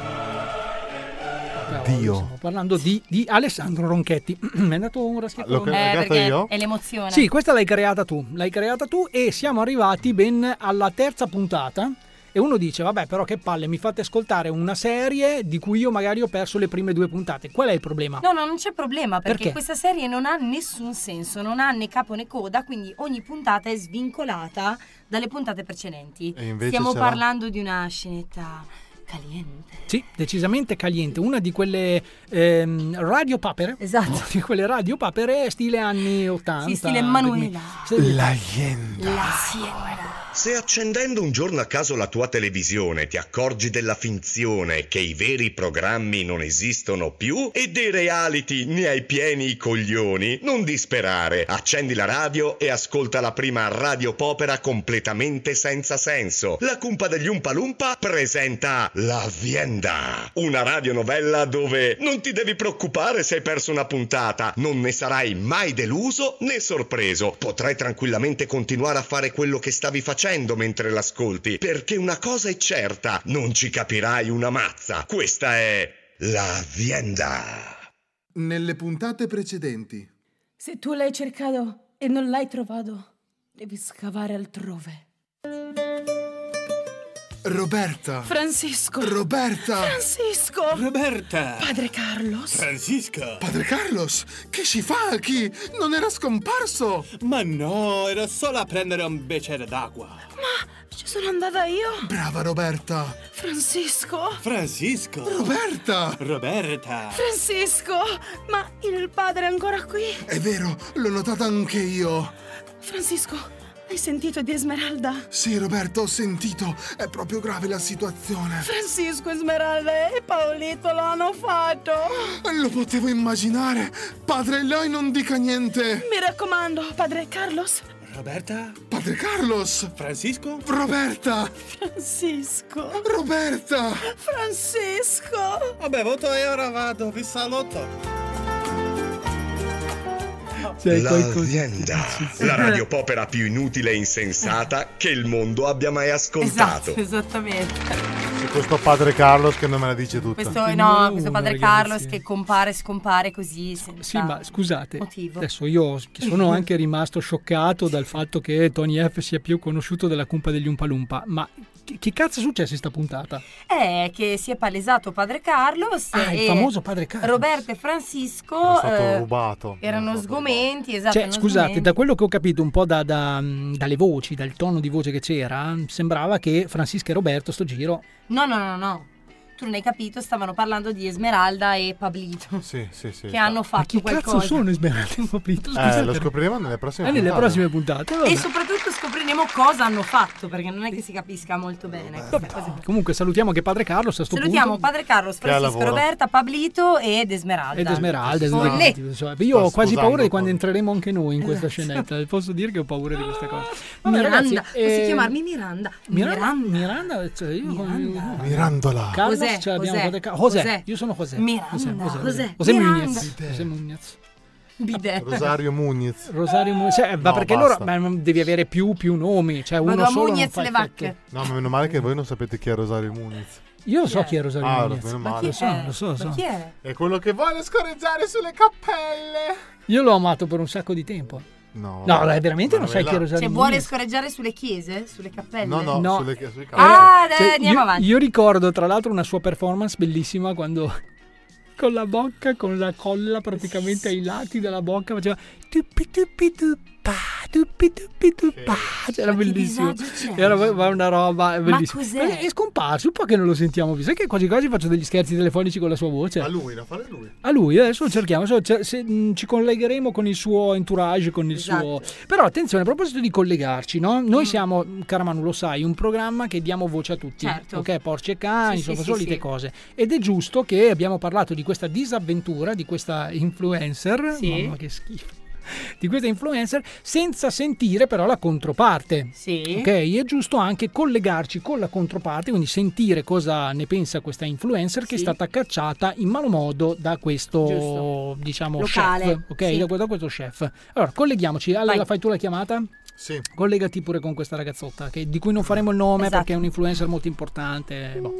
Dio. Stiamo parlando di, di Alessandro Ronchetti. Mi è andato un raschietto. L'ho Eh, creato perché io? è l'emozione. Sì, questa l'hai creata tu, l'hai creata tu e siamo arrivati ben alla terza puntata e uno dice, vabbè però che palle, mi fate ascoltare una serie di cui io magari ho perso le prime due puntate. Qual è il problema? No, no, non c'è problema perché Perché? questa serie non ha nessun senso, non ha né capo né coda, quindi ogni puntata è svincolata dalle puntate precedenti. E invece Stiamo ce l'ha. parlando di una scenetta caliente. Sì, decisamente caliente, una di quelle ehm, radio papere. Esatto. Di quelle radio papere stile anni ottanta. Sì, stile Emanuela. Sì. La ienda. La siena. Se accendendo un giorno a caso la tua televisione ti accorgi della finzione che i veri programmi non esistono più e dei reality ne hai pieni i coglioni, non disperare. Accendi la radio e ascolta la prima radiopopera completamente senza senso. La Cumpa degli Umpalumpa presenta L'Azienda, una radionovella dove non ti devi preoccupare se hai perso una puntata, non ne sarai mai deluso né sorpreso. Potrai tranquillamente continuare a fare quello che stavi facendo mentre l'ascolti, perché una cosa è certa, non ci capirai una mazza. Questa è L'Azienda. Nelle puntate precedenti. Se tu l'hai cercato e non l'hai trovato, devi scavare altrove. Roberta. Francisco. Roberta. Francisco. Roberta. Padre Carlos. Francisca. Padre Carlos, che ci fa qui? Non era scomparso. Ma no, ero solo a prendere un bicchiere d'acqua. Ma Ci sono andata io. Brava Roberta. Francisco. Francisco. Roberta. Roberta. Francisco. Ma il padre è ancora qui? È vero, l'ho notata anche io. Francisco, hai sentito di Esmeralda? Sì, Roberta, ho sentito. È proprio grave la situazione. Francisco, Esmeralda e Paolito lo hanno fatto. Lo potevo immaginare. Padre, lei non dica niente. Mi raccomando, padre Carlos. Roberta? Padre Carlos! Francisco? Roberta! Francisco! Roberta! Francisco! Ho bevuto e ora vado, vi saluto. L'azienda, la radiopopera più inutile e insensata che il mondo abbia mai ascoltato. Esatto, esattamente. E questo padre Carlos che non me la dice tutta. Questo, no, questo padre Carlos che compare e scompare così senza Sì, ma scusate, motivo. adesso io sono anche rimasto scioccato dal fatto che Tony F sia più conosciuto della cumpa degli Umpa Lumpa, ma che, che cazzo è successo in sta puntata? È che si è palesato padre Carlos Ah, e il famoso padre Carlos. Roberto e Francisco È stato eh, rubato. erano sgomenti, esatto. Cioè, erano scusate, sgomenti. da quello che ho capito un po' da, da, dalle voci, dal tono di voce che c'era, sembrava che Francisca e Roberto sto giro... No, no, no, no. Tu non hai capito, stavano parlando di Esmeralda e Pablito. Sì, sì, sì. Che hanno fatto Ma chi qualcosa. cazzo sono Esmeralda e Pablito? Eh, lo scopriremo nelle prossime Eh, nelle puntate. prossime puntate. vabbè. E soprattutto scopriremo cosa hanno fatto, perché non è che si capisca molto bene. Così. Comunque salutiamo che padre Carlos a sto Salutiamo punto. padre Carlos, Che ha Francisco, lavoro. Roberta, Pablito ed Esmeralda. Ed Esmeralda, Con esatto. le- Cioè, io ho Sta quasi paura sposando di quando entreremo anche noi in questa scenetta. Posso dire che ho paura di questa cosa. Vabbè, Miranda, ragazzi, posso eh, chiamarmi Miranda? Miranda, Miranda, cioè io Miranda. Mirandola. Carlos, José, cioè abbiamo José, padre Ca- José. José. Io sono José. Miranda, José, José, José, José Miranda. Mugnez. José Mugnez. Bidet. Rosario Mugnez. Rosario Mugnez. Cioè, ma No, perché basta. loro ma devi avere più, più nomi, cioè Vado uno a solo non Mugnez fa le effetto. vacche. No, ma meno male che voi non sapete chi è Rosario Mugnez. Io lo so chi è Rosario Ah, Mugnez. meno Ma male. chi Lo so, è? lo so, lo Ma so. chi è? È quello che vuole scorreggiare sulle cappelle. Io l'ho amato per un sacco di tempo. No, No, dai, veramente non sai Manuela. chi è Rosario Cioè, vuole Mugnez? scorreggiare sulle chiese? Sulle cappelle? No, no, No. sulle, sui cappelli. Ah, dai, Cioè, andiamo io, avanti. io ricordo tra l'altro una sua performance bellissima quando con la bocca, con la colla praticamente ai lati della bocca faceva tupi tupi tupa, tupi tupi tupa. Cioè, era Ma che bellissimo. disagio c'è? Era ma una roba bellissima. cos'è? È scomparso, un po' che non lo sentiamo più. Sai che quasi quasi faccio degli scherzi telefonici con la sua voce? A lui, da fare lui. A lui, adesso lo cerchiamo, adesso ce- se- mh, ci collegheremo con il suo entourage, con il Esatto. suo... Però attenzione, a proposito di collegarci, no? Noi Mm. siamo, cara Manu, lo sai, un programma che diamo voce a tutti, Certo. ok? Porci e cani, Sì, sono sì, sì, solite sì. cose. Ed è giusto che abbiamo parlato di questa disavventura, di questa influencer, Sì. mamma che schifo, di questa influencer, senza sentire però la controparte. Sì. Ok, è giusto anche collegarci con la controparte, quindi sentire cosa ne pensa questa influencer che è Sì. stata cacciata in malo modo da questo, Giusto. diciamo, Locale, chef. Ok, sì. da, da questo chef. Allora, colleghiamoci. Allora, Vai. fai tu la chiamata? Sì. Collegati pure con questa ragazzotta, che- di cui non faremo il nome Esatto. perché è un influencer molto importante. Boh.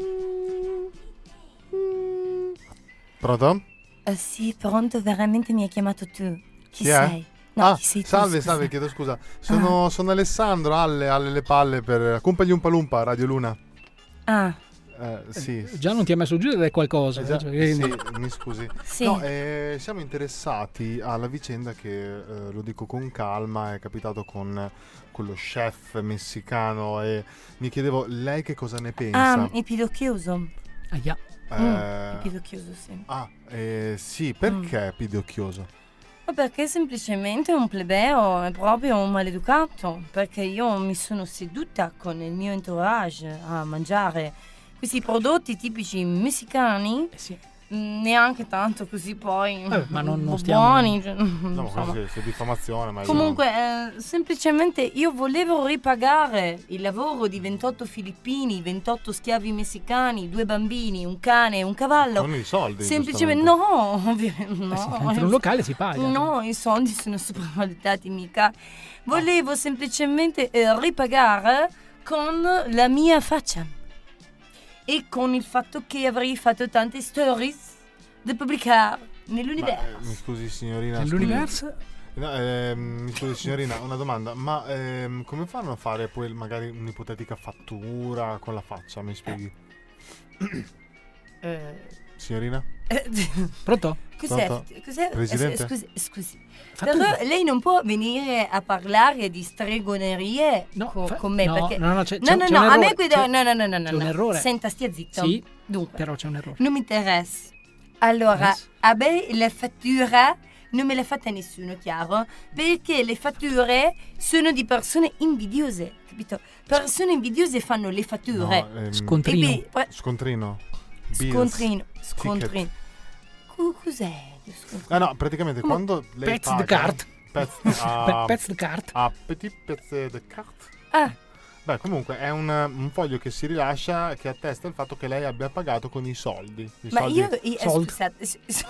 Pronto? Eh, sì, pronto, veramente mi hai chiamato tu. Chi Chi è? sei? No, ah, chi sei tu? salve, scusa? salve, chiedo scusa. Sono, sono Alessandro, alle, alle le palle per Cumpa gli Umpa Lumpa, Radio Luna. Ah, Eh, sì. Già non ti ha messo giù da qualcosa. Eh, già- cioè, che- sì, mi scusi. Sì. No, eh, siamo interessati alla vicenda che, eh, lo dico con calma, è capitato con quello chef messicano e mi chiedevo, lei che cosa ne pensa? ah il pido chiuso. Ahia. Eh, Mm, il pido chiuso, sì. ah, eh, sì, perché pidocchioso? Ma perché semplicemente un plebeo è proprio un maleducato? Perché io mi sono seduta con il mio entourage a mangiare questi prodotti tipici messicani. Eh sì. mm, Neanche tanto così poi Vabbè, ma non- non bu- stiamo- buoni, cioè, No, insomma. questo è, è diffamazione, ma io- Comunque, eh, semplicemente io volevo ripagare il lavoro di ventotto filippini, ventotto schiavi messicani, due bambini, un cane e un cavallo. con i soldi. Semplicemente giustamente. no, ovviamente no. Eh sì, dentro un locale si paga. No, i soldi sono sopravvalutati mica. Volevo semplicemente eh, ripagare con la mia faccia e con il fatto che avrei fatto tante stories da pubblicare Ma, nell'universo. eh, mi scusi signorina, scusi. Nell'universo? No, ehm, mi scusi signorina, una domanda, ma ehm, come fanno a fare poi magari un'ipotetica fattura con la faccia, mi spieghi? Eh, Signorina? Pronto? Cos'è? Pronto? Cos'è? Presidente? Scusi, scusi. Però lei non può venire a parlare di stregonerie co- fa- con me no, perché no, no, c'è- no, c'è- no, c'è no, un a me errore, guida c'è- no, no, no, no, no, c'è un no. errore. Senta, stia zitto. Sì, Dunque, però c'è un errore. non mi interessa. Allora, Yes. a me le fatture non me le fate nessuno, chiaro? Perché le fatture sono di persone invidiose, capito? Persone invidiose fanno le fatture. No, ehm, Scontrino. E beh, Scontrino. Bills. Scontrino, Ticket. scontrino. Co- Cos'è? lo scontrino? Ah no, praticamente Come- quando lei Pezzi paga, de carte. Pezzi, Pe- ah, pezzi de carte. ah, petit pezzi de carte. Ah, Beh, comunque è un, un foglio che si rilascia che attesta il fatto che lei abbia pagato con i soldi. I ma soldi io, io Soldi. scusate, s- s-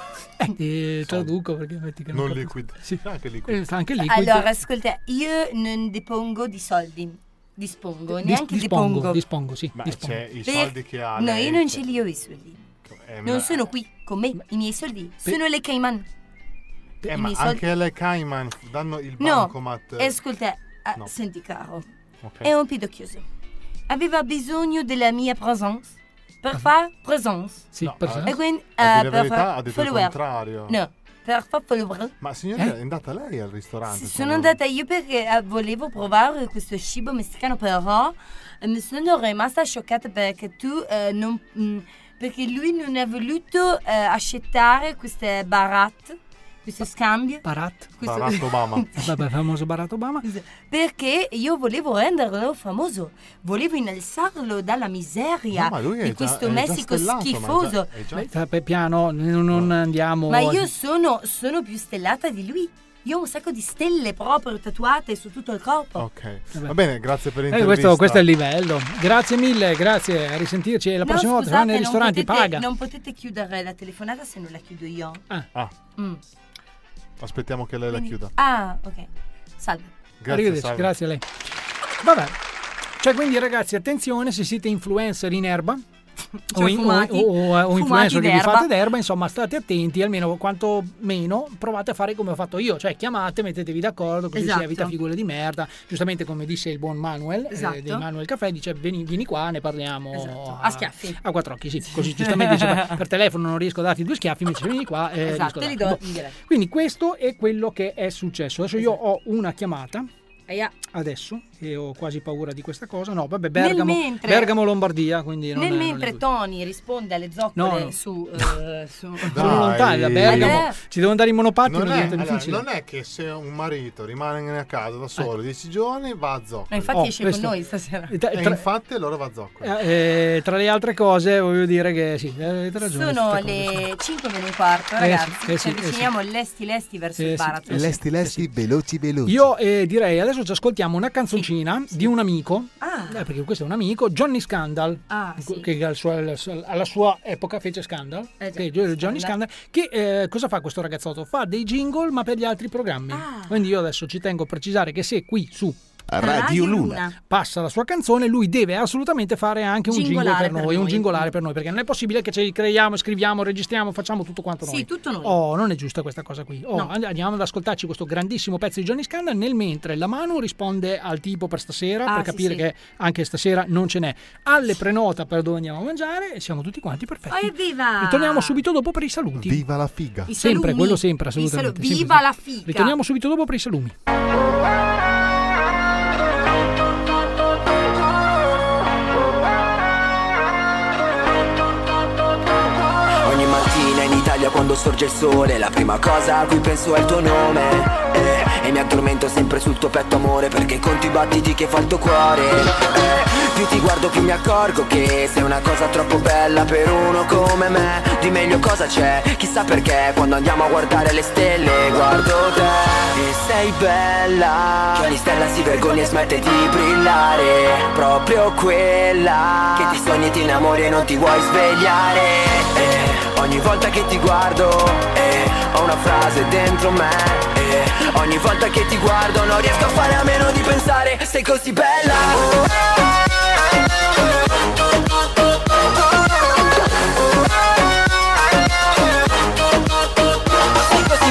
Eh, traduco perché metti che non capisco. liquid. Sì. Anche liquid. Eh, sta anche liquid. allora ascolta, io non depongo di soldi, dispongo, Dis- neanche dispongo, depongo. dispongo, sì. Ma dispongo. c'è i Per- soldi che ha No, lei, io non cioè, ce li ho i soldi. eh, Non ma- sono qui con me, i miei soldi. Sono le Cayman. eh, I ma miei soldi. anche le Cayman danno il No, bancomat. ascolta, ah, No. senti caro, Ok. è un pidocchioso. Aveva bisogno della mia presenza per fare presenza. Sì, No, per eh, esempio. E quindi a eh, dire la per verità fare ha detto il follower. contrario. No, per fare follower. Ma signorina, Eh? è andata lei al ristorante? Sono andata io perché eh, volevo provare questo cibo messicano, però eh, mi sono rimasta scioccata perché tu eh, non. mm, perché lui non ha voluto eh, accettare queste barat, questo scambio. Barat. questo- Barack Obama. Vabbè, famoso Barack Obama. Perché io volevo renderlo famoso, volevo innalzarlo dalla miseria No, ma lui è di già- questo è già Messico stellato, ma è già- schifoso. è già- Beh, sta- pe- piano, non, non andiamo. Ma io sono, sono più stellata di lui. Io ho un sacco di stelle proprio tatuate su tutto il corpo. Ok, va bene, grazie per Eh, l'intervista. questo, questo è il livello. Grazie mille, grazie. A risentirci. La No, prossima volta se scusate, vai nei non ristoranti potete- paga. Non potete chiudere la telefonata se non la chiudo io. Ah, Mm. aspettiamo che lei la Quindi- chiuda. Ah, ok. Salve. Grazie, Arrivederci, salve. grazie a lei. Vabbè. Cioè, quindi ragazzi, attenzione se siete influencer in erba. Cioè, o, in- fumati- o- o- o fumati influencer che vi d'erba. fate d'erba, insomma, state attenti, almeno quanto meno provate a fare come ho fatto io, cioè chiamate, mettetevi d'accordo, così Esatto. si evita figure di merda. Giustamente, come disse il buon Manuel, Esatto. eh, di Manuel Caffè, dice vieni, vieni qua, ne parliamo Esatto. a, A schiaffi. a quattro occhi, sì. Così giustamente dice, per, per telefono non riesco a darti due schiaffi, mi dice vieni qua. eh, Esatto, riesco a te li darti. do in diretta. Quindi questo è quello che è successo. Adesso io ho una chiamata. Aia. Adesso e ho quasi paura di questa cosa. No, vabbè, Bergamo, Nel mentre- Bergamo Lombardia, quindi non Nel è- non è mentre lui. Tony risponde alle zoccole No, no. su, eh, su... Sono lontani da Bergamo, Eh, ci devo andare in monopattino, Non è, diventa allora, difficile. non è che se un marito rimane a casa da solo dieci giorni va a Zoccoli. Ma infatti Oh, esce questo- con noi stasera. E tra- E tra- infatti allora va a Zoccoli. eh, tra le altre cose voglio dire che sì, avete ragione. Sono queste cose, le cinque meno un quarto, Eh, ragazzi. sì, eh, Ci sì, eh, avviciniamo lesti lesti verso Eh, il sì, baratro. eh, sì. Lesti, lesti, veloci, veloci. Io eh, direi adesso ci ascoltiamo una canzoncina di un amico, Ah. eh, perché questo è un amico, Johnny Scandal, Ah, sì. che al suo- alla sua epoca fece Scandal, Eh, già, che è Johnny Scandal. Scandal, che eh, cosa fa questo ragazzotto? Fa dei jingle ma per gli altri programmi. Ah. Quindi io adesso ci tengo a precisare che se qui su Radio Luna. passa la sua canzone, lui deve assolutamente fare anche un jingle Gingolare per per noi, un noi. gingolare per noi, perché non è possibile che ci creiamo, scriviamo, registriamo, facciamo tutto quanto noi. Sì, tutto noi. Oh, non è giusta questa cosa qui. Oh, No. and- andiamo ad ascoltarci questo grandissimo pezzo di Johnny Scandal, nel mentre la Manu risponde al tipo per stasera, Ah, per sì, capire sì. che anche stasera non ce n'è. Alle prenota per dove andiamo a mangiare e siamo tutti quanti perfetti. Oh, evviva! Ritorniamo subito dopo per i saluti. Viva la figa. I Sempre, salumi. quello sempre, I salu- assolutamente. Viva sempre, la sempre. figa! Ritorniamo subito dopo per i salumi. Ogni mattina in Italia quando sorge il sole, la prima cosa a cui penso è il tuo nome, eh, e mi addormento sempre sul tuo petto amore, perché conto i battiti che fa il tuo cuore, eh, più ti guardo più mi accorgo che sei una cosa troppo bella per uno come me. Di meglio cosa c'è, chissà perché quando andiamo a guardare le stelle guardo te e sei bella, che ogni stella si vergogna e smette di brillare, proprio quella che ti sogni e ti innamori e non ti vuoi svegliare, eh, ogni volta che ti guardo eh, ho una frase dentro me, eh, ogni volta che ti guardo non riesco a fare a meno di pensare sei così bella. Sei così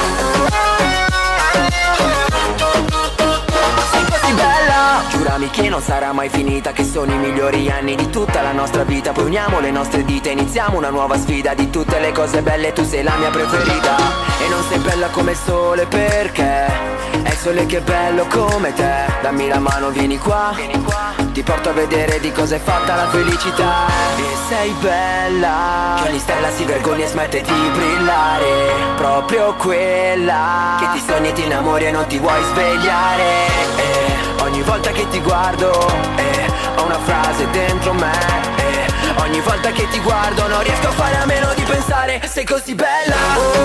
bella. Sei così bella. Giurami che non non sarà mai finita, che sono i migliori anni di tutta la nostra vita. Poi uniamo le nostre dita, iniziamo una nuova sfida. Di tutte le cose belle tu sei la mia preferita. E non sei bella come il sole perché è il sole che è bello come te. Dammi la mano, vieni qua, vieni qua. Ti porto a vedere di cosa è fatta la felicità. E sei bella, che ogni stella si vergogna e smette di brillare. Proprio quella che ti sogni e ti innamori e non ti vuoi svegliare. E ogni volta che ti guardo eh, ho una frase dentro me. E ogni volta che ti guardo non riesco a fare a meno di pensare. Sei così bella.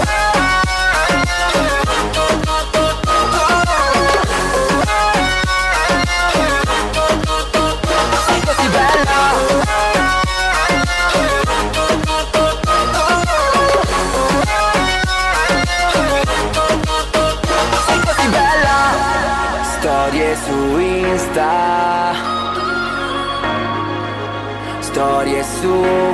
Sei così bella. Sei così bella. Storie su Insta, storie su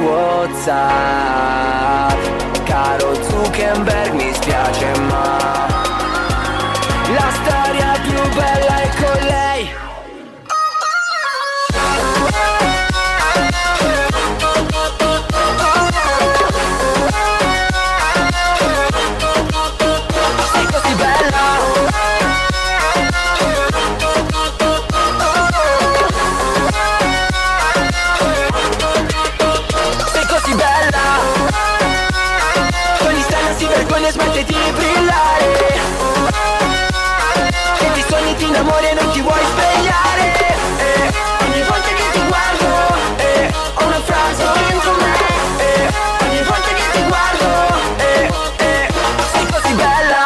WhatsApp. Caro Zuckerberg, mi spiace ma la storia più bella è con lei. Sei così bella. Sei così bella. Ogni stella si vergogna e smette di brillare. E ti sogni, ti innamori e non ti vuoi svegliare. E ogni volta che ti guardo eh, ho una frase dentro me. E ogni volta che ti guardo eh, eh, sei così bella.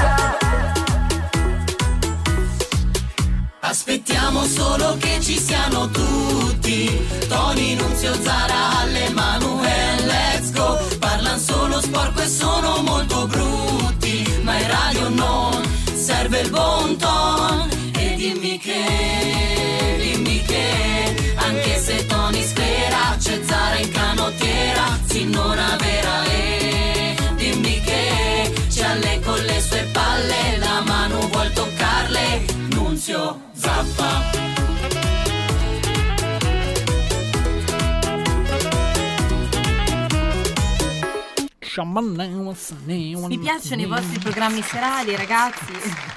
Aspettiamo solo che ci siano tutti. Tony, Nunzio, Zara, Alle, Manuel, let's go. Parlan solo sporco e sono molto brutti, ma in radio non serve il bon ton. E dimmi che, dimmi che anche se Tony spera c'è Zara in canottiera, signora vera. E dimmi che c'è Alle con le sue palle, la mano vuol toccarle, Nunzio zappa. Mi piacciono i vostri programmi serali, ragazzi.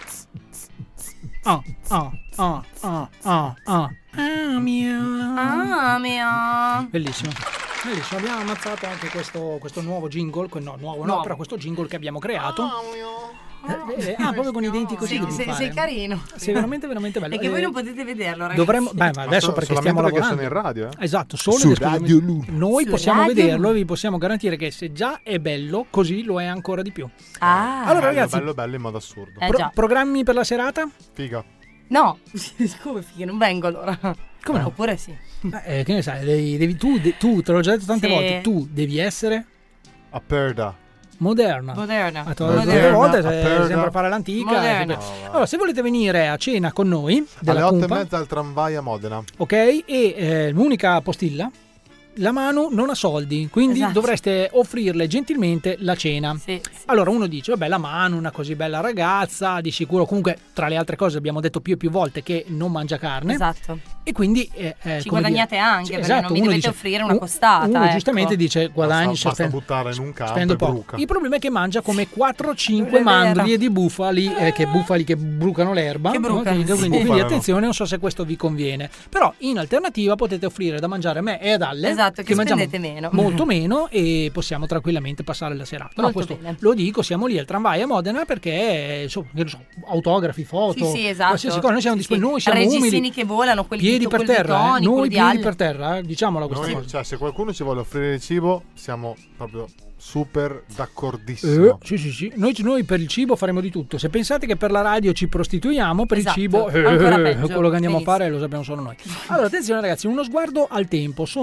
Ah, ah, ah, ah, ah, ah. Ah, mia. Ah, mia. Bellissimo. Bellissimo. Abbiamo ammazzato anche questo, questo nuovo jingle. No, nuovo no, Nuovo. però questo jingle che abbiamo creato. Eh, eh, ah, proprio con i denti così. Sì, devi sei, fare. sei carino. Sei veramente, veramente bello. E che voi Eh, non potete vederlo, ragazzi. Dovremmo, beh, ma adesso so- perché solamente stiamo perché lavorando. sono in radio, eh? Esatto, solo Su ed esclusivamente- Radio Luna. Noi Su possiamo Radio vederlo Luna. e vi possiamo garantire che se già è bello, così lo è ancora di più. Ah. Allora, Bello, ragazzi, bello, bello in modo assurdo. Eh, pro- già. programmi per la serata? Figa. No, come fighe, non vengo allora. Come no? Oppure sì. Eh, che ne sai, devi, devi- tu, de- tu, te l'ho già detto tante Sì. volte, tu devi essere Aperta. moderna. Moderna. Ah, te l'ho detto Moderna, tante volte, se- aperta. sembra fare l'antica. Moderna. sempre- Allora, se volete venire a cena con noi, Alle della otto e Cumpa, mezza al tramvai a Modena. ok? E eh, l'unica postilla, la Manu non ha soldi, quindi Esatto. dovreste offrirle gentilmente la cena. Sì, Allora uno dice, vabbè, la Manu, una così bella ragazza, di sicuro comunque tra le altre cose abbiamo detto più e più volte che non mangia carne. Esatto. E quindi eh, eh, Ci come guadagnate dire, anche, sì, perché esatto, non mi uno dovete dice- offrire una un- costata. Uno ecco. giustamente dice guadagni, Basta, basta spendo- buttare in un campo spendo e poco. bruca. Il problema è che mangia come quattro cinque Non è vero. mandrie di bufali, eh, che bufali che brucano l'erba. Che brucano, no? Quindi, sì. quindi- quindi Bufalano. attenzione, non so se questo vi conviene. Però in alternativa potete offrire da mangiare a me e ad Alle, Esatto, che mangiamo spendete meno. molto meno e possiamo tranquillamente passare la serata. No, Molto questo bene. lo dico, siamo lì al tramvai a Modena perché insomma, che ne so, autografi, foto, Sì, sì, esatto. qualsiasi cosa, noi siamo Sì, disponibili, sì. noi siamo Reggiseni umili, che volano, quelli piedi di per col di terra, eh, Tony, noi quelli di piedi Alle. per terra, eh, diciamola questa Noi, cosa. cioè, se qualcuno ci vuole offrire il cibo, siamo proprio super d'accordissimo. Eh, sì, sì, sì. Noi, noi per il cibo faremo di tutto. Se pensate che per la radio ci prostituiamo, per Esatto, il cibo, eh, ancora peggio. quello che andiamo Benissimo. a fare lo sappiamo solo noi. Allora, attenzione ragazzi, uno sguardo al tempo. Sono, il tempo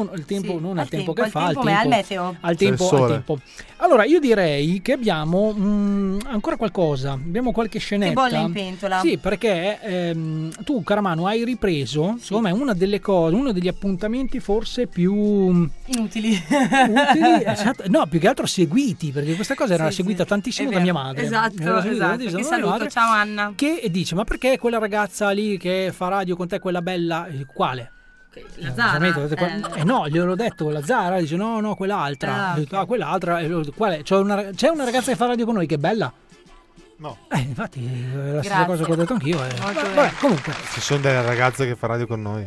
tempo, non al, al tempo, tempo, che al fa, tempo, al ma tempo, al meteo. al tempo, C'è il al sole. tempo. Allora, io direi che abbiamo mh, ancora qualcosa, abbiamo qualche scenetta. Che bolle in pentola. Sì, perché ehm, tu, Caramano, hai ripreso, secondo me, una delle cose, uno degli appuntamenti forse più inutili. utili, esatto. No, più che altro seguiti, perché questa cosa era Sì, seguita sì, tantissimo è da vero. mia madre. Esatto, Era seguita esatto. tantissimo Che da mia saluto, madre, ciao Anna. che dice: ma perché quella ragazza lì che fa radio con te, quella bella, eh, quale? La Zara. Eh, eh no, gliel'ho detto, la Zara dice no, no, quell'altra. Ah, Ho detto, ah, quell'altra. eh, Qual è? C'è una, c'è una ragazza che fa radio con noi che è bella? No. Eh, infatti è la stessa Grazie. cosa che ho detto anch'io. Eh. Molto Vabbè, bene. comunque. Ci sono delle ragazze che fa radio con noi.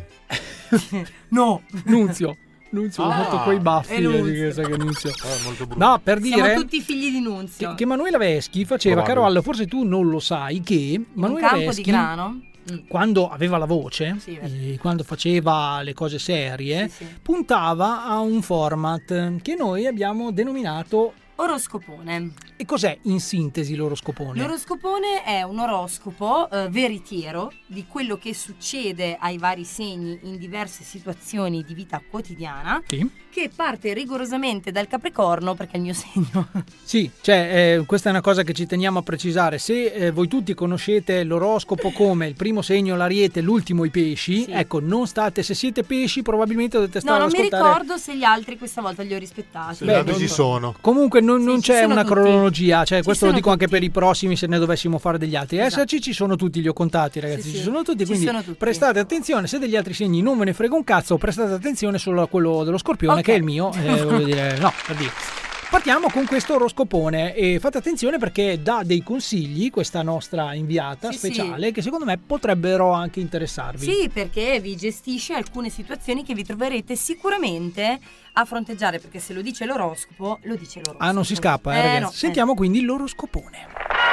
No. Nunzio. Nunzio, ho Ah. fatto quei baffi. È Nunzio. eh, che sai che Nunzio. Eh, molto brutto. No, per Siamo dire tutti figli di Nunzio. che, che Manuela Veschi faceva, Probabile. Carolla, forse tu non lo sai, che In un Manuela campo Veschi, di grano. Mm. quando aveva la voce, Sì, vero. eh, quando faceva le cose serie, Sì, sì. puntava a un format che noi abbiamo denominato. Oroscopone. E cos'è in sintesi l'oroscopone? L'oroscopone è un oroscopo eh, veritiero di quello che succede ai vari segni in diverse situazioni di vita quotidiana, Sì. che parte rigorosamente dal Capricorno, perché è il mio segno. Sì, cioè, eh, questa è una cosa che ci teniamo a precisare. Se eh, voi tutti conoscete l'oroscopo come il primo segno l'Ariete, l'ultimo i pesci, Sì. ecco, non state, se siete pesci probabilmente dovete No, stare non ad mi ascoltare. ricordo se gli altri questa volta li ho rispettati. Gli altri ci sono. Comunque non, non Sì, ci c'è sono una tutti. cronologia, cioè Ci questo lo sono dico anche tutti. per i prossimi se ne dovessimo fare degli altri. Esatto. Esserci ci sono tutti, li ho contati ragazzi, Sì, ci sì. sono tutti, Ci quindi sono tutti. prestate attenzione, se degli altri segni non ve ne frega un cazzo, prestate attenzione solo a quello dello Scorpione Ok. che è il mio, eh, voglio dire, no, per dire. Partiamo con questo oroscopone e fate attenzione perché dà dei consigli questa nostra inviata Sì, speciale che secondo me potrebbero anche interessarvi. Sì, perché vi gestisce alcune situazioni che vi troverete sicuramente a fronteggiare, perché se lo dice l'oroscopo, lo dice l'oroscopo. Ah, non si scappa, eh, Eh, ragazzi. no, Sentiamo quindi l'oroscopone.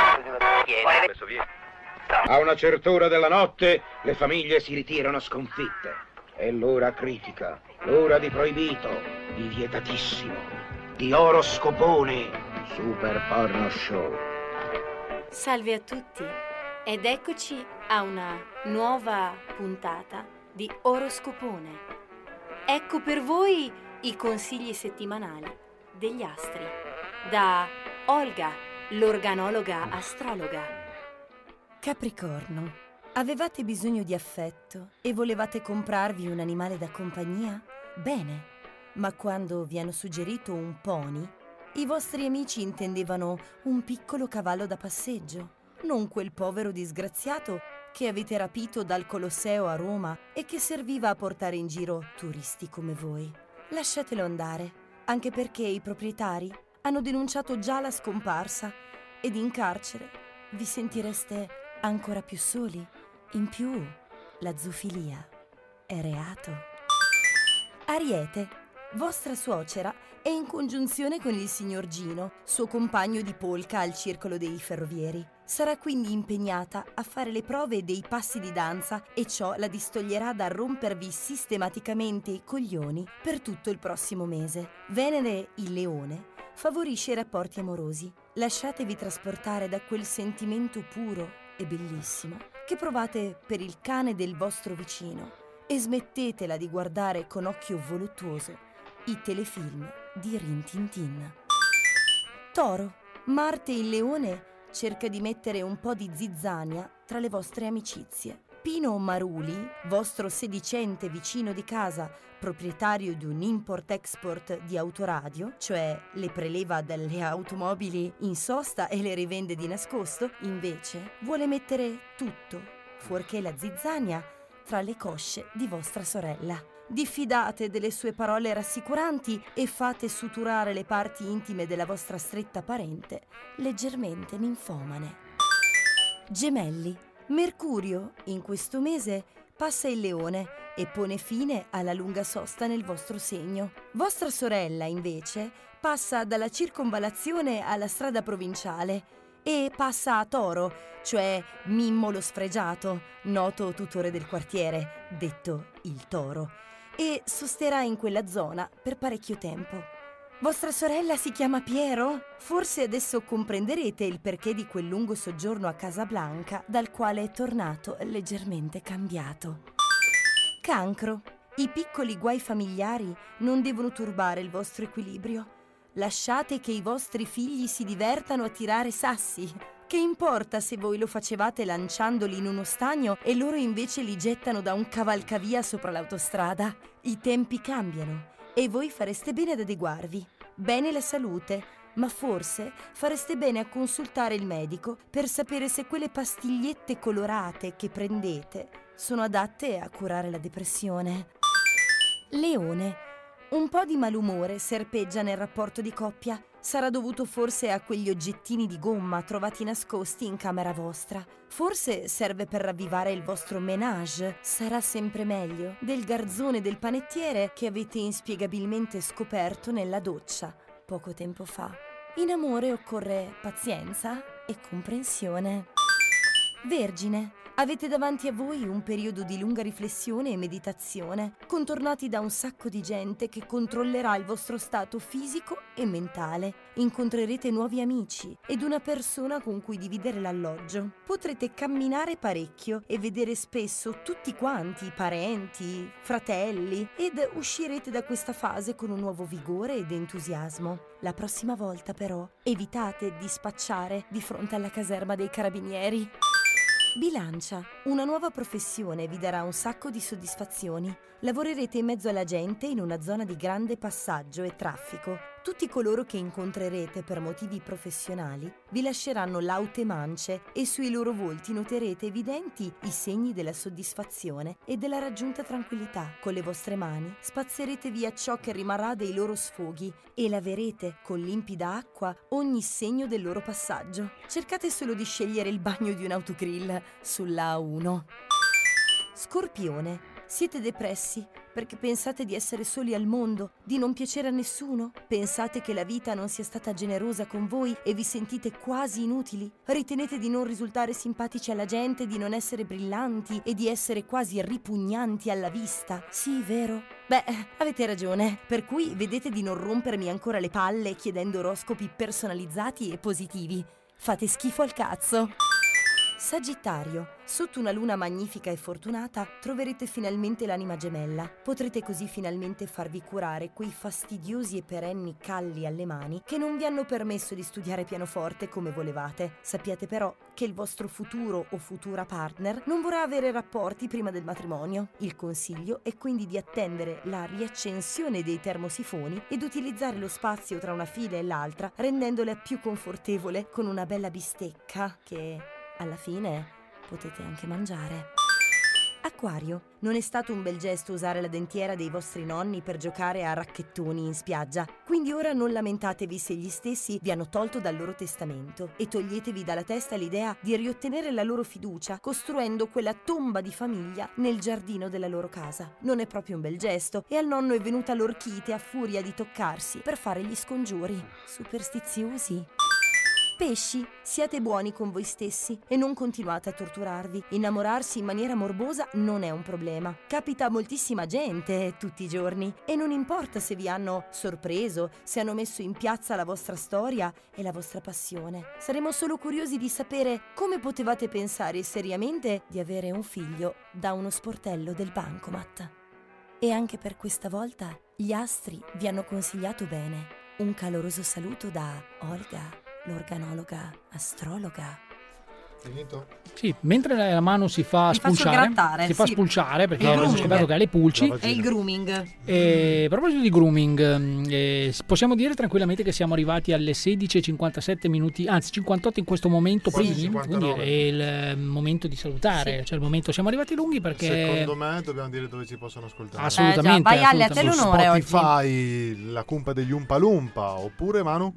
A una certa ora della notte le famiglie si ritirano sconfitte. È l'ora critica, l'ora di proibito, di vietatissimo, di oroscopone, Super Porno Show. Salve a tutti ed eccoci a una nuova puntata di Oroscopone. Ecco per voi i consigli settimanali degli astri da Olga, l'organologa astrologa. Capricorno, avevate bisogno di affetto e volevate comprarvi un animale da compagnia? Bene, ma quando vi hanno suggerito un pony, i vostri amici intendevano un piccolo cavallo da passeggio, non quel povero disgraziato che avete rapito dal Colosseo a Roma e che serviva a portare in giro turisti come voi. Lasciatelo andare, anche perché i proprietari hanno denunciato già la scomparsa ed in carcere vi sentireste ancora più soli. In più, la zoofilia è reato. Ariete, vostra suocera è in congiunzione con il signor Gino, suo compagno di polka al circolo dei ferrovieri. Sarà quindi impegnata a fare le prove dei passi di danza e ciò la distoglierà da rompervi sistematicamente i coglioni per tutto il prossimo mese. Venere, il leone, favorisce i rapporti amorosi. Lasciatevi trasportare da quel sentimento puro e bellissimo che provate per il cane del vostro vicino e smettetela di guardare con occhio voluttuoso i telefilm di Rin Tin Tin. Toro, Marte il leone cerca di mettere un po' di zizzania tra le vostre amicizie. Pino Maruli, vostro sedicente vicino di casa, proprietario di un import-export di autoradio, cioè le preleva dalle automobili in sosta e le rivende di nascosto, invece vuole mettere tutto, fuorché la zizzania, tra le cosce di vostra sorella. Diffidate delle sue parole rassicuranti e fate suturare le parti intime della vostra stretta parente, leggermente ninfomane. Gemelli, Mercurio in questo mese passa il leone e pone fine alla lunga sosta nel vostro segno. Vostra sorella, invece, passa dalla circonvallazione alla strada provinciale e passa a Toro, cioè Mimmo lo sfregiato, noto tutore del quartiere, detto il Toro, e sosterrà in quella zona per parecchio tempo. Vostra sorella si chiama Piero? Forse adesso comprenderete il perché di quel lungo soggiorno a Casablanca, dal quale è tornato leggermente cambiato. Cancro. I piccoli guai familiari non devono turbare il vostro equilibrio. Lasciate che i vostri figli si divertano a tirare sassi. Che importa se voi lo facevate lanciandoli in uno stagno e loro invece li gettano da un cavalcavia sopra l'autostrada? I tempi cambiano e voi fareste bene ad adeguarvi. Bene la salute, ma forse fareste bene a consultare il medico per sapere se quelle pastigliette colorate che prendete sono adatte a curare la depressione. Leone. Un po' di malumore serpeggia nel rapporto di coppia. Sarà dovuto forse a quegli oggettini di gomma trovati nascosti in camera vostra. Forse serve per ravvivare il vostro ménage. Sarà sempre meglio del garzone del panettiere che avete inspiegabilmente scoperto nella doccia poco tempo fa. In amore occorre pazienza e comprensione. Vergine. Avete davanti a voi un periodo di lunga riflessione e meditazione, contornati da un sacco di gente che controllerà il vostro stato fisico e mentale. Incontrerete nuovi amici ed una persona con cui dividere l'alloggio. Potrete camminare parecchio e vedere spesso tutti quanti, parenti, fratelli, ed uscirete da questa fase con un nuovo vigore ed entusiasmo. La prossima volta, però, evitate di spacciare di fronte alla caserma dei carabinieri. Bilancia. Una nuova professione vi darà un sacco di soddisfazioni. Lavorerete in mezzo alla gente in una zona di grande passaggio e traffico. Tutti coloro che incontrerete per motivi professionali vi lasceranno laute mance e sui loro volti noterete evidenti i segni della soddisfazione e della raggiunta tranquillità. Con le vostre mani spazzerete via ciò che rimarrà dei loro sfoghi e laverete con limpida acqua ogni segno del loro passaggio. Cercate solo di scegliere il bagno di un autogrill sulla A uno. Scorpione. Siete depressi perché pensate di essere soli al mondo, di non piacere a nessuno? Pensate che la vita non sia stata generosa con voi e vi sentite quasi inutili? Ritenete di non risultare simpatici alla gente, di non essere brillanti e di essere quasi ripugnanti alla vista? Sì, vero? Beh, avete ragione, per cui vedete di non rompermi ancora le palle chiedendo oroscopi personalizzati e positivi. Fate schifo al cazzo! Sagittario. Sotto una luna magnifica e fortunata troverete finalmente l'anima gemella. Potrete così finalmente farvi curare quei fastidiosi e perenni calli alle mani che non vi hanno permesso di studiare pianoforte come volevate. Sappiate però che il vostro futuro o futura partner non vorrà avere rapporti prima del matrimonio. Il consiglio è quindi di attendere la riaccensione dei termosifoni ed utilizzare lo spazio tra una fila e l'altra rendendola più confortevole con una bella bistecca che alla fine potete anche mangiare. Acquario. Non è stato un bel gesto usare la dentiera dei vostri nonni per giocare a racchettoni in spiaggia, quindi ora non lamentatevi se gli stessi vi hanno tolto dal loro testamento e toglietevi dalla testa l'idea di riottenere la loro fiducia costruendo quella tomba di famiglia nel giardino della loro casa. Non è proprio un bel gesto e al nonno è venuta l'orchite a furia di toccarsi per fare gli scongiuri. Superstiziosi. Pesci, siate buoni con voi stessi e non continuate a torturarvi. Innamorarsi in maniera morbosa non è un problema. Capita a moltissima gente tutti i giorni e non importa se vi hanno sorpreso, se hanno messo in piazza la vostra storia e la vostra passione. Saremo solo curiosi di sapere come potevate pensare seriamente di avere un figlio da uno sportello del bancomat. E anche per questa volta gli astri vi hanno consigliato bene. Un caloroso saluto da Olga, l'organologa astrologa. Finito? Sì, mentre la mano si fa Mi spulciare, grattare, si fa sì. spulciare perché Il ho grooming. scoperto che ha le pulci. È il grooming. E a proposito di grooming, eh, possiamo dire tranquillamente che siamo arrivati alle sedici e cinquantasette minuti, anzi cinquantotto in questo momento, Quasi quindi, quindi cinquantanove. è il eh, momento di salutare, Sì. cioè il momento siamo arrivati lunghi perché Secondo me dobbiamo dire dove ci possono ascoltare. Assolutamente, Eh già, vai Ale, a te assolutamente. l'onore oggi. Spotify, la cumpa degli Umpa Lumpa, oppure Manu?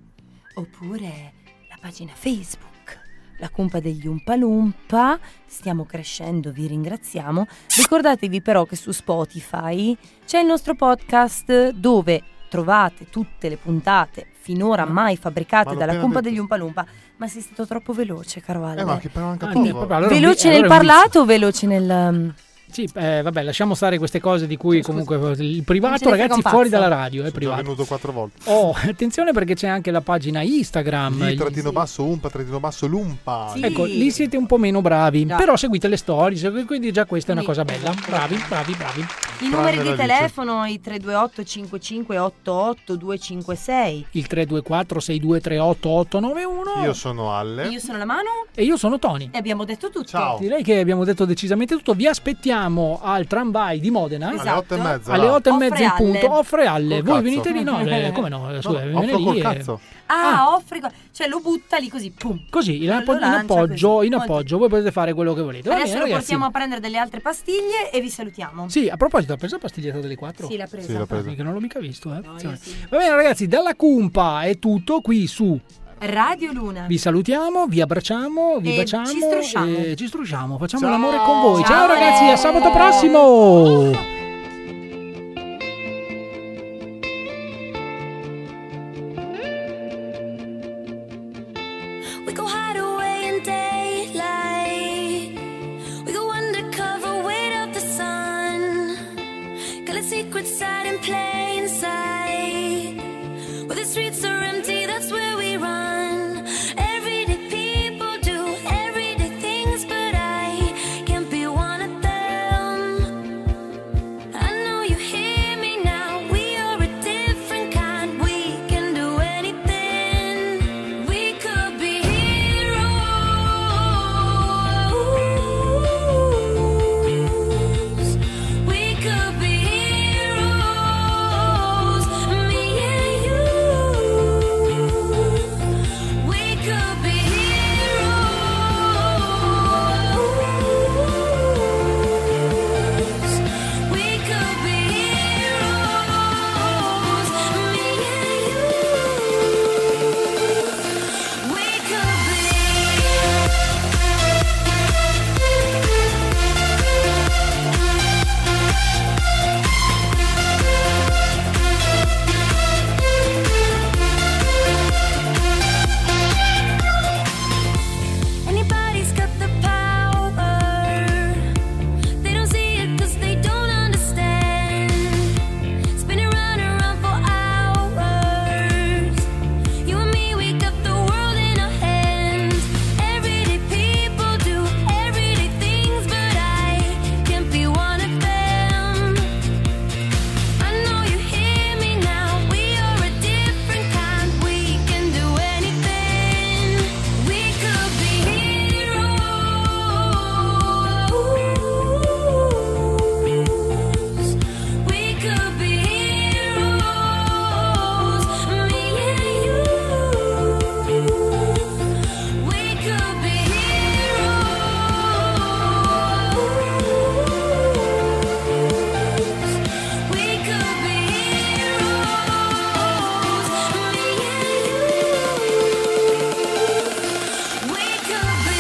Oppure la pagina Facebook, la cumpa degli Umpa Lumpa. Stiamo crescendo, vi ringraziamo. Ricordatevi però che su Spotify c'è il nostro podcast dove trovate tutte le puntate finora mai fabbricate Ma l'ho dalla appena cumpa detto. degli Umpa Lumpa. Ma sei stato troppo veloce, caro Ale. Eh, ma che però manca Ah, poco. eh, proprio, allora un Veloce vi- nel allora un parlato o veloce nel... um, Sì, eh, vabbè, lasciamo stare queste cose di cui comunque il Non ce privato, ne ragazzi, frega un fuori pazzo. dalla radio è Sono già privato. venuto quattro volte. Oh, attenzione perché c'è anche la pagina Instagram. Lì Gli- trattino basso Umpa, trattino basso Lumpa. Sì. Ecco, lì siete un po' meno bravi, Già. però seguite le stories, quindi già questa è una Quindi- cosa bella. Bravi, bravi, bravi. I numeri di telefono, i tre due otto cinque cinque otto otto due cinque sei. Il tre due quattro sei due tre otto otto nove uno. Io sono Alle. Io sono la Manu. E io sono Tony. E abbiamo detto tutto. Ciao. Direi che abbiamo detto decisamente tutto. Vi aspettiamo al tramvai di Modena. Esatto. Alle otto e mezza. Alle otto e Offre mezza in Alle. punto. Offre Alle. Col Voi cazzo. venite lì? No, eh, come no? Scusa, No, viene offro col lì. e- cazzo. Ah, Ah. offri, cioè lo butta lì così, pum. Così, in, Lo appo- in lancia appoggio, così. in Molto- appoggio, voi potete fare quello che volete. Va Adesso bene, lo ragazzi. portiamo a prendere delle altre pastiglie e vi salutiamo. Sì, a proposito, ha preso la pastiglietta delle quattro? Sì, l'ha presa. Sì, l'ho presa. Che non l'ho mica visto, eh. Attenzione. sì. Va bene, ragazzi, dalla Cumpa è tutto qui su. Radio Luna. Vi salutiamo, vi abbracciamo, vi E baciamo ci strusciamo. e ci strusciamo. Facciamo Ciao. l'amore con voi. Ciao, Ciao, ragazzi, a eh. sabato prossimo. We go hide away in daylight. We go undercover, wait up the sun. Got a secret side in plain sight. Where the streets are empty, that's where we run. Everyday people do everyday things, but I can't be one of them. I know you hear me now. We are a different kind. We can do anything. We could be heroes. We could be heroes. Me and you. We could be heroes. We could be heroes. Me and you. We could Anybody's got the power. They don't see it 'cause they don't understand. Spinning round and round for hours. You and me, we got the world in our hands. Everyday people do everyday things, but I can't be one of them. I know you hear me now. We are a different kind. We can do anything. We could be heroes. We could be heroes. Me and you. We could be heroes. We could be heroes. Me and you. We could be.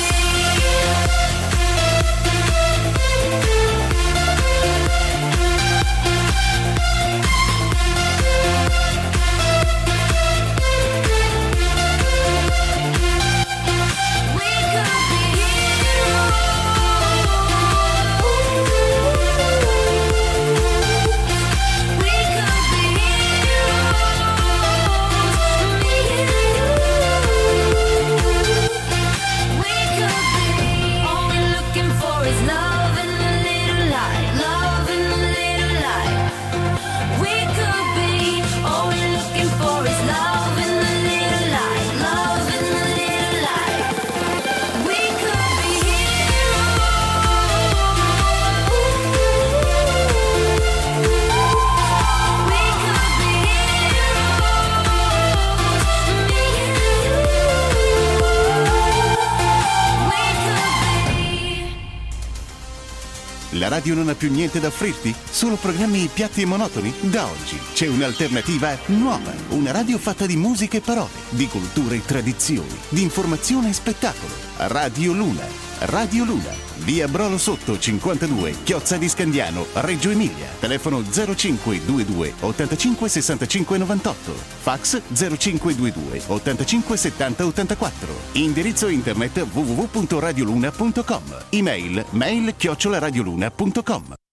We could be heroes. We could be heroes. Me and you. We could be. All we're looking for is love and a little light. Love and a little light. We could be. All we're looking for is love and a little light. Love and a little light. We could be heroes. We could be heroes. Me and you. We could be. La radio non ha più niente da offrirti? Solo programmi piatti e monotoni? Da oggi c'è un'alternativa nuova. Una radio fatta di musica e parole, di cultura e tradizioni, di informazione e spettacolo. Radio Luna. Radio Luna. Via Brolo Sotto cinquantadue, Chiozza di Scandiano, Reggio Emilia. Telefono zero cinque due due ottantacinque sessantacinque novantotto. Fax zero cinque due due ottantacinque settanta ottantaquattro. Indirizzo internet w w w punto radioluna punto com. Email mail chiocciola radioluna punto com.